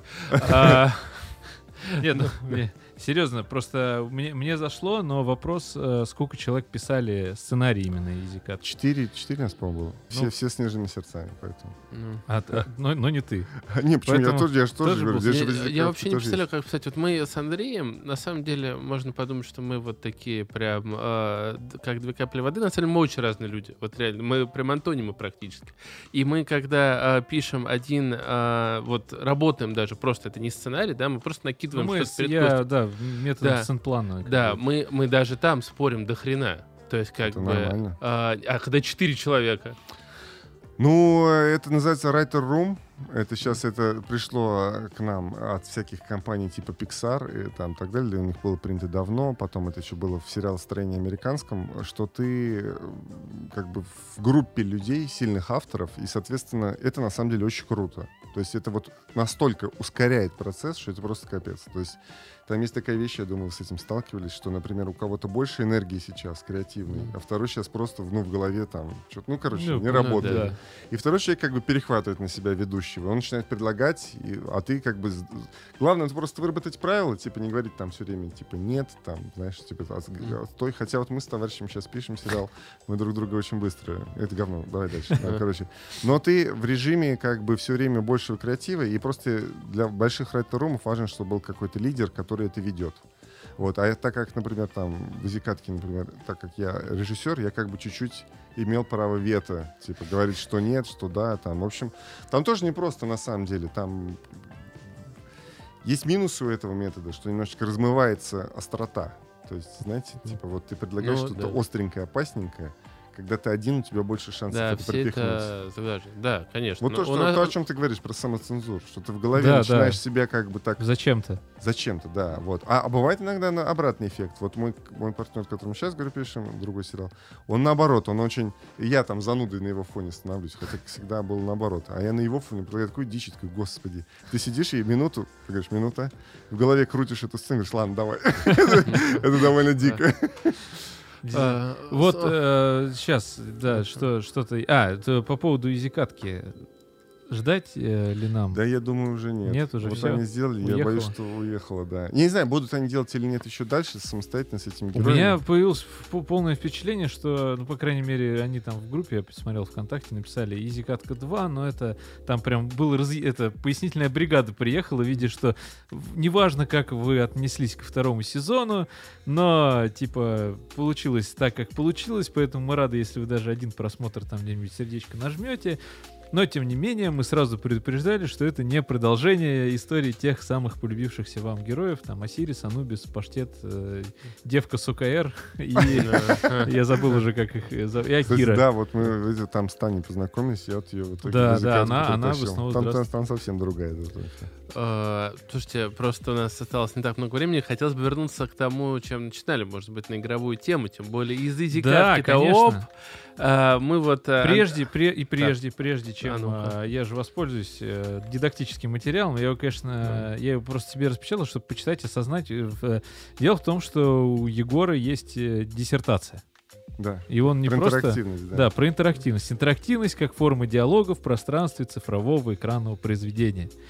Нет, ну, мне, серьезно, просто мне, мне зашло, но вопрос, э, сколько человек писали сценарий именно EasyCut? Четыре, четыре нас, по-моему, было. Все, ну, все с нежными сердцами, поэтому. Ну, а, а, но, но не ты. А, не, почему? Поэтому Я тоже, я же тоже, тоже говорю. Я, же я вообще не представляю, как писать. Вот мы с Андреем, на самом деле, можно подумать, что мы вот такие прям, э, как две капли воды. На самом деле, мы очень разные люди. Вот реально, мы прям антонимы практически. И мы, когда э, пишем один, э, вот работаем даже, просто это не сценарий, да, мы просто накидываем ну, мы что-то перед я, костью. да, методом да. сценплана. Да, мы, мы даже там спорим до хрена. То есть как это бы... Нормально. А, а когда четыре человека? Ну, это называется Writer Room. Это сейчас это пришло к нам от всяких компаний типа Pixar и там так далее. У них было принято давно. Потом это еще было в сериалостроении американском, что ты как бы в группе людей, сильных авторов, и, соответственно, это на самом деле очень круто. То есть это вот настолько ускоряет процесс, что это просто капец. То есть там есть такая вещь, я думаю, вы с этим сталкивались, что, например, у кого-то больше энергии сейчас креативной, mm. а второй сейчас просто ну, в голове там что-то, ну, короче, ну, не работает. Да. И второй человек как бы перехватывает на себя ведущего. Он начинает предлагать, и, а ты как бы... Главное, это просто выработать правила, типа не говорить там все время, типа нет, там, знаешь, типа отстой. Хотя вот мы с товарищем сейчас пишем сериал, мы друг друга очень быстро... Это говно, давай дальше. Да, короче. Но ты в режиме как бы все время большего креатива, и просто для больших райтер-румов важно, чтобы был какой-то лидер, который это ведет. Вот. А так как, например, там в EasyCut, например, так как я режиссер, я как бы чуть-чуть имел право вето, типа говорить, что нет, что да, там, в общем, там тоже непросто на самом деле, там есть минусы у этого метода, что немножечко размывается острота, то есть, знаете, типа вот ты предлагаешь ну, что-то да. остренькое, опасненькое, когда ты один, у тебя больше шансов да, это все пропихнуть. Это... Да, конечно. Вот то, что, нас... то, о чем ты говоришь, про самоцензуру, что ты в голове да, начинаешь да. себя как бы так... Зачем-то. Зачем-то, да. Вот. А, а бывает иногда на обратный эффект. Вот мой, мой партнер, с которым сейчас, говорю, пишем, другой сериал, он наоборот, он очень... Я там занудой на его фоне становлюсь, хотя всегда был наоборот. А я на его фоне предлагаю такую дичь, такой, господи. Ты сидишь и минуту, ты говоришь, минута, в голове крутишь эту сцену, говоришь, ладно, давай. Это довольно дико. А, вот э, сейчас, да, что, что-то... А, это по поводу EasyCut-ки. Ждать э, ли нам? Да, я думаю, уже нет. Нет, уже вот все? они сделали, Уехало? Я боюсь, что уехала, да. Я не знаю, будут они делать или нет еще дальше, самостоятельно с этими героями. У меня появилось полное впечатление, что, ну, по крайней мере, они там в группе, я посмотрел ВКонтакте, написали EasyCut два, но это там прям был раз... это пояснительная бригада приехала, видя, что неважно, как вы отнеслись ко второму сезону, но, типа, получилось так, как получилось, поэтому мы рады, если вы даже один просмотр там где-нибудь сердечко нажмете. Но, тем не менее, мы сразу предупреждали, что это не продолжение истории тех самых полюбившихся вам героев, там, Осирис, Анубис, Паштет, э, Девка Сукаэр, и я забыл уже, как их зовут, и Акира. Да, вот мы там с Таней познакомились, я вот ее в итоге... Да, да, она бы снова... Там совсем другая. Слушайте, просто у нас осталось не так много времени, хотелось бы вернуться к тому, чем начинали, может быть, на игровую тему, тем более из EasyCut. Да, конечно. Uh, мы вот... Uh, прежде, пре, и прежде, да. прежде, чем а, uh, я же воспользуюсь uh, дидактическим материалом, я его, конечно, да. я его просто себе распечатал, чтобы почитать, осознать. Uh, дело в том, что у Егора есть uh, диссертация. Да. И он не про просто... интерактивность, да. Да, про интерактивность. Интерактивность как форма диалога в пространстве цифрового экранного произведения.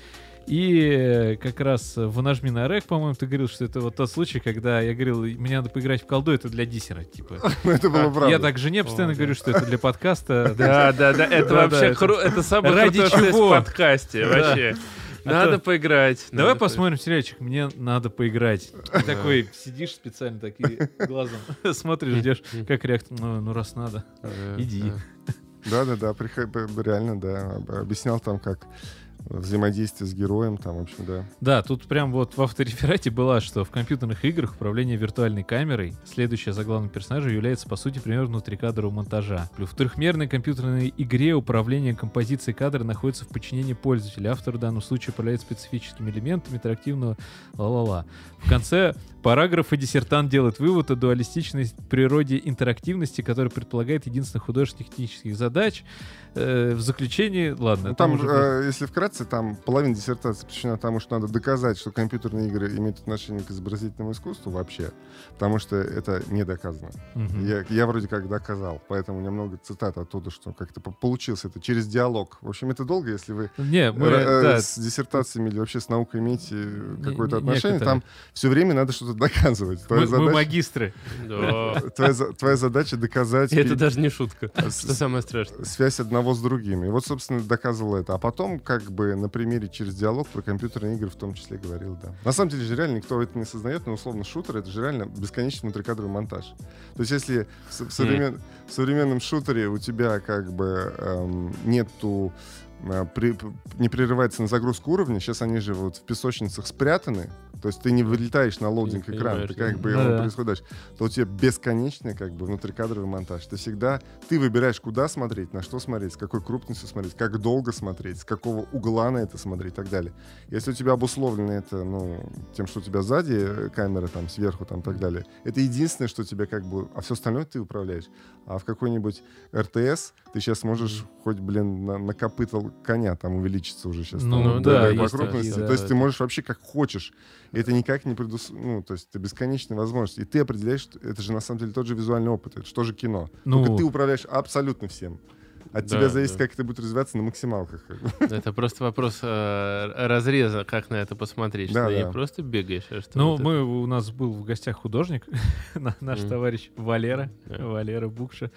И как раз в «Нажми на рек», по-моему, ты говорил, что это вот тот случай, когда я говорил, мне надо поиграть в колду, это для диссера, типа. Это было правда. Я так жене постоянно говорю, что это для подкаста. Да, да, да, это вообще круто, это самое Ради крутое чего? в подкасте, вообще. Надо поиграть. Давай надо посмотрим сериальчик, мне надо поиграть. Ты такой сидишь специально, так и глазом смотришь, ждешь, как реакция. Ну, ну раз надо, поиграть. иди. Да-да-да, приход- реально, да. об- Объяснял там, как взаимодействие с героем, там, в общем, да. Да, тут прям вот в автореферате было, что в компьютерных играх управление виртуальной камерой, следующая за главным персонажем, является, по сути, примером внутрикадрового монтажа. В трехмерной компьютерной игре управление композицией кадра находится в подчинении пользователя. Автор в данном случае управляет специфическими элементами интерактивного ла-ла-ла. В конце параграфа диссертант делает вывод о дуалистичной природе интерактивности, которая предполагает единственных художественных технических задач. Э, в заключении, ладно, Ну, там там, уже э, если вкратце, там половина диссертации посвящена тому, что надо доказать, что компьютерные игры имеют отношение к изобразительному искусству вообще, потому что это не доказано. Мгм. Я, я вроде как доказал, поэтому у меня много цитат оттуда, что как-то по- получилось это через диалог. В общем, это долго, если вы Не, мы, р- э, да, с диссертациями или вообще с наукой имеете Не- какое-то не- отношение, некоторые. там все время надо что-то доказывать. Твоя, мы, мы задача, магистры. Да. твоя, за- твоя задача доказать И это пи- даже не шутка. с- Что самое страшное. связь одного с другим. И вот, собственно, доказывал это. А потом, как бы, на примере через диалог про компьютерные игры в том числе говорил, да. На самом деле же реально никто это не сознает, но условно шутер — это же реально бесконечный внутрикадровый монтаж. То есть если в, с- в современ- в современном шутере у тебя как бы эм, нету э, при- п- не прерывается на загрузку уровня, сейчас они же вот в песочницах спрятаны, то есть ты не вылетаешь на лоудинг Не экран, понимаешь, ты да. как бы Да-да. его происходишь, то у тебя бесконечный как бы внутрикадровый монтаж. Ты всегда, ты выбираешь, куда смотреть, на что смотреть, с какой крупностью смотреть, как долго смотреть, с какого угла на это смотреть и так далее. Если у тебя обусловлено это, ну, тем, что у тебя сзади камера, там, сверху, там, и так далее, это единственное, что тебе как бы, а все остальное ты управляешь. А в какой-нибудь эр ти эс ты сейчас можешь хоть, блин, на, на копыта коня там увеличиться уже сейчас. Ну, там, да, по есть крупности. такие, То есть да, ты это- можешь вообще как хочешь. И это никак не предус... Ну, то есть это бесконечная возможность. И ты определяешь, что это же на самом деле тот же визуальный опыт. Это что же кино. Ну. Только ты управляешь абсолютно всем. От Да, тебя зависит, да. как это будет развиваться на максималках. Это просто вопрос э, разреза, как на это посмотреть. Да, Что ты да. не просто бегаешь, а что Ну, вот мы, у нас был в гостях художник, на- наш Мгм. товарищ Валера, Да. Валера Букша.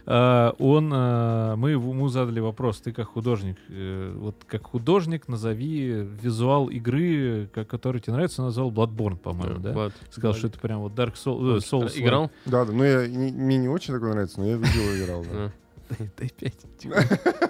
А, Он, а, мы его- ему задали вопрос, ты как художник, э, вот как художник назови визуал игры, ка- который тебе нравится, он назвал Bloodborne, это- по-моему, да? Влад, Сказал, что это прям вот Dark Soul- э, Souls. Играл? Да, да. Ну, я, не- мне не очень такое нравится, но я видео играл. да. А. Дай пять. типа.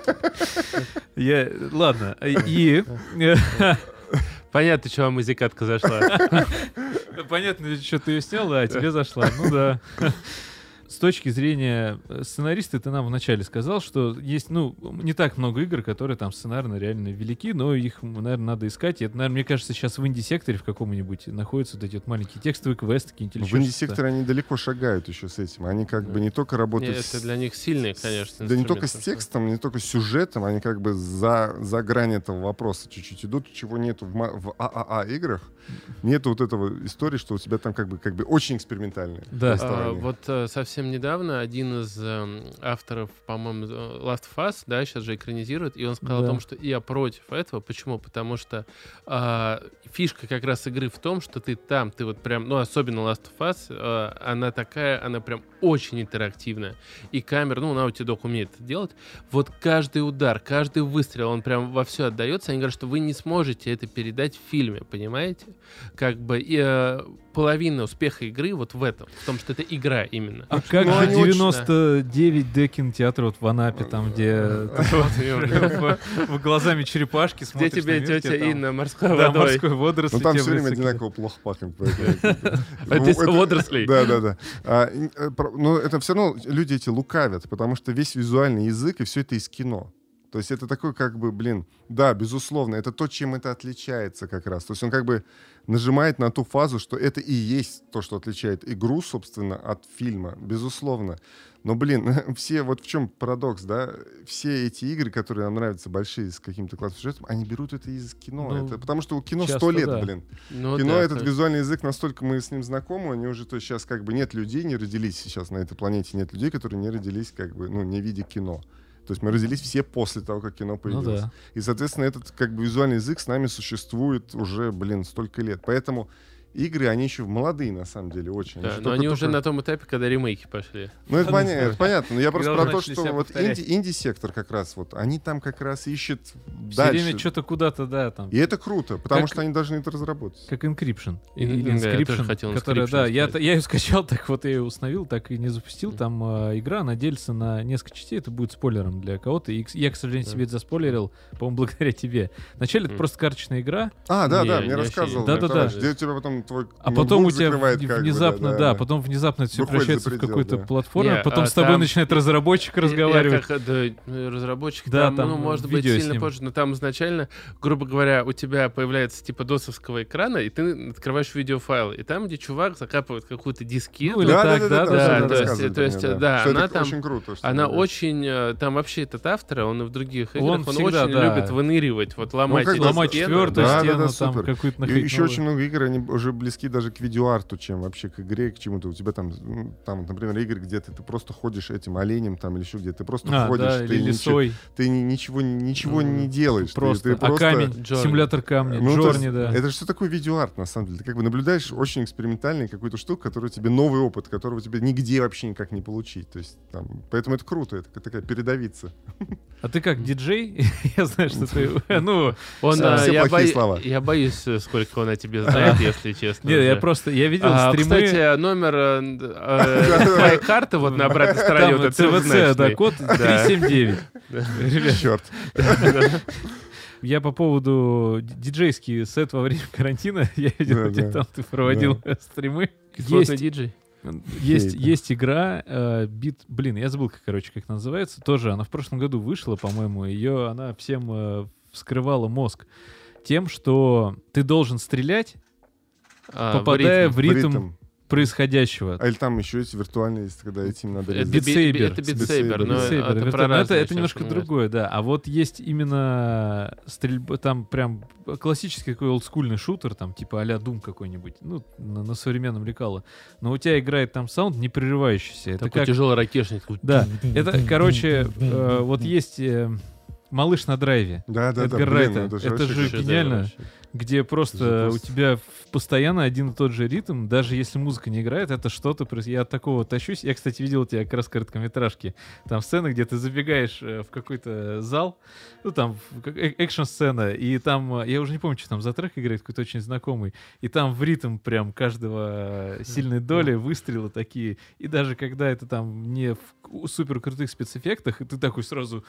Я, ладно, и... Понятно, чего вам музыкатка зашла. Понятно, что ты ее снял, а тебе зашла. Ну да. С точки зрения сценариста, ты нам вначале сказал, что есть, ну, не так много игр, которые там сценарно реально велики, но их, наверное, надо искать. И это, наверное, мне кажется, сейчас в инди-секторе в каком-нибудь находятся вот эти вот маленькие текстовые квесты какие-нибудь или В еще что-то. инди-секторе они далеко шагают еще с этим. Они как Да. бы не только Не, работают... Это с- для них сильный, конечно. Да не только с инструмент. текстом, не только с сюжетом, они как бы за, за грань этого вопроса чуть-чуть идут, чего нету в, ма- в ААА играх. Нету вот этого истории, что у тебя там как бы, как бы очень экспериментальные Да. А, повествования. вот э, совсем недавно один из эм, авторов, по-моему, э, Last of Us, да, сейчас же экранизирует, и он сказал Да. о том, что я против этого. Почему? Потому что а, фишка как раз игры в том, что ты там, ты вот прям, ну, особенно Last of Us, э, она такая, она прям очень интерактивная. И камера, ну, Naughty Dog умеет это делать. Вот каждый удар, каждый выстрел, он прям во все отдается. Они говорят, что вы не сможете это передать в фильме, понимаете? Как бы и, э, половина успеха игры вот в этом, в том, что это игра именно. А как Ну, же они очень- девяносто девять дэ кинотеатра вот в Анапе, там, где в- в глазами черепашки Где смотришь на тебе мир, где тетя там- Инна морской Да, водой? морской водоросль. Ну там тебе все время в лицо одинаково плохо пахнет. поэтому- А здесь Ну, это- водорослей. Да, да, да. А, и, э, про- Но это все равно люди эти лукавят, потому что весь визуальный язык и все это из кино. То есть это такой как бы, блин, да, безусловно, это то, чем это отличается как раз. То есть он как бы нажимает на ту фазу, что это и есть то, что отличает игру, собственно, от фильма, безусловно. Но, блин, все, вот в чем парадокс, да, все эти игры, которые нам нравятся, большие, с каким-то классным сюжетом, они берут это из кино. Ну, это, потому что у кино часто сто лет, да. блин. Ну Кино, да, этот конечно. визуальный язык, настолько мы с ним знакомы, они уже, то есть сейчас как бы нет людей, не родились сейчас на этой планете, нет людей, которые не родились как бы, ну, не видя кино. То есть мы родились все после того, как кино появилось. Ну, да. И, соответственно, этот как бы визуальный язык с нами существует уже, блин, столько лет. Поэтому игры, они еще молодые, на самом деле, очень. Да, они но они только... уже на том этапе, когда ремейки пошли. Ну, это, поня- это понятно. Но я просто Когда про то, начали что себя вот повторять. инди- инди-сектор как раз, вот, они там как раз ищут Все время дальше. что-то куда-то, да, там. И это круто, потому Как- что они должны это разработать. Как Encryption. И- Или да, я тоже Inscription, хотел которая, Inscription да, я, сказать. я ее скачал, так вот я ее установил, так и не запустил. Там э, игра, она делится на несколько частей, это будет спойлером для кого-то. И, к- я, к сожалению, Да. себе это заспойлерил, по-моему, благодаря тебе. Вначале это Мгм. просто карточная игра, А, да, Не, да, не мне вообще рассказывал. не. мой Да-да-да. товарищ. Где у тебя потом твой а потом у ноутбук тебя закрывает в- как бы, внезапно, да, да. потом внезапно это все Выходит превращается за в предел, какую-то да. платформу, Не, потом а с тобой там- начинает разработчик Я- я разговаривать. как, да, ну, разработчик, Да, там, там ну, может быть, видео с сильно ним. позже, но там изначально, грубо говоря, у тебя появляется типа досовского экрана, и ты открываешь видеофайл, и там, где чувак закапывает какую-то дискету, Ну, или так, да, да, да, всё то есть- рассказывали то есть, мне, да, Что она это там- очень круто. что она они- очень, э, там вообще этот автор, он и в других играх, Он он, всегда, очень да. любит выныривать, вот ломать как эти бы Ломать стены. четвертую Да, да, стену, да, там супер. какую-то И находить еще новую. очень много игр, они уже близки даже к видеоарту, чем вообще к игре, к чему-то. У тебя там, м, там, например, игры, где ты, ты просто ходишь этим оленем там или еще где ты просто А, ходишь, да, ты, или ничего, лисой. ты ни- ничего, ничего Мгм. не делаешь. Ты- Просто. ты А камень, Джорни. симулятор камня, Ну, то Джорни, есть да. Это же что такое видеоарт, на самом деле? Ты как бы наблюдаешь очень экспериментальный какую-то штуку, которая тебе новый опыт, которого тебе нигде вообще никак не получить. То есть, там, поэтому это круто, это такая передовица. А ты как, диджей? Я знаю, что ты... Ну, Он, Все- э, все я, плохие бои- слова. я боюсь, э, сколько он о тебе знает, если честно. нет, я уже. просто... Я видел А, стримы... Кстати, номер э, э, твоей карты вот на обратной стороне, вот Там этот ЦВЦ, да, трехзначный. код три семь девять. Ребят, Черт. я по поводу ди- диджейский сет во время карантина, я видел, Да, где да. там ты проводил стримы. Кислотный Есть, диджей. есть, Хейт. есть игра, э, бит, блин, я забыл, как, короче, как она называется. Тоже она в прошлом году вышла, по-моему. Ее она всем э, вскрывала мозг тем, что ты должен стрелять, А, попадая ритм. в ритм, Ритм. происходящего. А или там еще эти виртуальные есть, когда этим надо Это резать. Beat би- би- Saber. Это Beat битсейбер, Saber, но Beat Saber, это виртуально. про Но это, разные, это сейчас немножко понимаешь. другое, да. А вот есть именно стрельба, там прям классический такой олдскульный шутер, там типа а-ля Doom какой-нибудь, ну, на, на современном лекало. Но у тебя играет там саунд не прерывающийся. Это Такой как... тяжелый ракешник. Да, это, короче, э, вот есть э, «Малыш на драйве», Да, да, да. Эдгар блин, Райта. это же, Это вообще же как- гениально. где просто у Запуск. тебя в- постоянно один и тот же ритм, даже если музыка не играет, это что-то... проис- Я от такого тащусь. Я, кстати, видел у тебя как раз короткометражки. Там сцены, где ты забегаешь э, в какой-то зал, ну, там в- как- э- экшн-сцена, и там, э, я уже не помню, что там за трек играет, какой-то очень знакомый, и там в ритм прям каждого э, сильной доли выстрелы такие. И даже когда это там не в супер крутых спецэффектах, и ты такой сразу,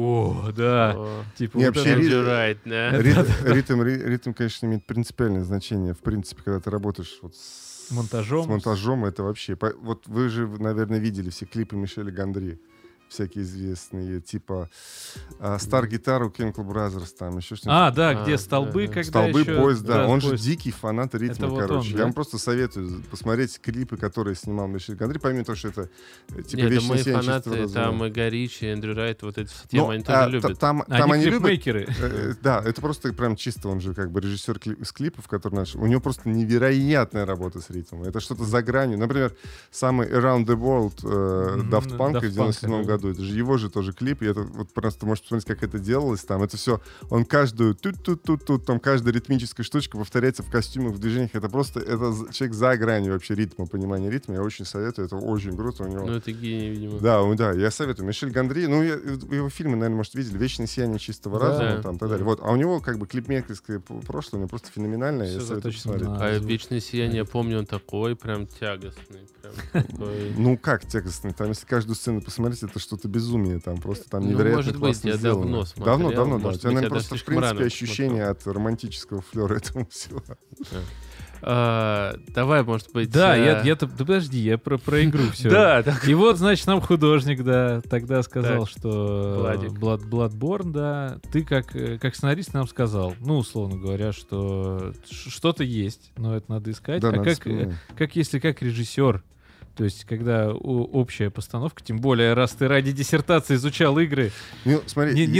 о, да, О, типа Не, вот вообще это- ри- Right, да. Рит- Ритм, ри- ритм, конечно, имеет принципиальное значение. В принципе, когда ты работаешь вот с Монтажом. С монтажом это вообще. по- Вот вы же, наверное, видели все клипы Мишеля Гондри. Всякие известные, типа а, Star Guitar у Chemical Brothers, там еще что-нибудь. А, да, А, где столбы, да, да. когда Столбы, еще- поезд, да. Он же поезд. дикий фанат ритма, Это вот короче. он, Я да? вам просто советую посмотреть клипы, которые снимал Мишель Гондри, помимо того, что это э, типа Нет, это вечное мои сияние чистого фанаты, разума. там и Горичи, и Эндрю Райт, вот эти все Ну, темы, они тоже а, та- любят. Там, Они там они любят. клипмейкеры. Э, э, Да, это просто прям чисто, он же как бы режиссер кли- с клипов, который наш. У него просто невероятная работа с ритмом. Это что-то за гранью. Например, самый Around the World э, Мгм, Daft Punk Daft в девяносто седьмом Punk, году. Это же его же тоже клип. И это вот просто можете посмотреть, как это делалось там. Это все, он каждую тут-тут-тут-тут, там каждая ритмическая штучка повторяется в костюмах, в движениях. Это просто, это з- человек за гранью вообще ритма, понимания ритма. Я очень советую, это очень круто у него. Ну, это гений, видимо. Да, он- да, я советую. Мишель Гондри, ну, я- его фильмы, наверное, может, видели. «Вечное сияние чистого Да. разума», Да. там, и так далее. Вот. А у него, как бы, клипмейкерское п- прошлое, у него просто феноменальное. Всё Я советую заточено посмотреть. на- А «Вечное сияние», я помню, он такой прям тягостный. Прям такой... Ну, как тягостный? Там, если каждую сцену посмотреть, это что-то безумие. Там просто там Ну, невероятно может быть, классно я сделано. давно смотрел, Давно, давно, да. У может тебя, быть, наверное, я даже просто, в слишком принципе, рано ощущение от романтического флера этого всего. А, давай, может быть... Да, э, я, я, да подожди, я про, про игру все. Да, так. И вот, значит, нам художник, да, тогда сказал, Так. что Владик. Blood, Bloodborne, да, ты как, э, как сценарист нам сказал, ну, условно говоря, что ш- что-то есть, но это надо искать. Да, а надо как, вспоминать. э, как если как режиссер, то есть когда о- общая постановка, тем более, раз ты ради диссертации изучал игры, Ну, смотри, не, и- не на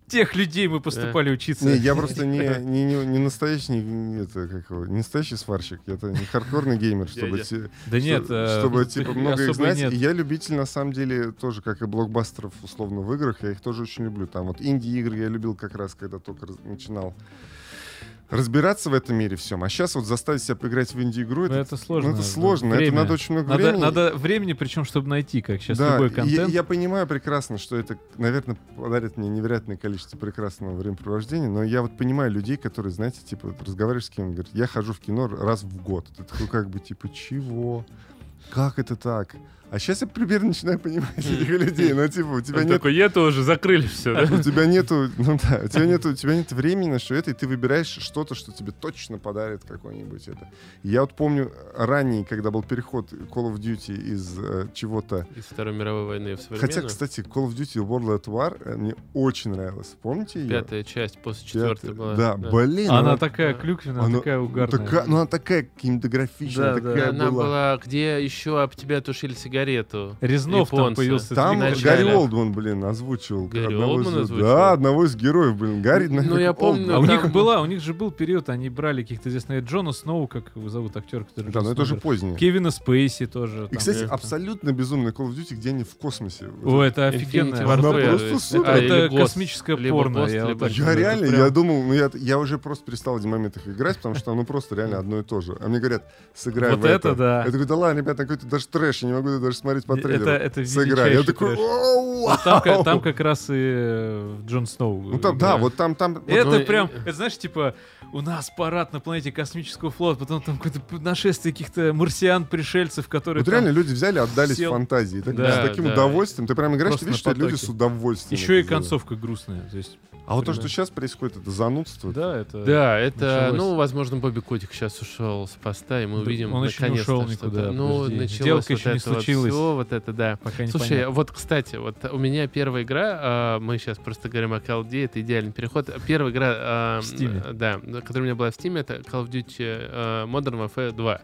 тех людей мы поступали учиться. Не, я просто не, не, не, не настоящий, не, это, как его, не настоящий сварщик, это не хардкорный геймер, чтобы, те- Да нет, что- э, чтобы типа много их особо и знать. нет. И я любитель, на самом деле, тоже, как и блокбастеров, условно, в играх, я их тоже очень люблю. Там вот инди-игры я любил как раз, когда только раз- начинал разбираться в этом мире всем. А сейчас вот заставить себя поиграть в инди-игру, Ну, это, это сложно. ну, это сложно. Время. Это надо очень много Надо, времени. надо времени, причем, чтобы найти, как сейчас Да, любой и контент. Я, я понимаю прекрасно, что это, наверное, подарит мне невероятное количество прекрасного времяпровождения, но я вот понимаю людей, которые, знаете, типа, вот разговариваешь с кем-то, говорят, я хожу в кино раз в год. Ты такой как бы, типа, чего? Как это так? А сейчас я примерно начинаю понимать этих людей. Ну, типа, у тебя Он нет... такой, я тоже, закрыли все, да? У тебя нету, ну да, у тебя нету, у тебя нет времени на что это, и ты выбираешь что-то, что тебе точно подарит какой-нибудь это. Я вот помню ранее, когда был переход Call of Duty из э, чего-то. Из Второй мировой войны в современную. Хотя, кстати, Call of Duty World at War э, мне очень нравилось. Помните ее? Пятая часть после четвертой была. Да, блин. Она такая клюквенная, она- такая угарная. такая, ну она такая кинематографичная, Да, да. такая Она была. была, где еще об тебя тушили сигарету. Резнов там Японцы. появился. Там двигатель. начале. Гарри Олдман, блин, озвучивал. Гарри одного Олдман из- озвучивал? Да, одного из героев, блин. Гарри, Ну, наверное, я как помню, Олдман. А у там- них была, у них же был период, они брали каких-то известных Джона Сноу, как его зовут актер, который Да, Джон но это Сноу уже играл. позднее. Кевина Спейси тоже. И, там. кстати, да. абсолютно безумный Call of Duty, где они в космосе. О, это Infinity офигенная. Warfare, Она штука. просто если- супер. а, Это или Ghost. космическое Либо порно. Ghost, я вот либо так Я думаю. реально, Это прям- я думал, ну я, я уже просто перестал в эти моменты играть, потому что ну просто реально одно и то же. А мне говорят, сыграй Вот в это это. да. Я такой, да ладно, ребята, какой-то даже трэш, я не могу даже смотреть по Это- трейлеру. это Сыграй. Я величайший такой, трэш. «Оу, Ну, там, ка- вау». там как раз и э, Джон Сноу. Ну там, да, играет. вот там, там... вот- Это Ну, и- прям, это знаешь, типа, у нас парад на планете космического флота, потом там какое-то нашествие каких-то марсиан-пришельцев, которые Вот там реально люди взяли, отдались сел- фантазии. Так- Да, с таким да. удовольствием. Ты прям играешь, Просто ты видишь, на что люди потоке. с удовольствием. еще и это делают. концовка грустная. То есть, А вот то, примерно. что сейчас происходит, это занудство. да, это... Да, это, началось. ну, возможно, Бобби Котик сейчас ушел с поста, и мы Да, увидим он еще не наконец-то ушел что-то. никуда, Ну, подожди. началось Сделка вот еще не это вот случилась. всё, вот это да. Пока не Слушай, понятно. вот, кстати, вот у меня первая игра, а, мы сейчас просто говорим о Call of Duty, это идеальный переход. Первая игра, а, В Steam. да, которая у меня была в Steam, это Call of Duty а, Modern Warfare два.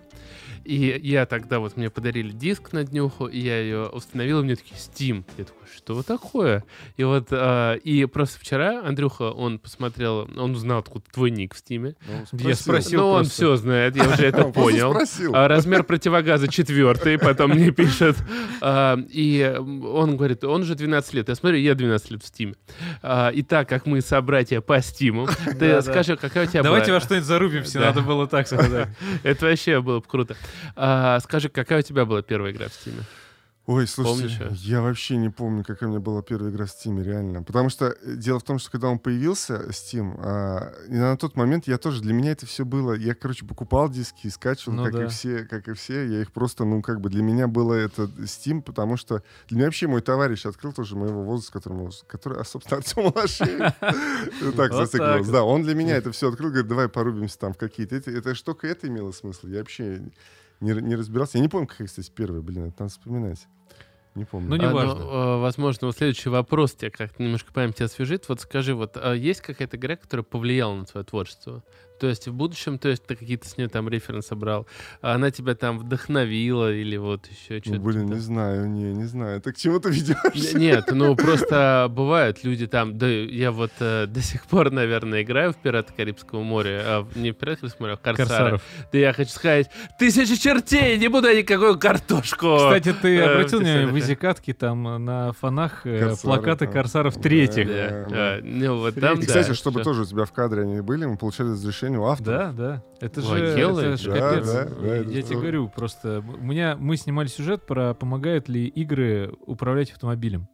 И я тогда, вот мне подарили диск на днюху, и я ее установил, и мне такие, Steam. Я такой, что такое? И вот, а, и просто вчера Андрюха, он посмотрел, он узнал, откуда твой ник в Стиме. Ну, Я спросил Ну, он просто. все знает, я уже это Он просто понял. спросил. А, размер противогаза четвертый, потом мне пишет. А, и он говорит, он же двенадцать лет. Я смотрю, я двенадцать лет в Стиме. А, и так как мы собратья по Стиму, ты Да-да. скажи, какая у тебя Давайте была... во что-нибудь зарубимся, Да. надо было так сказать. Это вообще было бы круто. А, скажи, какая у тебя была первая игра в Стиме? Ой, слушайте, Помнишь, а? я вообще не помню, какая у меня была первая игра в Steam, реально. Потому что э, дело в том, что когда он появился, Steam, а, и на тот момент я тоже, для меня это все было, я, короче, покупал диски и скачивал, Ну как, да. и все, как и все, я их просто, ну, как бы для меня было это Steam, потому что для меня вообще мой товарищ открыл тоже моего возраста, которому, который, а, собственно, Артем Малашеев. Так Вот зацикливался. так Да, он для меня это все открыл, говорит, давай порубимся там в какие-то. Это- Это ж только это имело смысл, я вообще не не разбирался. Я не помню, какая, кстати, первая, блин, это надо вспоминать. Не помню. Ну, не А, важно. а, возможно, вот следующий вопрос тебя как-то немножко память освежит. Вот скажи, вот а есть какая-то игра, которая повлияла на твое творчество? То есть в будущем, то есть ты какие-то с ней там референсы брал, а она тебя там вдохновила или вот еще Ну, что-то? блин, не знаю, не, не знаю. Ты к чему ты ведешь? Н- Нет, ну просто бывают люди там, да я вот э, до сих пор, наверное, играю в «Пираты Карибского моря», а в- не в «Пираты Карибского моря», а в «Корсара». Корсаров. Да я хочу сказать, тысяча чертей, не буду я никакую картошку. Кстати, ты э, обратил внимание, в писали, да. Изикатке там на фонах э, Корсары, плакаты да. Корсаров Да, третьих. да. Да, да. Ну вот там, И, да, кстати, чтобы всё. тоже у тебя в кадре они были, мы получали разрешение у автора. Да, да. Это Ой, же, делает, это же да, капец. да, да, это Я тебе здорово. говорю, просто у меня мы снимали сюжет про помогают ли игры управлять автомобилем.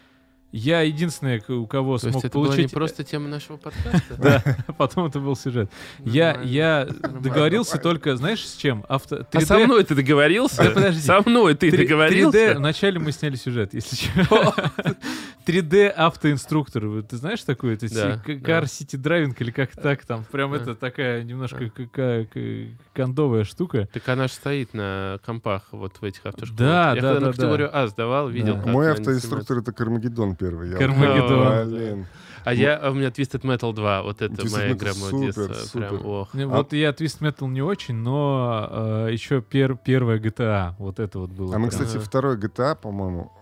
Я единственный, к- у кого То есть смог это была не получить. просто тема нашего подкаста? Да, потом это был сюжет. Я, Нормально. я Нормально. договорился только, знаешь, с чем? Авто... А три дэ со мной ты договорился? Да подожди. Со мной ты три- договорился? три дэ Вначале мы сняли сюжет, если честно. три дэ автоинструктор. Вот ты знаешь такое? Это Да, си- да. Car City Driving или как так там? Прям Да. это такая немножко какая- к- кондовая штука. Так она же стоит на компах вот в этих автошколах. Да, Я да, когда да, на категорию А сдавал, видел, Да. как Мой они автоинструктор — это Кармагеддон первый. Я- Кармагеддон. Блин. А я, а у меня Twisted Metal два, вот это Twisted моя Metal игра моего супер, детства. супер. Прям, ох. Ну, Вот я Twist Metal не очень, но э, еще пер- первая джи ти эй, вот это вот было. А мы, прям. кстати, Ага. второй джи ти эй, по-моему,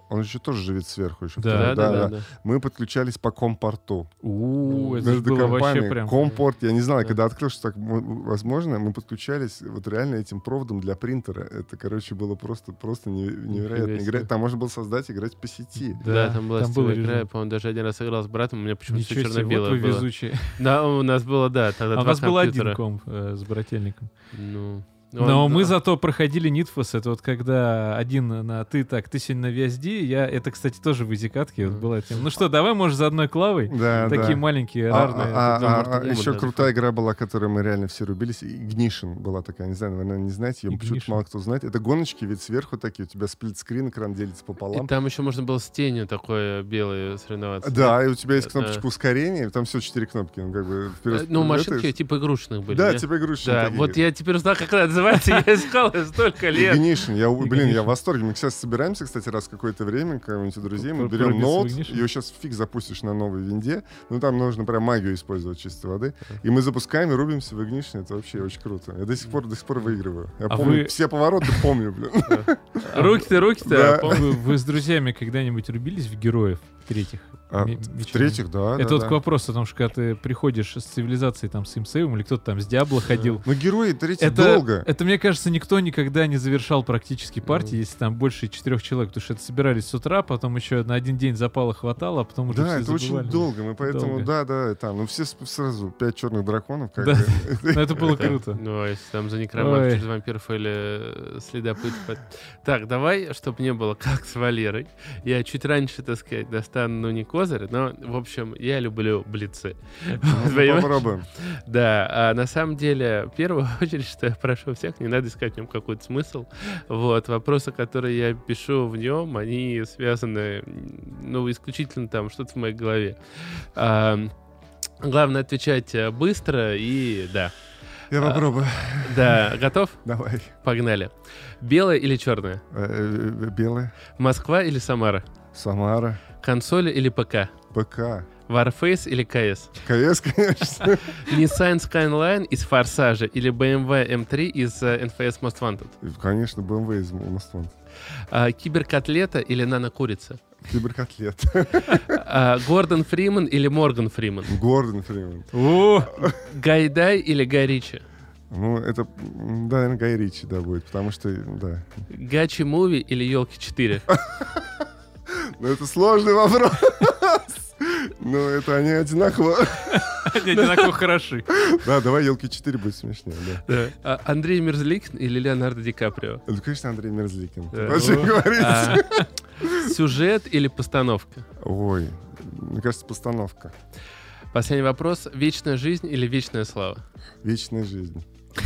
он еще тоже живет сверху. Еще Да, второй. да, да, да. да. Мы подключались по компорту. У, это ж Между было вообще компами. прям... Компорт, я не знал, Да. когда открыл, что так м- возможно, мы подключались вот реально этим проводом для принтера. Это, короче, было просто, просто не- невероятно. Нифига себе. Играть, там можно было создать, играть по сети. Да, там была там был сетевая игра, я, режим. по-моему, даже один раз играл с братом, у меня почему-то все Ничего себе, вот черно-белое вы было. везучие. Да, у нас было, да, тогда А у два нас был компьютера. один комп э, с брательником. Ну, Но он- мы зато проходили Нитфос. Это вот когда один на ты так, ты сегодня на ви эс ди, я... Это, кстати, тоже в изикатке вот Мгм. была тема. Ну что, давай, может, за одной клавой? Да, Такие да. маленькие, А, рарные. а- это а- Mortal а Kombat, еще да, крутая игра была, которой мы реально все рубились. Ignition была такая, не знаю, наверное, не знаете, ее почему-то Ignition. мало кто знает. Это гоночки, ведь сверху такие, у тебя сплитскрин, экран делится И пополам. там еще можно было с тенью такое белое соревноваться. Да, и у тебя есть Да. кнопочка ускорения, там все четыре кнопки, ну как бы вперед. Э, Ну, машинки это- типа игрушечных были. Да, не? типа игрушечные Да, такие. вот я теперь узнал, как это называется, я искал это столько лет. Ignition, я, у- блин, я Ignition. в восторге. Мы сейчас собираемся, кстати, раз в какое-то время, кого-нибудь у друзей, мы Про- берем пробиться в ноут, Ignition? ее сейчас фиг запустишь на новой винде, ну там нужно прям магию использовать чистой воды, и мы запускаем и рубимся в Ignition, это вообще очень круто. Я до сих пор, до сих пор выигрываю. Я А помню, вы- все повороты помню, блин. Руки-то, руки-то. Да. а помнишь? Вы, вы с друзьями когда-нибудь рубились в героев третьих? А, Ми- в мечами? третьих, да, Это да, вот да. к вопросу о том, что когда ты приходишь с цивилизацией там с Имсейвом или кто-то там с Диабло ходил, Но герои третьих это, долго. это, мне кажется, никто никогда не завершал практически партии, Мгм. если там больше четырех человек, потому что это собирались с утра, потом еще на один день запала хватало, а потом уже Да, все это очень забывали. долго, мы поэтому, Долго. да, да, там, ну все с- сразу пять черных драконов, как Да. бы. Но это было Это- круто. Ну, а если там за некромант Ой. через вампиров или э, следопытов. это- Так, давай, чтобы не было как с Валерой. Я чуть раньше, так сказать, достану, ну, не козырь, но, в общем, я люблю блицы. Ну, Понимаешь? попробуем. Да, а на самом деле, в первую очередь, что я прошу всех, не надо искать в нем какой-то смысл. Вот, вопросы, которые я пишу в нем, они связаны, ну, исключительно там что-то в моей голове. А, главное отвечать э, быстро и да. Я А, попробую. Да, готов? Давай. Погнали. Белое или черное? Э, э, Белая, Москва или Самара? Самара, Консоли или ПК? ПК, Warface или КС? КС, конечно. Nissan Skyline из Форсажа или бэ эм вэ эм три из э, эн эф эс Most Wanted? И, Конечно, бэ эм вэ из Москвы. А, Киберкотлета или нано-курица? Киберкотлет. А, Гордон Фриман или Морган Фриман? Гордон Фриман. О, Гайдай или Гай Ричи? Ну, это, м, да, наверное, Гай Ричи, да, будет, потому что, да. Гачи Муви или Елки четыре? Ну, это сложный вопрос. Ну, это они одинаково. они одинаково хороши. Да, давай елки четыре будет смешнее, да. А, Андрей Мерзликин или Леонардо Ди Каприо? Это, конечно, Андрей Мерзликин. Да. О чем говорить? А, Сюжет или постановка? Ой, мне кажется, постановка. Последний вопрос. Вечная жизнь или вечная слава? Вечная жизнь.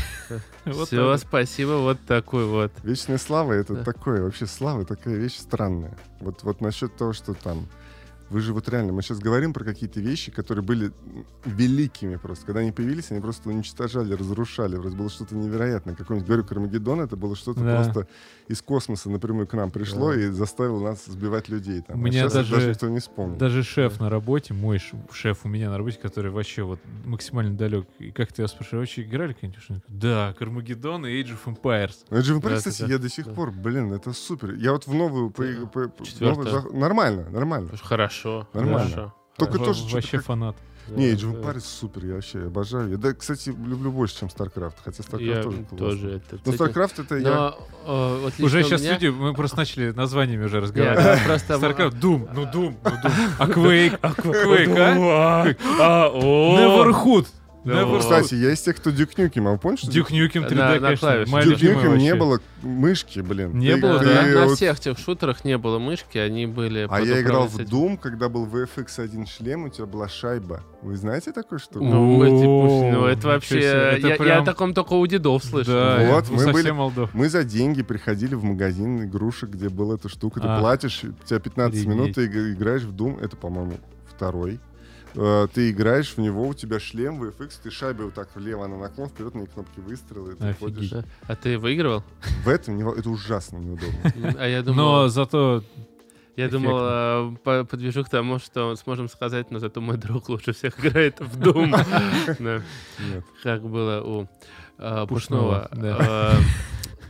Вот Все, так. спасибо. Вот такой вот. Вечная слава — это Да. такое, вообще слава такая вещь странная. Вот, вот насчет того, что там... Вы же вот реально, мы сейчас говорим про какие-то вещи, которые были великими просто. Когда они появились, они просто уничтожали, разрушали. Просто было что-то невероятное. Какой-нибудь, говорю, Кармагеддон, это было что-то Да. просто из космоса напрямую к нам пришло Да. и заставило нас сбивать людей. Там. У А меня сейчас это даже- даже никто не вспомнит. Даже шеф на работе, мой ш- шеф у меня на работе, который вообще вот максимально далек. И как-то я спрашиваю, вообще играли конечно? Да, Кармагеддон и Age of Empires. Ну, это же, вы Да, представьте, да, я до сих да. пор, блин, это супер. Я вот в новую... по- Да. по- по- Четвертая. новую зах- Нормально, нормально. Хорошо. Нормально. Хорошо. Только Во- тоже что-то Вообще как- фанат. Не, Age Да, of Empires супер, я вообще обожаю. Я, да, кстати, люблю больше, чем StarCraft, хотя StarCraft Я тоже классный. тоже это. Но кстати, StarCraft это я... Но, э, вот Уже лично сейчас у меня- люди, мы просто начали названиями уже Я, разговаривать. да, просто... StarCraft, Doom, ну Doom, ну Doom. А Quake? Quake, а? А, о. Neverhood. Да. Neverhood. Кстати, я из тех, кто Duke Nukem, а вы помните, что Duke Nukem три На- дэ, на конечно, клавишах. моя Duke любимая Nukem не вообще. было мышки, блин. Не Ты- было, ты да? На, на вот- всех тех шутерах не было мышки, они были... А под я играл в управлением с Doom, когда был ви эф икс один шлем, у тебя была шайба. Вы знаете такую штуку? этим. Ну, мы, типа, ну, О, это ничего вообще... себе, это я, я прям- о таком только у дедов слышал. Да, Вот, я- мы совсем были- олдов. Мы за деньги приходили в магазин игрушек, где была эта штука. Ты А. платишь, у тебя пятнадцать Офигеть. минут, ты иг- играешь в Doom. Это, по-моему, второй. Э, Ты играешь в него, у тебя шлем, ви эф икс, ты шайбой вот так влево на наклон, вперед, на ней кнопки выстрела, и ты Офигеть. ходишь. Да. А ты выигрывал? В этом не во- это ужасно неудобно. А я думал... Но зато Я Эффектно. думал, э, по- подвяжу к тому, что сможем сказать, но зато мой друг лучше всех играет в Doom. Да. Нет. Как было у э, Пушного, Пушного. Э,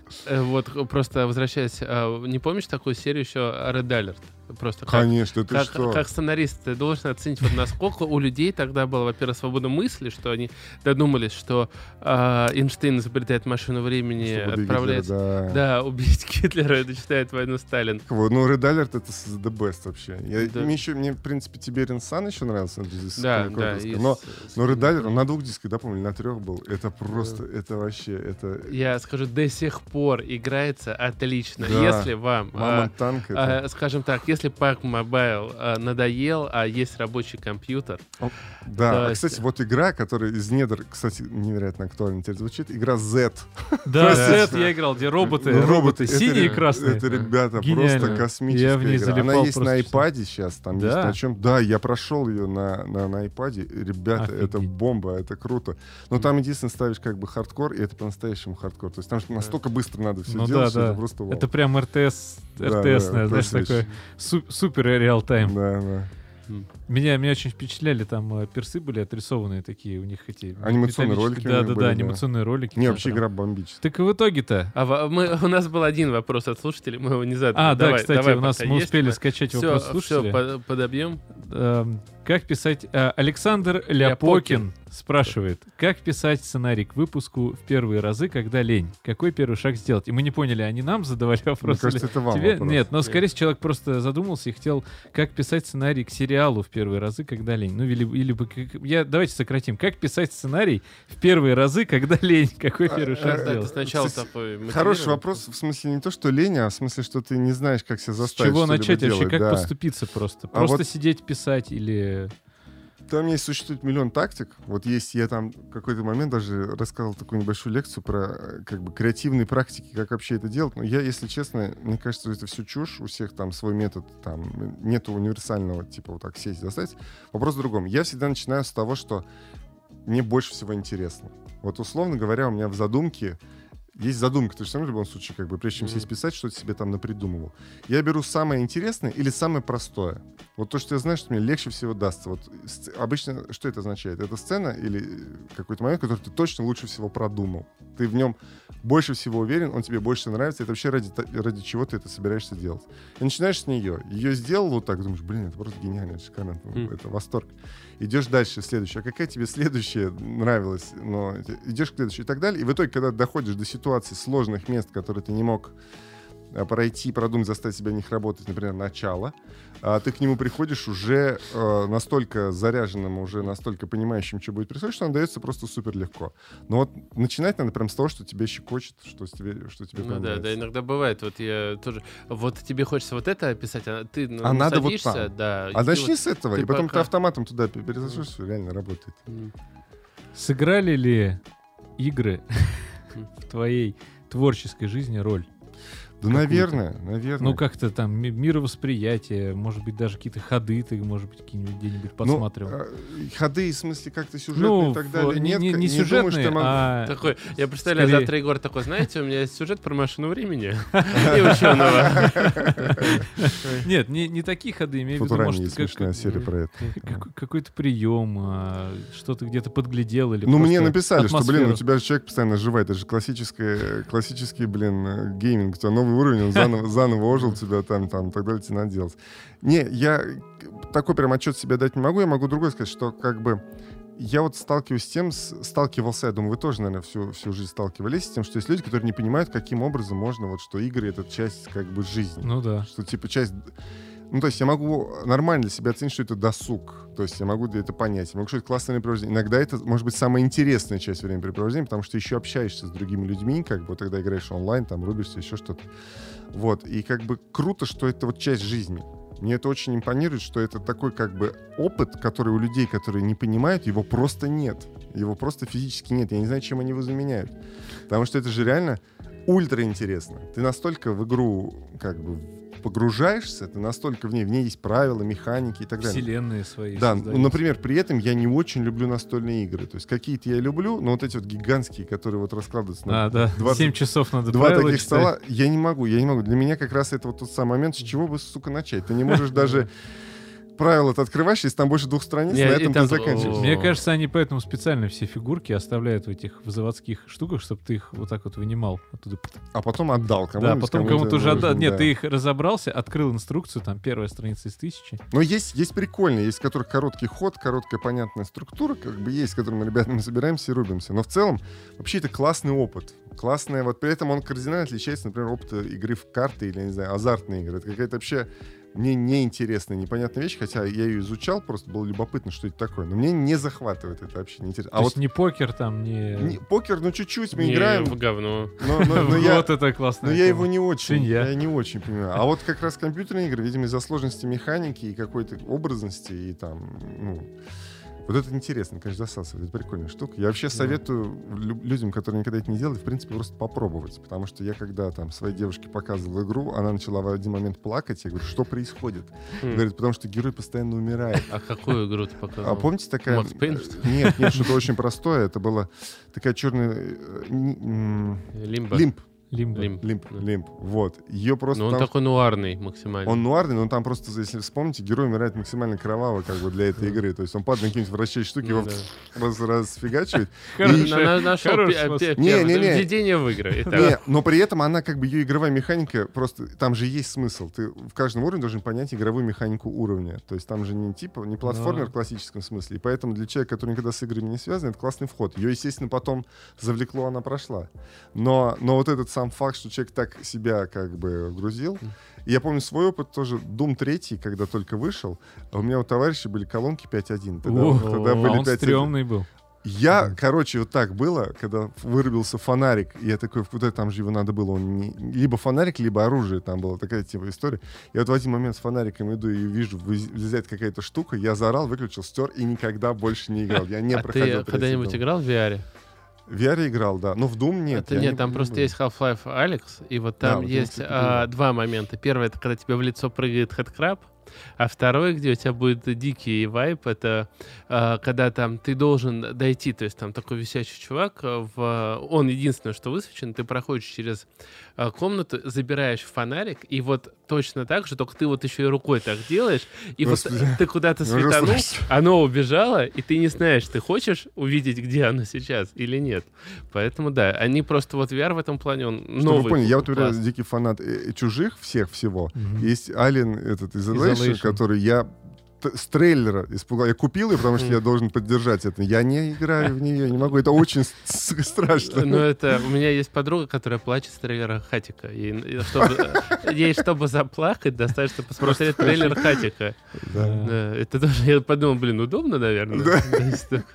Э, Вот, просто возвращаясь, а, не помнишь такую серию еще Red Alert? Просто как, Конечно, ты как, что? как сценарист ты должен оценить, вот насколько у людей тогда была, во-первых, свобода мысли, что они додумались, что а, Эйнштейн изобретает машину времени, Чтобы отправляется, Гитлера, да. да, убить Гитлера и начинает войну Сталин. Вот, ну, Red Alert — это the best вообще. Я, Да. мне, еще, мне, в принципе, Тибериан Сан еще нравился. из Да, Comic да. Conquest. и Но, с- с- но Red Alert, он на двух дисках, да, помню, на трех был. Это просто, это вообще, это... Я скажу, до сих пор играется отлично. Да. Если вам, Мама а, танк, это... а, скажем так, если Pac Mobile а, надоел, а есть рабочий компьютер, Да, то а, есть- кстати, вот игра, которая из недр, кстати, невероятно актуально теперь звучит, игра Z. Да, Простите. Z я играл, где роботы, Ну, роботы, это синие и ре- красные. Это, ребята, Гениально. просто космическая Я в ней игра. Она залипал есть на просто. iPad сейчас, там Да? есть на чем. Да, я прошел ее на, на, на iPad. Ребята, Офигеть. это бомба, это круто. Но там единственное ставишь как бы хардкор, и это по-настоящему хардкор. То есть там настолько быстро надо все Ну делать, да, что да. это просто вау. Это прям РТС, Да, да, РТСная, знаешь, просто такое су- супер реал-тайм. Да, да. Меня, меня очень впечатляли, там э, персы были отрисованные такие, у них эти... Анимационные металлические- ролики у Да, них да, были, да, да. анимационные ролики. Не, там вообще прям. игра бомбическая. Так и в итоге-то... А во- мы, у нас был один вопрос от слушателей, мы его не задали. А, да, Давай, кстати, давай, у нас пока мы есть, успели мы скачать Все, вопрос все слушателя. подобьем. Эм, Как писать... э, Александр Ляпокин спрашивает, как писать сценарий к выпуску в первые разы, когда лень? Какой первый шаг сделать? И мы не поняли, они нам задавали Мне вопрос кажется, или это вам тебе? вопрос. Нет, но Нет. скорее всего человек просто задумался и хотел, как писать сценарий к сериалу в первые разы, когда лень. Ну или, или бы... как- Я, давайте сократим. Как писать сценарий в первые разы, когда лень? Какой первый А, шаг а, Да, ты сделать? сначала Кстати, такой Хороший мотивированный. вопрос, в смысле не то, что лень, а в смысле, что ты не знаешь, как себя С заставить чего что-либо начать вообще? делать, Как да. поступиться просто? А Просто вот- сидеть писать или... Там есть, существует миллион тактик. Вот есть, я там в какой-то момент даже рассказывал такую небольшую лекцию про э, как бы креативные практики, как вообще это делать. Но я, если честно, мне кажется, это все чушь. У всех там свой метод, там нету универсального, типа вот так сесть, достать. Вопрос в другом. Я всегда начинаю с того, что мне больше всего интересно. Вот условно говоря, у меня в задумке есть задумка, ты же сам в любом случае, как бы, прежде чем Мгм. сесть писать, что-то себе там напридумывал. Я беру самое интересное или самое простое. Вот то, что я знаю, что мне легче всего дастся. Вот сц- обычно что это означает? Это сцена или э, какой-то момент, который ты точно лучше всего продумал. Ты в нем больше всего уверен, он тебе больше нравится. Это вообще ради, та- ради чего ты это собираешься делать. И начинаешь с нее. Ее сделал вот так, думаешь, блин, это просто гениально, это шикарно, Мгм. это восторг. Идешь дальше, следующее. А какая тебе следующая нравилась? Но идешь к следующей и так далее. И в итоге, когда доходишь до ситуации сложных мест, которые ты не мог а, пройти, продумать, заставить себя в них работать, например, начало, а ты к нему приходишь уже э, настолько заряженным, уже настолько понимающим, что будет происходить, что он дается просто супер легко. Но вот начинать надо прям с того, что тебя щекочет, что, с тебе, что тебе Ну прям да, нравится. да, иногда бывает. Вот я тоже. Вот тебе хочется вот это описать, а ты ну, А ну, надо вот садишься, там. да. и А ты начни вот- с этого, ты и потом ты пока- автоматом туда перезашешь, все реально работает. М. Сыграли ли игры в твоей творческой жизни роль? Да, Какую-то. наверное, наверное. Ну, как-то там ми- мировосприятие, может быть, даже какие-то ходы ты, может быть, какие-нибудь где-нибудь Ну, подсматривал. а, ходы, в смысле, как-то сюжетные Ну, и так в- далее. не, Нет, не- к- не думаю, сюжетные, что я могу- а... Такой, я представляю, Скорее- завтра Егор такой, знаете, у меня есть сюжет про машину времени и ученого. Нет, не, не такие ходы, имею в виду, Футураме может, есть как- смешная серия про это. как- какой-то прием, а, что-то где-то подглядел или Ну, мне просто написали, что, блин, атмосферу. у тебя же человек постоянно оживает. Это же классическое, классический, блин, э, гейминг. У тебя новый уровень, он заново, заново ожил тебя там, там, и так далее, тебе надо делать. Не, я такой прям отчет себе дать не могу. Я могу другое сказать, что как бы я вот сталкиваюсь с тем, с- сталкивался, я думаю, вы тоже, наверное, всю, всю жизнь сталкивались с тем, что есть люди, которые не понимают, каким образом можно, вот, что игры — это часть, как бы, жизни. Ну да. Что, типа, часть... Ну, то есть я могу нормально для себя оценить, что это досуг. То есть я могу это понять. Я могу, что это классное времяпрепровождение. Иногда это, может быть, самая интересная часть времяпрепровождения, потому что ты еще общаешься с другими людьми, как бы, вот тогда играешь онлайн, там, рубишься, еще что-то. Вот. И как бы круто, что это вот часть жизни. Мне это очень импонирует, что это такой как бы опыт, который у людей, которые не понимают, его просто нет. Его просто физически нет. Я не знаю, чем они его заменяют. Потому что это же реально ультра интересно. Ты настолько в игру как бы погружаешься, ты настолько в ней, в ней есть правила, механики и так далее. Вселенные свои Да, создают. ну, например, при этом я не очень люблю настольные игры. То есть какие-то я люблю, но вот эти вот гигантские, которые вот раскладываются на А, да, двадцать семь часов надо два правила таких читать. стола, я не могу, я не могу. Для меня как раз это вот тот самый момент, с чего бы, сука, начать. Ты не можешь даже правило ты открываешь, если там больше двух страниц, Не, на и этом там- ты заканчиваешь. О. Мне кажется, они поэтому специально все фигурки оставляют в этих в заводских штуках, чтобы ты их вот так вот вынимал оттуда. А потом отдал Да, кому-нибудь. потом кому-то кому-то уже отдал. нужен, Нет, да. ты их разобрался, открыл инструкцию, там первая страница из тысячи. Но есть, есть прикольные, есть, в которых короткий ход, короткая понятная структура, как бы есть, с которыми ребятами собираемся и рубимся. Но в целом, вообще, это классный опыт. Классная, вот при этом он кардинально отличается, например, опыта игры в карты или, я не знаю, азартные игры. Это какая-то вообще мне неинтересная, непонятная вещь, хотя я ее изучал, просто было любопытно, что это такое. Но мне не захватывает это вообще, не интересно. То А есть вот не покер там, не... не- покер, ну чуть-чуть мы Не, играем, в говно. но, но- но я, Вот это классно. но я его не очень, Свинья. я не очень понимаю. А вот как раз компьютерные игры, видимо, из-за сложности механики и какой-то образности и там, ну, вот это интересно, конечно, засасывает. Это прикольная штука. Я вообще советую лю- людям, которые никогда это не делали, в принципе, просто попробовать. Потому что я, когда там своей девушке показывал игру, она начала в один момент плакать. Я говорю, что происходит? Хм. Говорит, потому что герой постоянно умирает. А какую игру ты А показал? помните такая... Макс Пейн, что ли? Нет, нет, что-то очень простое. Это была такая черная... э, ни- м, Лимбо. Лимп. Лимбо. Лимб. Лимп. Да. Лимп. Вот. Ее просто... Ну, он там- такой нуарный максимально. Он нуарный, но там просто, если вспомните, герой умирает максимально кроваво, как бы, для этой игры. То есть он падает на какие-нибудь вращающие штуки, Ну его да. раз, расфигачивает. Хороший- На- на- Нашел хороший пе- способ. пе- Не, первое не, не. введение в игры. Итак, Не, но при этом она, как бы, ее игровая механика, просто там же есть смысл. Ты в каждом уровне должен понять игровую механику уровня. То есть там же не типа, не платформер Да. в классическом смысле. И поэтому для человека, который никогда с играми не связан, это классный вход. Ее, естественно, потом завлекло, она прошла. Но, но вот этот сам факт, что человек так себя как бы грузил. И я помню свой опыт тоже. Doom три, когда только вышел, а у меня у товарища были колонки пять один. Тогда, О, тогда а были он пять один. стрёмный был. Я, короче, вот так было, когда вырубился фонарик, и я такой, куда там же его надо было, он не... либо фонарик, либо оружие, там была такая типа история. Я вот в один момент с фонариком иду и вижу, выз- влезает какая-то штука, я заорал, выключил, стер и никогда больше не играл. Я не а проходил. ты третий когда-нибудь Doom. играл в ви ар? В ви ар играл, да, но в Doom нет. Это я нет, не- там не просто был. есть Half-Life Alyx, и вот Да, там вот есть кстати, а, было. два момента. Первый — это когда тебе в лицо прыгает хэдкраб, а второй, где у тебя будет дикий вайп, это а, когда там ты должен дойти, то есть там такой висячий чувак, а, в, он единственное, что высвечен, ты проходишь через а, комнату, забираешь фонарик, и вот точно так же, только ты вот еще и рукой так делаешь, и Господи. вот ты куда-то Мне уже светанул, страшно. оно убежало, и ты не знаешь, ты хочешь увидеть, где оно сейчас или нет. Поэтому да, они просто вот ви ар в этом плане, он Чтобы новый. вы поняли, я вот, например, класс. дикий фанат э, чужих всех всего. Мгм. Есть Alien, этот Isolation, Isolation. который я т- с трейлера испугал. Я купил ее, потому что я должен поддержать это. Я не играю в нее, не могу. Это очень с- с- страшно. Ну, это у меня есть подруга, которая плачет с трейлера Хатика. И, и чтобы, ей, чтобы заплакать, достаточно посмотреть трейлер Хатика. Да. Да, это тоже, я подумал, блин, удобно, наверное. Да. То есть так-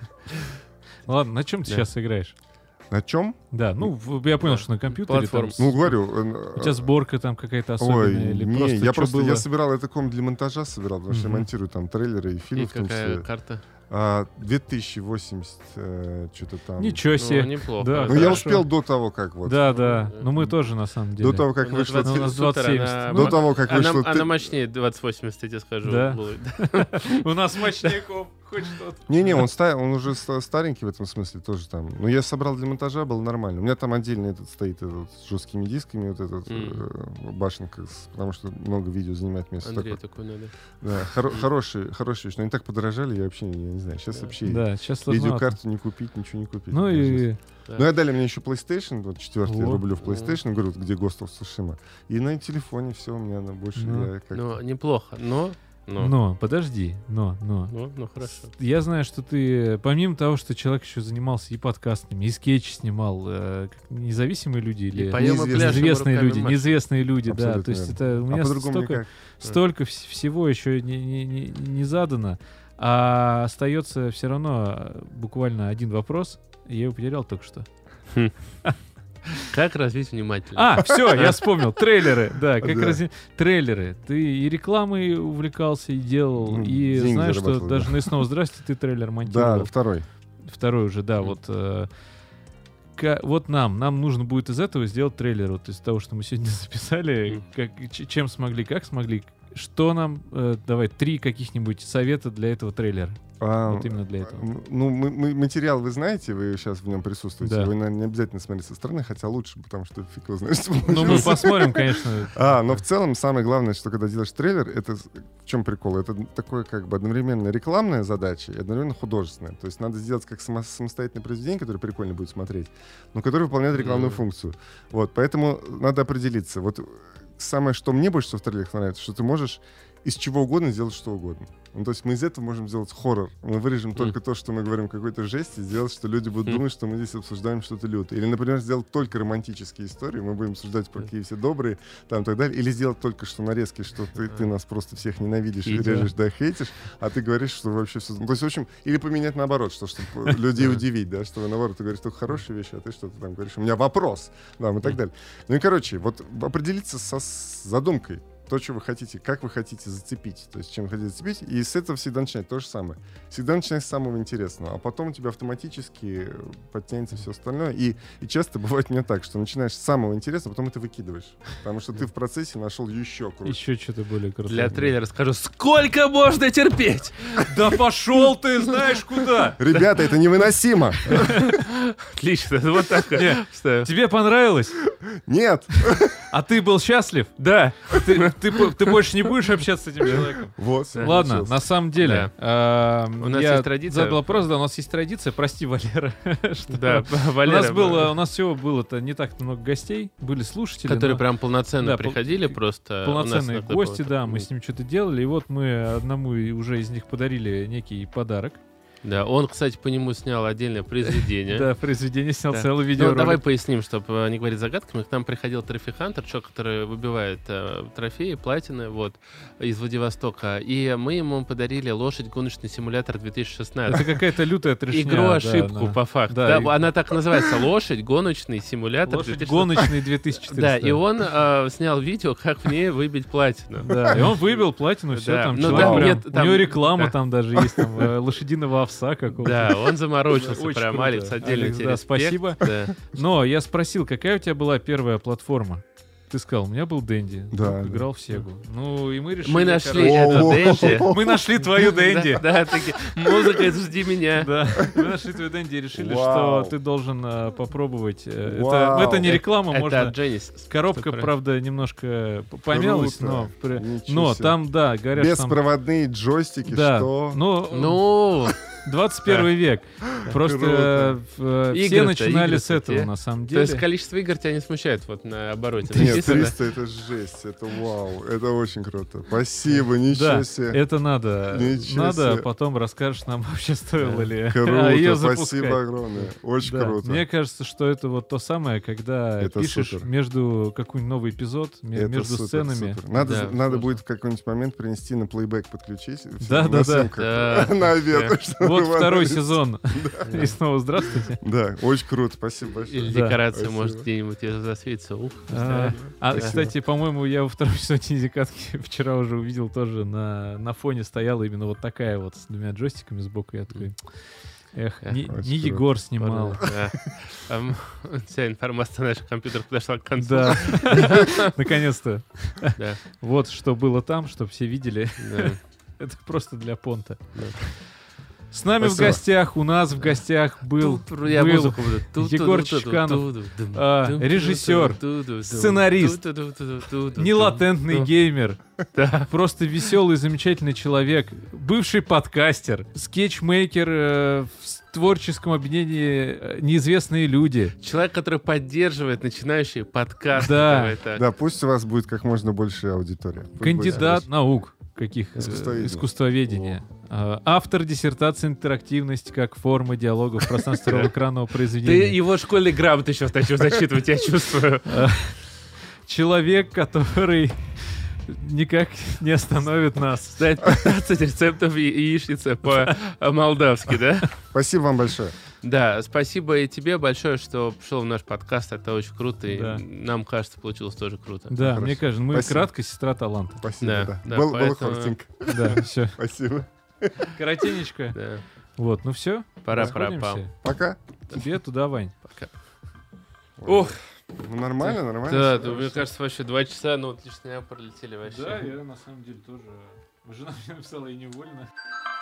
Ладно, на чем ты Да. сейчас играешь? На чем? Да, ну, в- я понял, Да. что на компьютере. Платформ. там Ну, с- говорю... У тебя сборка там какая-то Ой, особенная? или не, просто я чё просто было? я собирал это ком для монтажа собирал, потому что я Мгм. монтирую там трейлеры и фильмы И в том какая числе. карта? А, две тысячи восемьдесят, э, что-то там. Ничего Ну, себе. неплохо. Да, Ну, я хорошо. успел до того, как вот. Да, да. Ну, мы тоже, на самом деле. До того, как У нас вышло... Ну, у нас двадцать двадцать супер, семьдесят. она- До того, как Она, вышло... она ты- мощнее двадцать восемьдесят, я тебе скажу. Да? будет. У нас мощняков хоть что-то. Не-не, он, ста- он уже ста- старенький в этом смысле тоже там. Но я собрал для монтажа, было нормально. У меня там отдельно этот стоит этот, с жесткими дисками, вот этот э, башенка, с- потому что много видео занимает место. Андрею Такой. такой надо. Да, хоро- хорошие, хорошие вещи. Но они так подорожали, я вообще я не знаю. Сейчас Да. вообще Да, сейчас сложновато. видеокарту не купить, ничего не купить. Ну и... Да. Ну, и отдали мне еще PlayStation, вот четвертый О. рублю в PlayStation, говорю, вот где Ghost of Tsushima. И на телефоне все, у меня на больше Ну. я как Ну, неплохо, но... Но, Но, подожди, но, но. ну, ну, хорошо. Я знаю, что ты, помимо того, что человек еще занимался и подкастами, и скетчи снимал, э, как независимые люди или И поем и неизвестные пляшем известные руками люди, машем. неизвестные люди, да. Абсолютно То есть верно. это у А меня по-другому столько, никак. столько вс- всего еще не, не, не, не задано, а остается все равно э, буквально один вопрос. Я его потерял только что. Как развить внимательность? А, все, я вспомнил. Трейлеры, да, как Да. раз трейлеры. Ты и рекламой увлекался, и делал, Ну, и деньги знаешь, что зарабатывал, даже да. на «И снова здрасте» ты трейлер монтировал. Да, второй. Второй уже, да, Мгм. вот. э, ка- вот нам, нам нужно будет из этого сделать трейлер, вот из того, что мы сегодня записали, Мгм. как, ч- чем смогли, как смогли. что нам, э, давай, три каких-нибудь совета для этого трейлера. А, Вот именно для этого. Ну, мы, мы, материал вы знаете, вы сейчас в нем присутствуете. Да. Вы, наверное, не обязательно смотрите со стороны, хотя лучше, потому что фиг его знает, что Ну, мы получилось. посмотрим, конечно. А, но в целом самое главное, что когда делаешь трейлер, это в чем прикол? Это такое как бы одновременно рекламная задача и одновременно художественная. То есть надо сделать как само- самостоятельное произведение, которое прикольно будет смотреть, но которое выполняет рекламную Mm. функцию. Вот, поэтому надо определиться. Вот самое, что мне больше всего в трейлерах нравится, что ты можешь из чего угодно сделать что угодно. Ну, то есть мы из этого можем сделать хоррор. Мы вырежем Mm. только то, что мы говорим какой-то жесть, и сделать, что люди будут Mm. думать, что мы здесь обсуждаем что-то лютое. Или, например, сделать только романтические истории, мы будем обсуждать, про какие все добрые, там, и так далее. Или сделать только что нарезки, что ты, ты нас просто всех ненавидишь и И да. режешь, да, хейтишь, а ты говоришь, что вообще все... Ну, то есть, в общем, или поменять наоборот, что, чтобы людей удивить, да, что наоборот, ты говоришь только хорошие вещи, а ты что-то там говоришь, у меня вопрос, да, и так далее. Ну и, короче, вот определиться со с задумкой, то, что вы хотите, как вы хотите зацепить, то есть чем вы хотите зацепить, и с этого всегда начинать то же самое. Всегда начинай с самого интересного, а потом у тебя автоматически подтянется все остальное. И, и часто бывает не так, что начинаешь с самого интересного, потом это выкидываешь, потому что ты в процессе нашел еще круче. Еще что-то более крутое. Для трейлера скажу, сколько можно терпеть? Да пошел ты, знаешь куда! Ребята, это невыносимо! Отлично, вот так вот. Не. Ставь. Тебе понравилось? Нет! А ты был счастлив? Да. Ты, ты, по- ты больше не будешь общаться с этим человеком? Вот. Да. Ладно, получилось. на самом деле, а, У нас я есть традиция. задал вопрос, да, у нас есть традиция, прости, Валера. что Да, у Валера, нас было, у нас всего было-то не так много гостей, были слушатели, которые но прям полноценно Да, пол- приходили просто. полноценные У нас иногда гости, было да, так. мы с ним что-то делали, и вот мы одному и уже из них подарили некий подарок. Да, он, кстати, по нему снял отдельное произведение. Да, произведение снял Да. целый Ну, видеоролик. давай поясним, чтобы не говорить загадками. К нам приходил трофи-хантер, человек, который выбивает э, трофеи, платины, вот, из Владивостока. И мы ему подарили лошадь гоночный симулятор две тысячи шестнадцать. Это какая-то лютая трешня. Игру-ошибку, да, да. по факту. Да, Да, и- она так называется. Лошадь, гоночный симулятор. Лошадь две тысячи шестнадцать. гоночный две тысячи четыреста. Да, и он э, снял видео, как в ней выбить платину. Да, и он выбил платину, все Да, там, ну человек там прям- нет- у там- него реклама да. там даже есть, там, э, лошадиного овса какого-то. Да, он заморочился Очень прям, круто. Алекс, отдельно Алекс, тебе да, респект. спасибо. Да. Но я спросил, какая у тебя была первая платформа? Ты сказал, у меня был Дэнди. Да, Друг да. играл в Сегу. Ну, и мы решили... Мы нашли короче, эту О-о-о. Дэнди. Мы нашли твою Дэнди. Да, да, такие, музыка, жди меня. Да, мы нашли твою Дэнди и решили, Вау. что ты должен а, попробовать. э, Вау. Это, это не реклама, Это можно... от Genesis. Коробка, Что правда, немножко п- помялась, Круто. но, при- Ничего но себе. там, да, говорят, что там... Беспроводные джойстики, Да, что? но Ну, двадцать первый век. Просто Круто. э, все Игры-то, начинали с игры-то этого, те. на самом то есть деле. количество игр тебя не смущает вот на обороте. Нет, написано. триста это жесть, это вау, это очень круто. Спасибо, ничего Да, себе. это надо. Ничего Надо, себе. потом расскажешь нам вообще стоило Да. ли Круто, ее спасибо запускать. огромное. Очень Да. круто. Мне кажется, что это вот то самое, когда Это пишешь супер. между какой-нибудь новый эпизод, ме- Это между супер, сценами. супер. Надо, Да, надо сложно. будет в какой-нибудь момент принести на плейбэк подключить. всё, Да, на да, да. съемках, Да. На обед. Да. чтобы Вот вы второй анализ- сезон. И снова здравствуйте. Да, очень круто, спасибо Или большое. Да. декорация Спасибо. может где-нибудь и засветится. Ух, А, да. а, Да. кстати, по-моему, я во втором сезоне Зикатки вчера уже увидел тоже на, на фоне стояла именно вот такая вот с двумя джойстиками сбоку. Я такой, эх, Эх, не, очень не круто. Егор снимал. Да. Там вся информация на наш компьютер подошла к концу. Да, наконец-то. Да, Вот что было там, чтобы все видели. да. Это просто для понта. Да. С нами в Спасибо. гостях, у нас в гостях был, Тут я был музыку буду. Ту- ту- Егор ту- ту- Чеканов, ту- ту- ту- а, ту- ту- режиссер, ту- ту- ту- сценарист, ту- ту- ту- ту- ту- нелатентный ту- геймер, Да. просто веселый, замечательный человек, бывший подкастер, скетчмейкер э, в творческом объединении э, «Неизвестные люди». Человек, который поддерживает начинающие подкасты. Да. давай так. Да, пусть у вас будет как можно больше аудитория. Пусть Кандидат будет наук каких? э, Искусствоведения. Искусствоведения. А, Автор диссертации «Интерактивность как форма диалога в пространстве второго экранного Ты произведения». его школьный грамоты еще начал зачитывать, я чувствую. Человек, который никак не остановит нас. Знает пятнадцать рецептов я- яичницы по-молдавски, да? Спасибо вам большое. Да, спасибо и тебе большое, что пришел в наш подкаст. Это очень круто. И Да. нам кажется, получилось тоже круто. Да, Хорошо. мне кажется, мы Спасибо. кратко сестра таланта. Спасибо, Да, да. да, Был- Было поэтому- коротенько. Да, все. Спасибо. Коротенечко. Да. Вот, ну все. Пора, пора, пора. Пока. Тебе туда, Вань. Ух, Ну, нормально, нормально. Да, всё да, мне хорошо. кажется, вообще два часа, ну, вот лишь меня пролетели вообще. Да, я на самом деле тоже... Жена мне написала, и невольно.